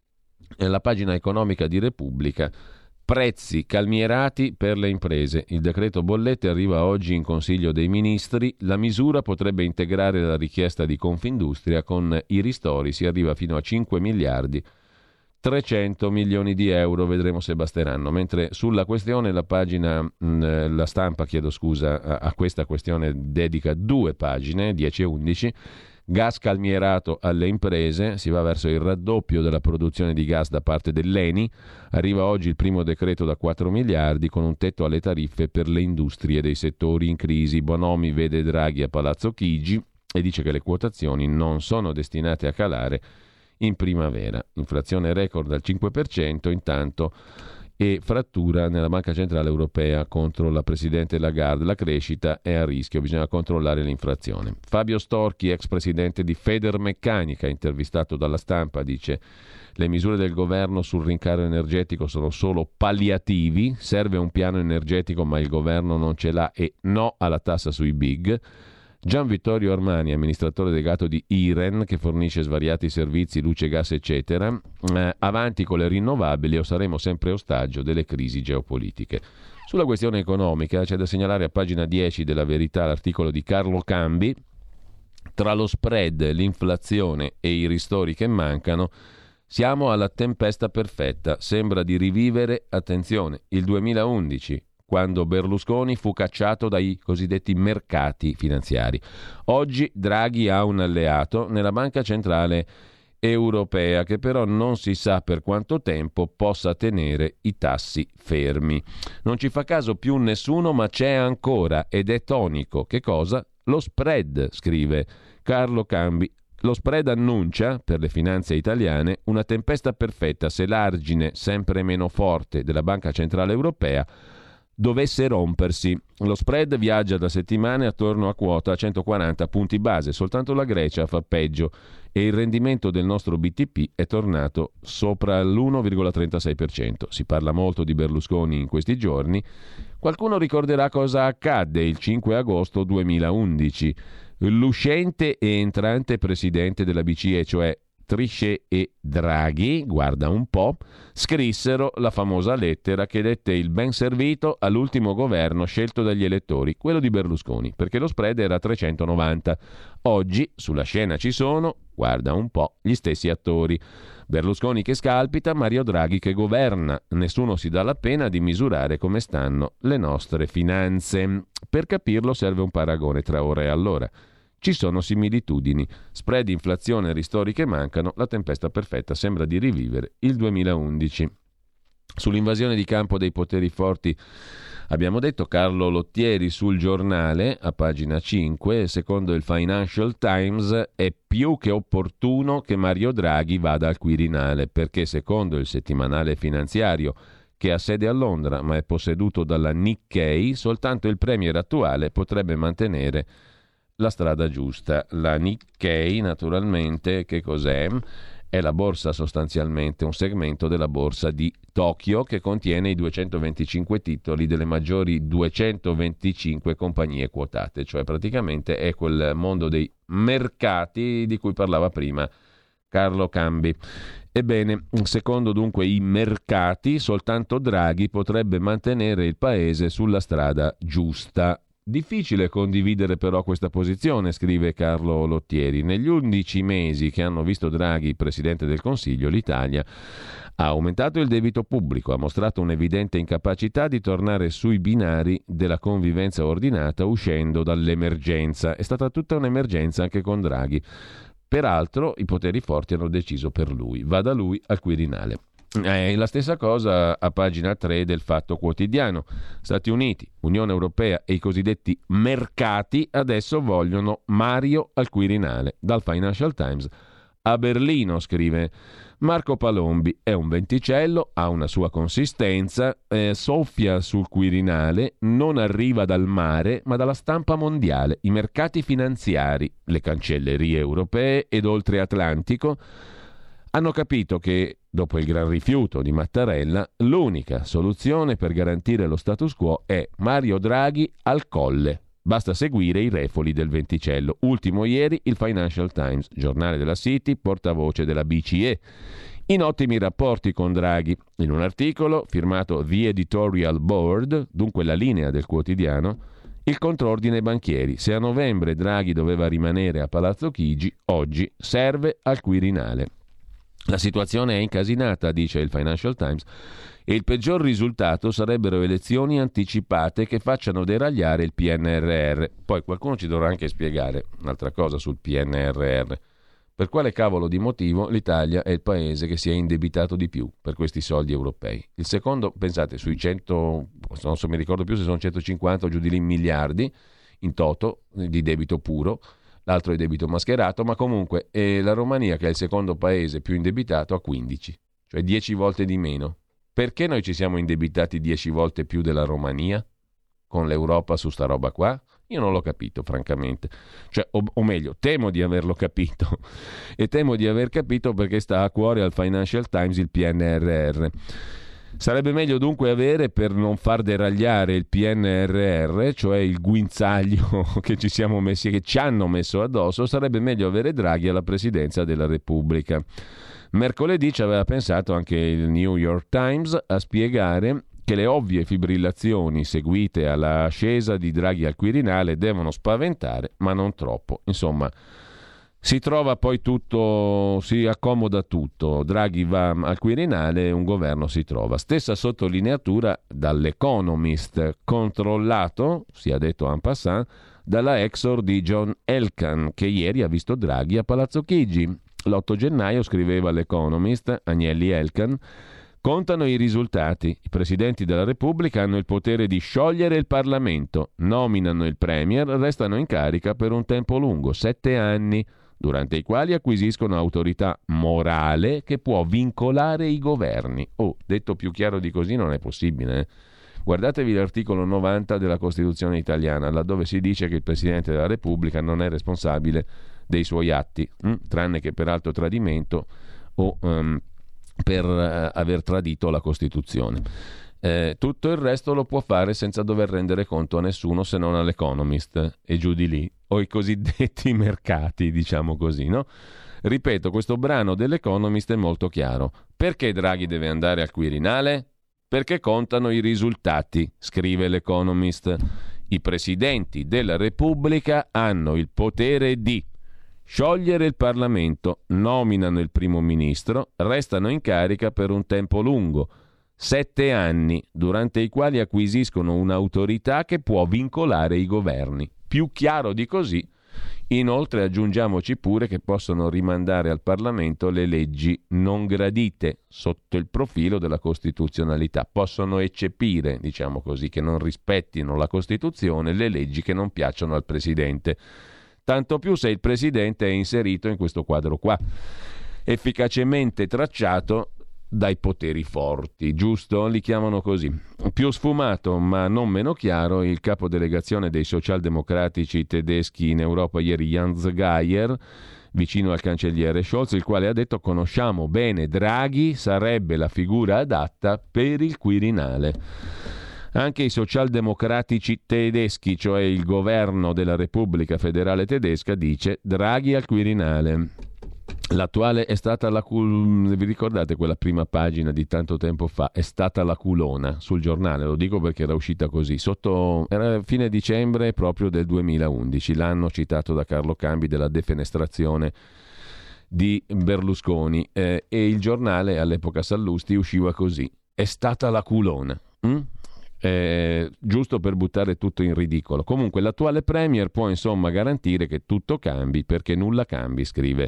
Speaker 1: e la pagina economica di Repubblica: prezzi calmierati per le imprese. Il decreto bollette arriva oggi in Consiglio dei Ministri. La misura potrebbe integrare la richiesta di Confindustria. Con i ristori si arriva fino a cinque miliardi trecento milioni di euro, vedremo se basteranno. Mentre sulla questione la pagina, mh, la stampa, chiedo scusa, a, a questa questione dedica due pagine, dieci e undici. Gas calmierato alle imprese, si va verso il raddoppio della produzione di gas da parte dell'Eni. Arriva oggi il primo decreto da quattro miliardi con un tetto alle tariffe per le industrie dei settori in crisi. Bonomi vede Draghi a Palazzo Chigi e dice che le quotazioni non sono destinate a calare in primavera. Inflazione record al cinque per cento intanto e frattura nella Banca Centrale Europea contro la Presidente Lagarde. La crescita è a rischio, bisogna controllare l'inflazione. Fabio Storchi, ex presidente di Federmeccanica, intervistato dalla Stampa, dice: le misure del governo sul rincaro energetico sono solo palliativi, serve un piano energetico ma il governo non ce l'ha e no alla tassa sui big. Gian Vittorio Armani, amministratore delegato di Iren, che fornisce svariati servizi, luce, gas, eccetera, eh, avanti con le rinnovabili o saremo sempre ostaggio delle crisi geopolitiche. Sulla questione economica c'è da segnalare a pagina dieci della Verità l'articolo di Carlo Cambi: tra lo spread, l'inflazione e i ristori che mancano, Siamo alla tempesta perfetta, sembra di rivivere, attenzione, il duemilaundici, quando Berlusconi fu cacciato dai cosiddetti mercati finanziari. Oggi Draghi ha un alleato nella Banca Centrale Europea, che però non si sa per quanto tempo possa tenere i tassi fermi. Non ci fa caso più nessuno, ma c'è ancora, ed è tonico. Che cosa? Lo spread, scrive Carlo Cambi. Lo spread annuncia, per le finanze italiane, una tempesta perfetta se l'argine sempre meno forte della Banca Centrale Europea dovesse rompersi. Lo spread viaggia da settimane attorno a quota centoquaranta punti base, soltanto la Grecia fa peggio e il rendimento del nostro B T P è tornato sopra l'uno virgola trentasei per cento. Si parla molto di Berlusconi in questi giorni. Qualcuno ricorderà cosa accadde il cinque agosto duemilaundici. L'uscente e entrante presidente della B C E, cioè Trichet e Draghi, guarda un po', scrissero la famosa lettera che dette il ben servito all'ultimo governo scelto dagli elettori, quello di Berlusconi, perché lo spread era trecentonovanta. Oggi sulla scena ci sono, guarda un po', gli stessi attori. Berlusconi che scalpita, Mario Draghi che governa. Nessuno si dà la pena di misurare come stanno le nostre finanze. Per capirlo serve un paragone tra ora e allora. Ci sono similitudini. Spread, inflazione e ristori che mancano. La tempesta perfetta sembra di rivivere il duemilaundici. Sull'invasione di campo dei poteri forti abbiamo detto Carlo Lottieri sul Giornale, a pagina cinque, secondo il Financial Times è più che opportuno che Mario Draghi vada al Quirinale, perché secondo il settimanale finanziario, che ha sede a Londra ma è posseduto dalla Nikkei, soltanto il premier attuale potrebbe mantenere la strada giusta. La Nikkei, naturalmente, che cos'è? È la borsa, sostanzialmente un segmento della borsa di Tokyo che contiene i duecentoventicinque titoli delle maggiori duecentoventicinque compagnie quotate, cioè praticamente è quel mondo dei mercati di cui parlava prima Carlo Cambi. Ebbene, secondo dunque i mercati, soltanto Draghi potrebbe mantenere il paese sulla strada giusta. Difficile condividere però questa posizione, scrive Carlo Lottieri. Negli undici mesi che hanno visto Draghi Presidente del Consiglio, l'Italia ha aumentato il debito pubblico, ha mostrato un'evidente incapacità di tornare sui binari della convivenza ordinata uscendo dall'emergenza. È stata tutta un'emergenza anche con Draghi. Peraltro i poteri forti hanno deciso per lui. Va da lui al Quirinale. È la stessa cosa a pagina tre del Fatto Quotidiano. Stati Uniti, Unione Europea e i cosiddetti mercati adesso vogliono Mario al Quirinale. Dal Financial Times a Berlino, scrive Marco Palombi, è un venticello, ha una sua consistenza, eh, soffia sul Quirinale, non arriva dal mare ma dalla stampa mondiale. I mercati finanziari, le cancellerie europee ed oltre Atlantico hanno capito che, dopo il gran rifiuto di Mattarella, l'unica soluzione per garantire lo status quo è Mario Draghi al Colle. Basta seguire i refoli del venticello. Ultimo ieri il Financial Times, giornale della City, portavoce della B C E, in ottimi rapporti con Draghi. In un articolo firmato The Editorial Board, dunque la linea del quotidiano, il contrordine banchieri. Se a novembre Draghi doveva rimanere a Palazzo Chigi, oggi serve al Quirinale. La situazione è incasinata, dice il Financial Times, e il peggior risultato sarebbero elezioni anticipate che facciano deragliare il P N R R. Poi qualcuno ci dovrà anche spiegare un'altra cosa sul P N R R. Per quale cavolo di motivo l'Italia è il paese che si è indebitato di più per questi soldi europei? Il secondo, pensate, sui cento, non so, mi ricordo più se sono centocinquanta o giù di lì miliardi in toto di debito puro, l'altro è debito mascherato, ma comunque è la Romania, che è il secondo paese più indebitato, a quindici, cioè dieci volte di meno. Perché noi ci siamo indebitati dieci volte più della Romania con l'Europa su sta roba qua? Io non l'ho capito, francamente. Cioè, o, o meglio, temo di averlo capito. E temo di aver capito perché sta a cuore al Financial Times il P N R R. Sarebbe meglio dunque avere, per non far deragliare il P N R R, cioè il guinzaglio che ci siamo messi, che ci hanno messo addosso, sarebbe meglio avere Draghi alla presidenza della Repubblica. Mercoledì ci aveva pensato anche il New York Times a spiegare che le ovvie fibrillazioni seguite all'ascesa di Draghi al Quirinale devono spaventare, ma non troppo. Insomma, Si trova poi tutto, si accomoda tutto. Draghi va al Quirinale e un governo si trova. Stessa sottolineatura dall'Economist, controllato, sia detto en passant, dalla Exor di John Elkann, che ieri ha visto Draghi a Palazzo Chigi. L'otto gennaio, scriveva l'Economist, Agnelli Elkann, contano i risultati. I presidenti della Repubblica hanno il potere di sciogliere il Parlamento, nominano il Premier, restano in carica per un tempo lungo, sette anni, durante i quali acquisiscono autorità morale che può vincolare i governi. Oh, detto più chiaro di così non è possibile, eh? Guardatevi l'articolo novanta della Costituzione italiana, laddove si dice che il Presidente della Repubblica non è responsabile dei suoi atti, hm? tranne che per alto tradimento o um, per uh, aver tradito la Costituzione. Eh, tutto il resto lo può fare senza dover rendere conto a nessuno se non all'Economist e giù di lì, o i cosiddetti mercati, diciamo così, no? Ripeto, questo brano dell'Economist è molto chiaro. Perché Draghi deve andare al Quirinale? Perché contano i risultati, scrive l'Economist. I presidenti della Repubblica hanno il potere di sciogliere il Parlamento, nominano il primo ministro, restano in carica per un tempo lungo, sette anni, durante i quali acquisiscono un'autorità che può vincolare i governi. Più chiaro di così. Inoltre aggiungiamoci pure che possono rimandare al Parlamento le leggi non gradite sotto il profilo della costituzionalità. Possono eccepire, diciamo così, che non rispettino la Costituzione, le leggi che non piacciono al Presidente. Tanto più se il Presidente è inserito in questo quadro qua, efficacemente tracciato dai poteri forti, giusto? Li chiamano così. Più sfumato, ma non meno chiaro, il capodelegazione dei socialdemocratici tedeschi in Europa ieri, Jens Geier, vicino al cancelliere Scholz, il quale ha detto: conosciamo bene Draghi, sarebbe la figura adatta per il Quirinale. Anche i socialdemocratici tedeschi, cioè il governo della Repubblica Federale Tedesca, dice Draghi al Quirinale. L'attuale è stata la cul... vi ricordate quella prima pagina di tanto tempo fa? È stata la culona sul giornale, lo dico perché era uscita così, sotto era fine dicembre proprio del duemilaundici, l'anno citato da Carlo Cambi della defenestrazione di Berlusconi, eh, e il giornale all'epoca Sallusti usciva così: è stata la culona. Mm? Eh, giusto per buttare tutto in ridicolo. Comunque l'attuale Premier può insomma garantire che tutto cambi, perché nulla cambi, scrive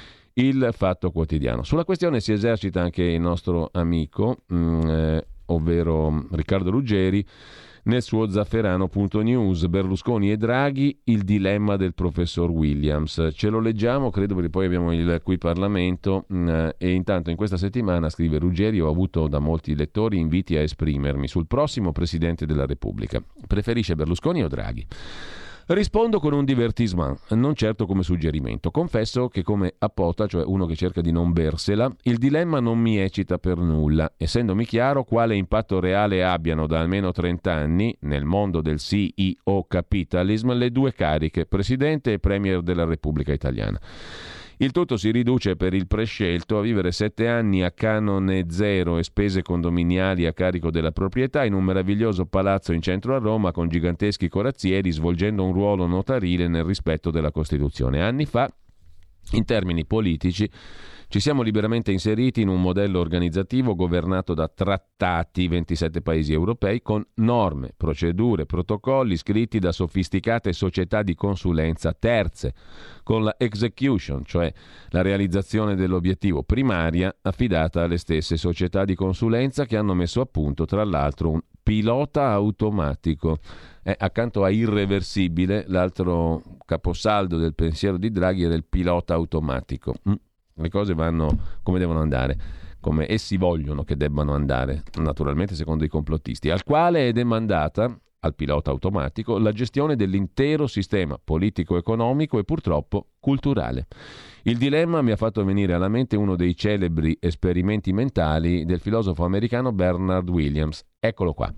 Speaker 1: il Fatto Quotidiano. Sulla questione si esercita anche il nostro amico, mh, eh, ovvero Riccardo Ruggeri, nel suo Zafferano punto news. Berlusconi e Draghi, il dilemma del professor Williams. Ce lo leggiamo, credo, perché poi abbiamo il Qui Parlamento, mh, e intanto in questa settimana, scrive Ruggeri, ho avuto da molti lettori inviti a esprimermi sul prossimo Presidente della Repubblica. Preferisce Berlusconi o Draghi? Rispondo con un divertissement, non certo come suggerimento. Confesso che come Appota, cioè uno che cerca di non bersela, il dilemma non mi eccita per nulla, essendomi chiaro quale impatto reale abbiano da almeno trenta anni nel mondo del C E O capitalism le due cariche, Presidente e Premier della Repubblica Italiana. Il tutto si riduce per il prescelto a vivere sette anni a canone zero e spese condominiali a carico della proprietà in un meraviglioso palazzo in centro a Roma con giganteschi corazzieri, svolgendo un ruolo notarile nel rispetto della Costituzione. Anni fa, in termini politici, ci siamo liberamente inseriti in un modello organizzativo governato da trattati, ventisette paesi europei, con norme, procedure, protocolli scritti da sofisticate società di consulenza terze, con la execution, cioè la realizzazione dell'obiettivo primaria, affidata alle stesse società di consulenza che hanno messo a punto, tra l'altro, un pilota automatico. Eh, accanto a irreversibile, l'altro caposaldo del pensiero di Draghi era il pilota automatico. Mm. Le cose vanno come devono andare, come essi vogliono che debbano andare, naturalmente secondo i complottisti, al quale è demandata, al pilota automatico, la gestione dell'intero sistema politico-economico e purtroppo culturale. Il dilemma mi ha fatto venire alla mente uno dei celebri esperimenti mentali del filosofo americano Bernard Williams. Eccolo qua.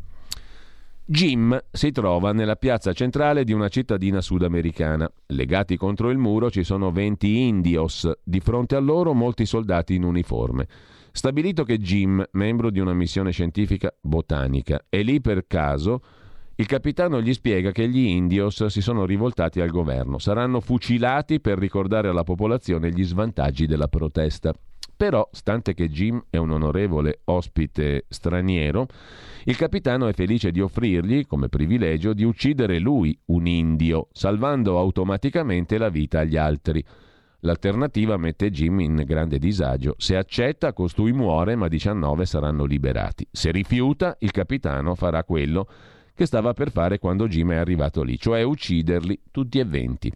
Speaker 1: Jim si trova nella piazza centrale di una cittadina sudamericana. Legati contro il muro ci sono venti indios, di fronte a loro molti soldati in uniforme. Stabilito che Jim, membro di una missione scientifica botanica, è lì per caso, Il capitano gli spiega che gli indios si sono rivoltati al governo, saranno fucilati per ricordare alla popolazione gli svantaggi della protesta. Però, stante che Jim è un onorevole ospite straniero, il capitano è felice di offrirgli, come privilegio, di uccidere lui, un indio, salvando automaticamente la vita agli altri. L'alternativa mette Jim in grande disagio. Se accetta, costui muore, ma diciannove saranno liberati. Se rifiuta, il capitano farà quello che stava per fare quando Jim è arrivato lì, cioè ucciderli tutti e venti.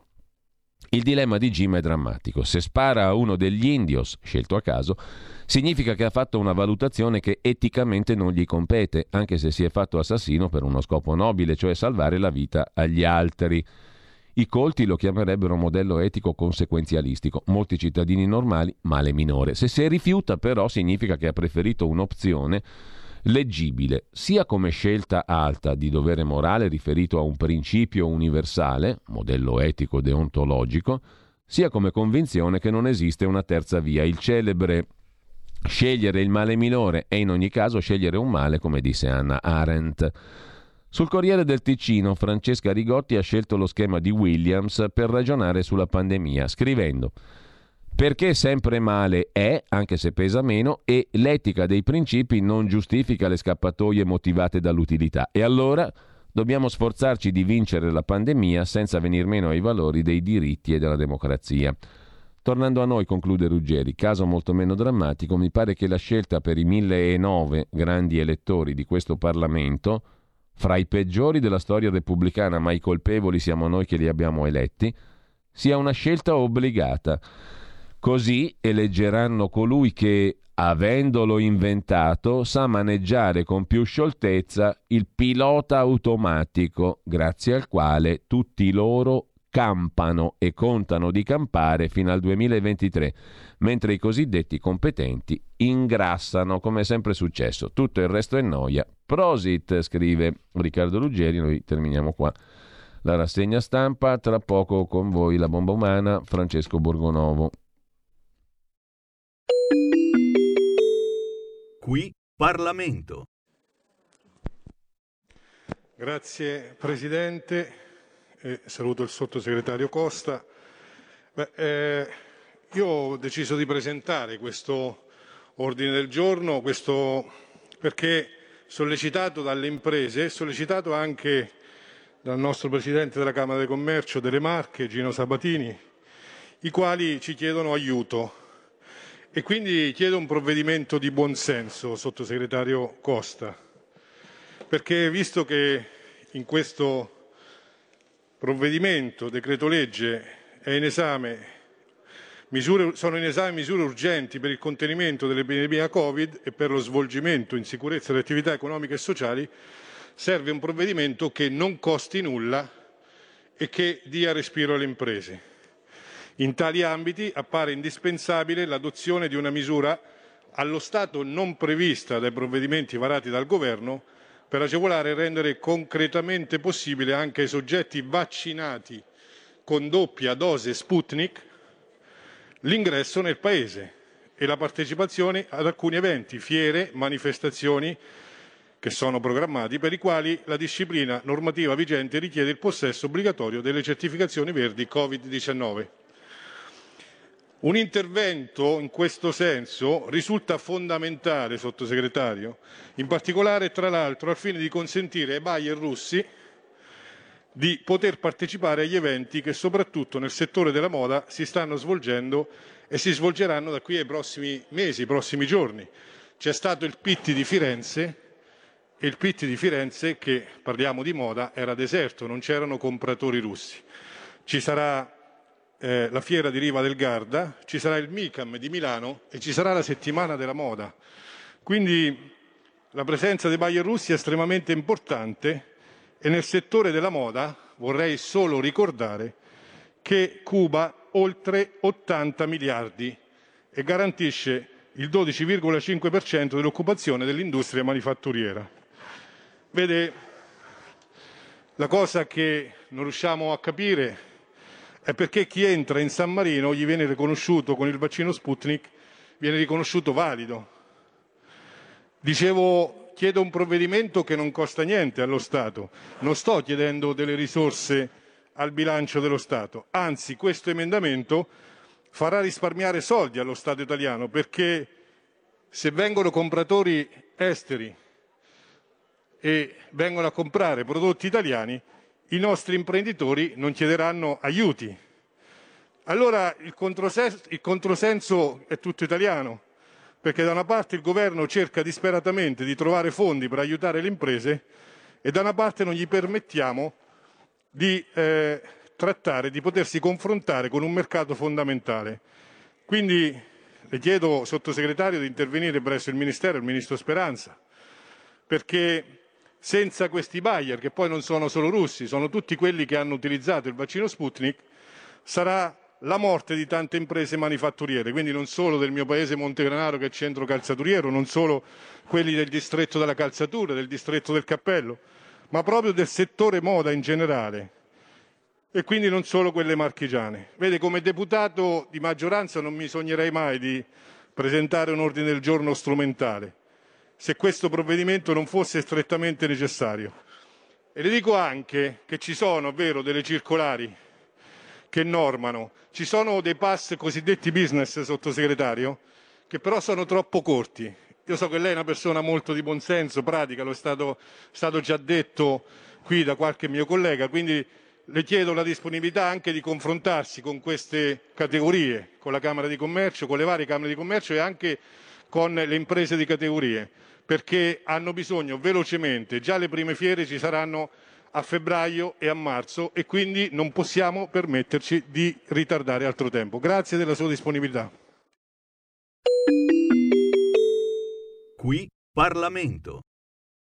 Speaker 1: Il dilemma di Jim è drammatico. Se spara a uno degli indios, scelto a caso, significa che ha fatto una valutazione che eticamente non gli compete, anche se si è fatto assassino per uno scopo nobile, cioè salvare la vita agli altri. I colti lo chiamerebbero modello etico conseguenzialistico. Molti cittadini normali, male minore. Se si rifiuta, però, significa che ha preferito un'opzione leggibile, sia come scelta alta di dovere morale riferito a un principio universale, modello etico deontologico, sia come convinzione che non esiste una terza via, il celebre scegliere il male minore e in ogni caso scegliere un male, come disse Hannah Arendt. Sul Corriere del Ticino, Francesca Rigotti ha scelto lo schema di Williams per ragionare sulla pandemia, scrivendo: perché sempre male è, anche se pesa meno, e l'etica dei principi non giustifica le scappatoie motivate dall'utilità. E allora dobbiamo sforzarci di vincere la pandemia senza venir meno ai valori dei diritti e della democrazia. Tornando a noi, conclude Ruggeri, caso molto meno drammatico, mi pare che la scelta per i mille e nove grandi elettori di questo Parlamento, fra i peggiori della storia repubblicana, ma i colpevoli siamo noi che li abbiamo eletti, sia una scelta obbligata. Così eleggeranno colui che, avendolo inventato, sa maneggiare con più scioltezza il pilota automatico, grazie al quale tutti loro campano e contano di campare fino al duemilaventitré, mentre i cosiddetti competenti ingrassano, come è sempre successo. Tutto il resto è noia. Prosit, scrive Riccardo Ruggeri. Noi terminiamo qua la rassegna stampa. Tra poco con voi la bomba umana, Francesco Borgonovo.
Speaker 4: Qui Parlamento.
Speaker 6: Grazie Presidente, e saluto il sottosegretario Costa. Beh, eh, io ho deciso di presentare questo ordine del giorno questo perché sollecitato dalle imprese, sollecitato anche dal nostro Presidente della Camera di Commercio delle Marche, Gino Sabatini, i quali ci chiedono aiuto. E quindi chiedo un provvedimento di buonsenso, sottosegretario Costa, perché visto che in questo provvedimento, decreto legge, è in esame misure, sono in esame misure urgenti per il contenimento dell'epidemia Covid e per lo svolgimento in sicurezza delle attività economiche e sociali, serve un provvedimento che non costi nulla e che dia respiro alle imprese. In tali ambiti appare indispensabile l'adozione di una misura allo Stato non prevista dai provvedimenti varati dal Governo per agevolare e rendere concretamente possibile anche ai soggetti vaccinati con doppia dose Sputnik l'ingresso nel Paese e la partecipazione ad alcuni eventi, fiere, manifestazioni che sono programmati, per i quali la disciplina normativa vigente richiede il possesso obbligatorio delle certificazioni verdi Covid diciannove. Un intervento in questo senso risulta fondamentale, sottosegretario, in particolare, tra l'altro, al fine di consentire ai buyer russi di poter partecipare agli eventi che soprattutto nel settore della moda si stanno svolgendo e si svolgeranno da qui ai prossimi mesi, ai prossimi giorni. C'è stato il P I T di Firenze e il P I T di Firenze, che parliamo di moda, era deserto, non c'erano compratori russi. Ci sarà Eh, la fiera di Riva del Garda, ci sarà il MICAM di Milano e ci sarà la settimana della moda. Quindi la presenza dei buyer russi è estremamente importante e nel settore della moda vorrei solo ricordare che cuba oltre ottanta miliardi e garantisce il dodici virgola cinque per cento dell'occupazione dell'industria manifatturiera. Vede, la cosa che non riusciamo a capire è perché chi entra in San Marino gli viene riconosciuto con il vaccino Sputnik, viene riconosciuto valido. Dicevo chiedo un provvedimento che non costa niente allo Stato, non sto chiedendo delle risorse al bilancio dello Stato, anzi questo emendamento farà risparmiare soldi allo Stato italiano, perché se vengono compratori esteri e vengono a comprare prodotti italiani, i nostri imprenditori non chiederanno aiuti. Allora il controsenso, il controsenso è tutto italiano, perché da una parte il governo cerca disperatamente di trovare fondi per aiutare le imprese e da una parte non gli permettiamo di eh, trattare, di potersi confrontare con un mercato fondamentale. Quindi le chiedo, sottosegretario, di intervenire presso il Ministero, il Ministro Speranza, perché senza questi buyer, che poi non sono solo russi, sono tutti quelli che hanno utilizzato il vaccino Sputnik, sarà la morte di tante imprese manifatturiere, quindi non solo del mio paese Montegranaro che è centro calzaturiero, non solo quelli del distretto della calzatura, del distretto del cappello, ma proprio del settore moda in generale e quindi non solo quelle marchigiane. Vede, come deputato di maggioranza non mi sognerei mai di presentare un ordine del giorno strumentale se questo provvedimento non fosse strettamente necessario. E le dico anche che ci sono, vero, delle circolari che normano, ci sono dei pass cosiddetti business, sottosegretario, che però sono troppo corti. Io so che lei è una persona molto di buonsenso, pratica, lo è stato, stato già detto qui da qualche mio collega, quindi le chiedo la disponibilità anche di confrontarsi con queste categorie, con la Camera di Commercio, con le varie Camere di Commercio e anche con le imprese di categorie, perché hanno bisogno velocemente, già le prime fiere ci saranno a febbraio e a marzo e quindi non possiamo permetterci di ritardare altro tempo. Grazie della sua disponibilità.
Speaker 4: Qui Parlamento.